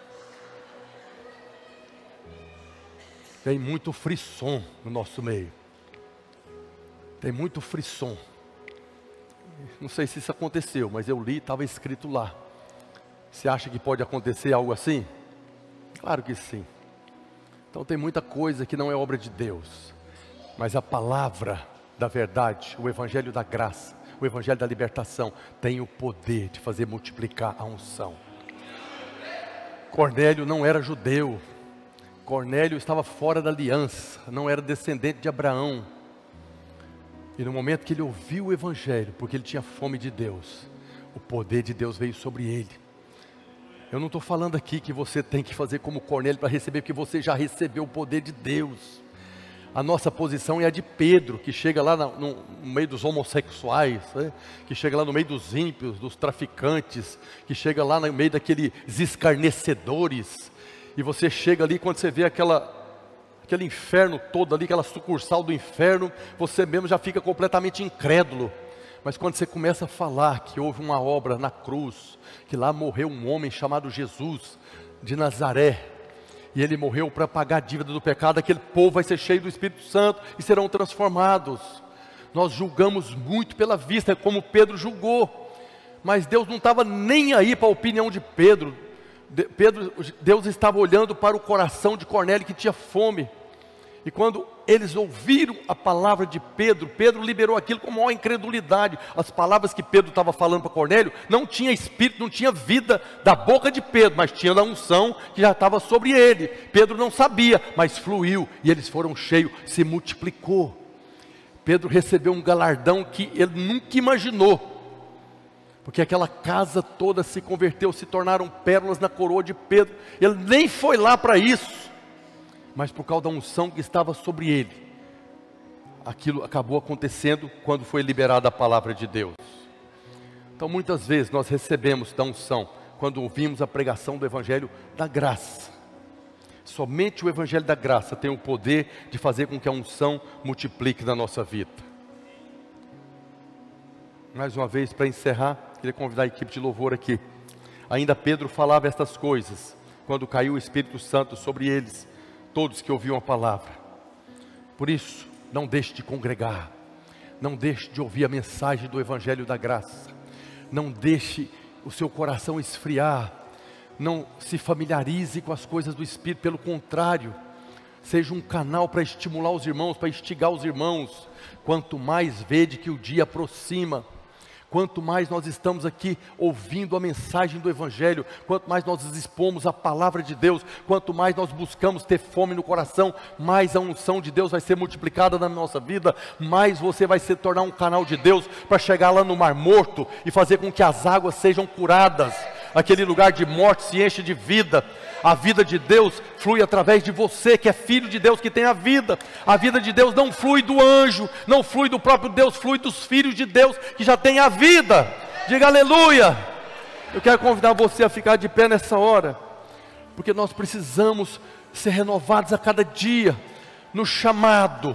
Tem muito frisson no nosso meio, tem muito frisson. Não sei se isso aconteceu, mas eu li, estava escrito lá. Você acha que pode acontecer algo assim? Claro que sim. Então tem muita coisa que não é obra de Deus, mas a palavra da verdade, o Evangelho da graça, o Evangelho da libertação, tem o poder de fazer multiplicar a unção. Cornélio não era judeu, Cornélio estava fora da aliança, não era descendente de Abraão. E no momento que ele ouviu o Evangelho, porque ele tinha fome de Deus, o poder de Deus veio sobre ele. Eu não estou falando aqui que você tem que fazer como Cornélio para receber, porque você já recebeu o poder de Deus. A nossa posição é a de Pedro, que chega lá no meio dos homossexuais, né? Que chega lá no meio dos ímpios, dos traficantes, que chega lá no meio daqueles escarnecedores. E você chega ali, quando você vê aquele inferno todo ali, aquela sucursal do inferno, você mesmo já fica completamente incrédulo. Mas quando você começa a falar que houve uma obra na cruz, que lá morreu um homem chamado Jesus de Nazaré, e ele morreu para pagar a dívida do pecado, aquele povo vai ser cheio do Espírito Santo e serão transformados. Nós julgamos muito pela vista, como Pedro julgou, mas Deus não estava nem aí para a opinião de Pedro. Deus estava olhando para o coração de Cornélio, que tinha fome. E quando eles ouviram a palavra de Pedro, Pedro liberou aquilo com maior incredulidade. As palavras que Pedro estava falando para Cornélio, não tinha espírito, não tinha vida da boca de Pedro, mas tinha da unção que já estava sobre ele. Pedro não sabia, mas fluiu, e eles foram cheios, se multiplicou. Pedro recebeu um galardão que ele nunca imaginou, porque aquela casa toda se converteu, se tornaram pérolas na coroa de Pedro. Ele nem foi lá para isso, mas por causa da unção que estava sobre ele, aquilo acabou acontecendo quando foi liberada a palavra de Deus. Então muitas vezes nós recebemos da unção, quando ouvimos a pregação do Evangelho da graça. Somente o Evangelho da graça tem o poder de fazer com que a unção multiplique na nossa vida. Mais uma vez, para encerrar, queria convidar a equipe de louvor aqui. Ainda Pedro falava estas coisas, quando caiu o Espírito Santo sobre eles, todos que ouviam a palavra. Por isso, não deixe de congregar, não deixe de ouvir a mensagem do Evangelho da graça, não deixe o seu coração esfriar, não se familiarize com as coisas do Espírito, pelo contrário, seja um canal para estimular os irmãos, para instigar os irmãos. Quanto mais vede que o dia aproxima, quanto mais nós estamos aqui ouvindo a mensagem do Evangelho, quanto mais nós expomos a palavra de Deus, quanto mais nós buscamos ter fome no coração, mais a unção de Deus vai ser multiplicada na nossa vida, mais você vai se tornar um canal de Deus para chegar lá no Mar Morto e fazer com que as águas sejam curadas, aquele lugar de morte se enche de vida. A vida de Deus flui através de você, que é filho de Deus, que tem a vida de Deus não flui do anjo, não flui do próprio Deus, flui dos filhos de Deus, que já tem a vida. Diga aleluia. Eu quero convidar você a ficar de pé nessa hora, porque nós precisamos ser renovados a cada dia, no chamado,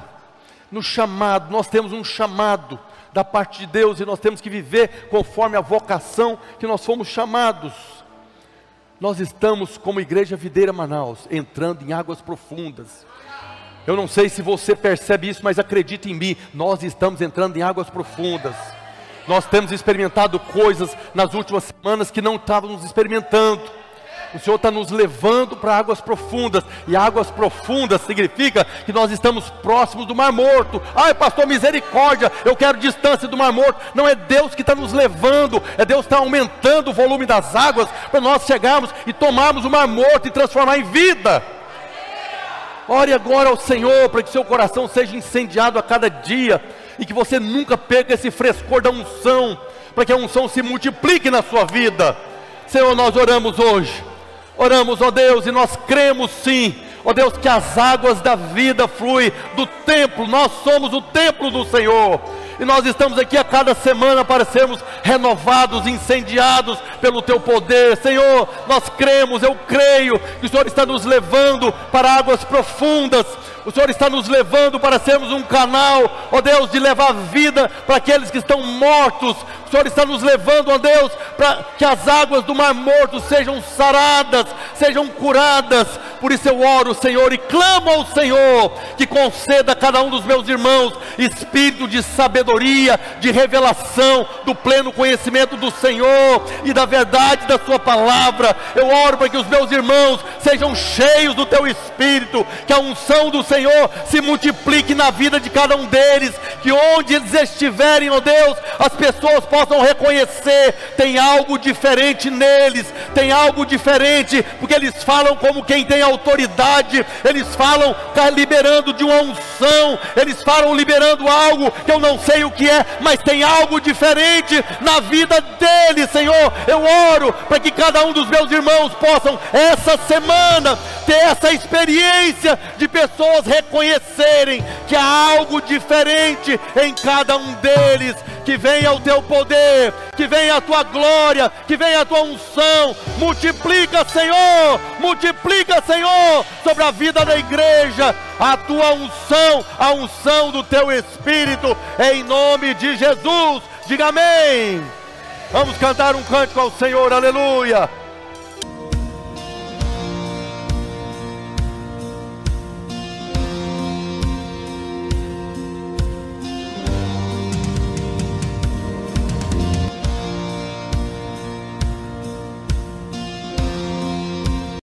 nós temos um chamado da parte de Deus, e nós temos que viver conforme a vocação que nós fomos chamados. Nós estamos, como Igreja Videira Manaus, entrando em águas profundas. Eu não sei se você percebe isso, mas acredite em mim, nós estamos entrando em águas profundas. Nós temos experimentado coisas nas últimas semanas que não estávamos experimentando. O Senhor está nos levando para águas profundas, e águas profundas significa que nós estamos próximos do Mar Morto. Ai pastor, misericórdia, eu quero distância do Mar Morto. Não é Deus que está nos levando, é Deus que está aumentando o volume das águas, para nós chegarmos e tomarmos o Mar Morto e transformar em vida. Ore agora ao Senhor, para que seu coração seja incendiado a cada dia, e que você nunca perca esse frescor da unção, para que a unção se multiplique na sua vida. Senhor, nós oramos hoje. Oramos, ó Deus, e nós cremos sim, ó Deus, que as águas da vida fluem do templo. Nós somos o templo do Senhor, e nós estamos aqui a cada semana para sermos renovados, incendiados pelo Teu poder. Senhor, nós cremos, eu creio que o Senhor está nos levando para águas profundas. O Senhor está nos levando para sermos um canal, ó Deus, de levar vida para aqueles que estão mortos. O Senhor está nos levando, ó Deus, para que as águas do Mar Morto sejam saradas, sejam curadas. Por isso eu oro, Senhor, e clamo ao Senhor que conceda a cada um dos meus irmãos espírito de sabedoria, de revelação, do pleno conhecimento do Senhor e da verdade da Sua palavra. Eu oro para que os meus irmãos sejam cheios do Teu Espírito, que a unção do Senhor se multiplique na vida de cada um deles, que onde eles estiverem, ó Deus, as pessoas possam reconhecer, tem algo diferente neles, tem algo diferente, porque eles falam como quem tem autoridade, eles falam liberando de uma unção, eles falam liberando algo que eu não sei o que é, mas tem algo diferente na vida deles. Senhor, eu oro para que cada um dos meus irmãos possam essa semana ter essa experiência de pessoas reconhecerem que há algo diferente em cada um deles. Que venha o Teu poder, que venha a Tua glória, que venha a Tua unção. Multiplica, Senhor, sobre a vida da igreja, a Tua unção, a unção do Teu Espírito, em nome de Jesus. Diga amém. Vamos cantar um cântico ao Senhor, aleluia.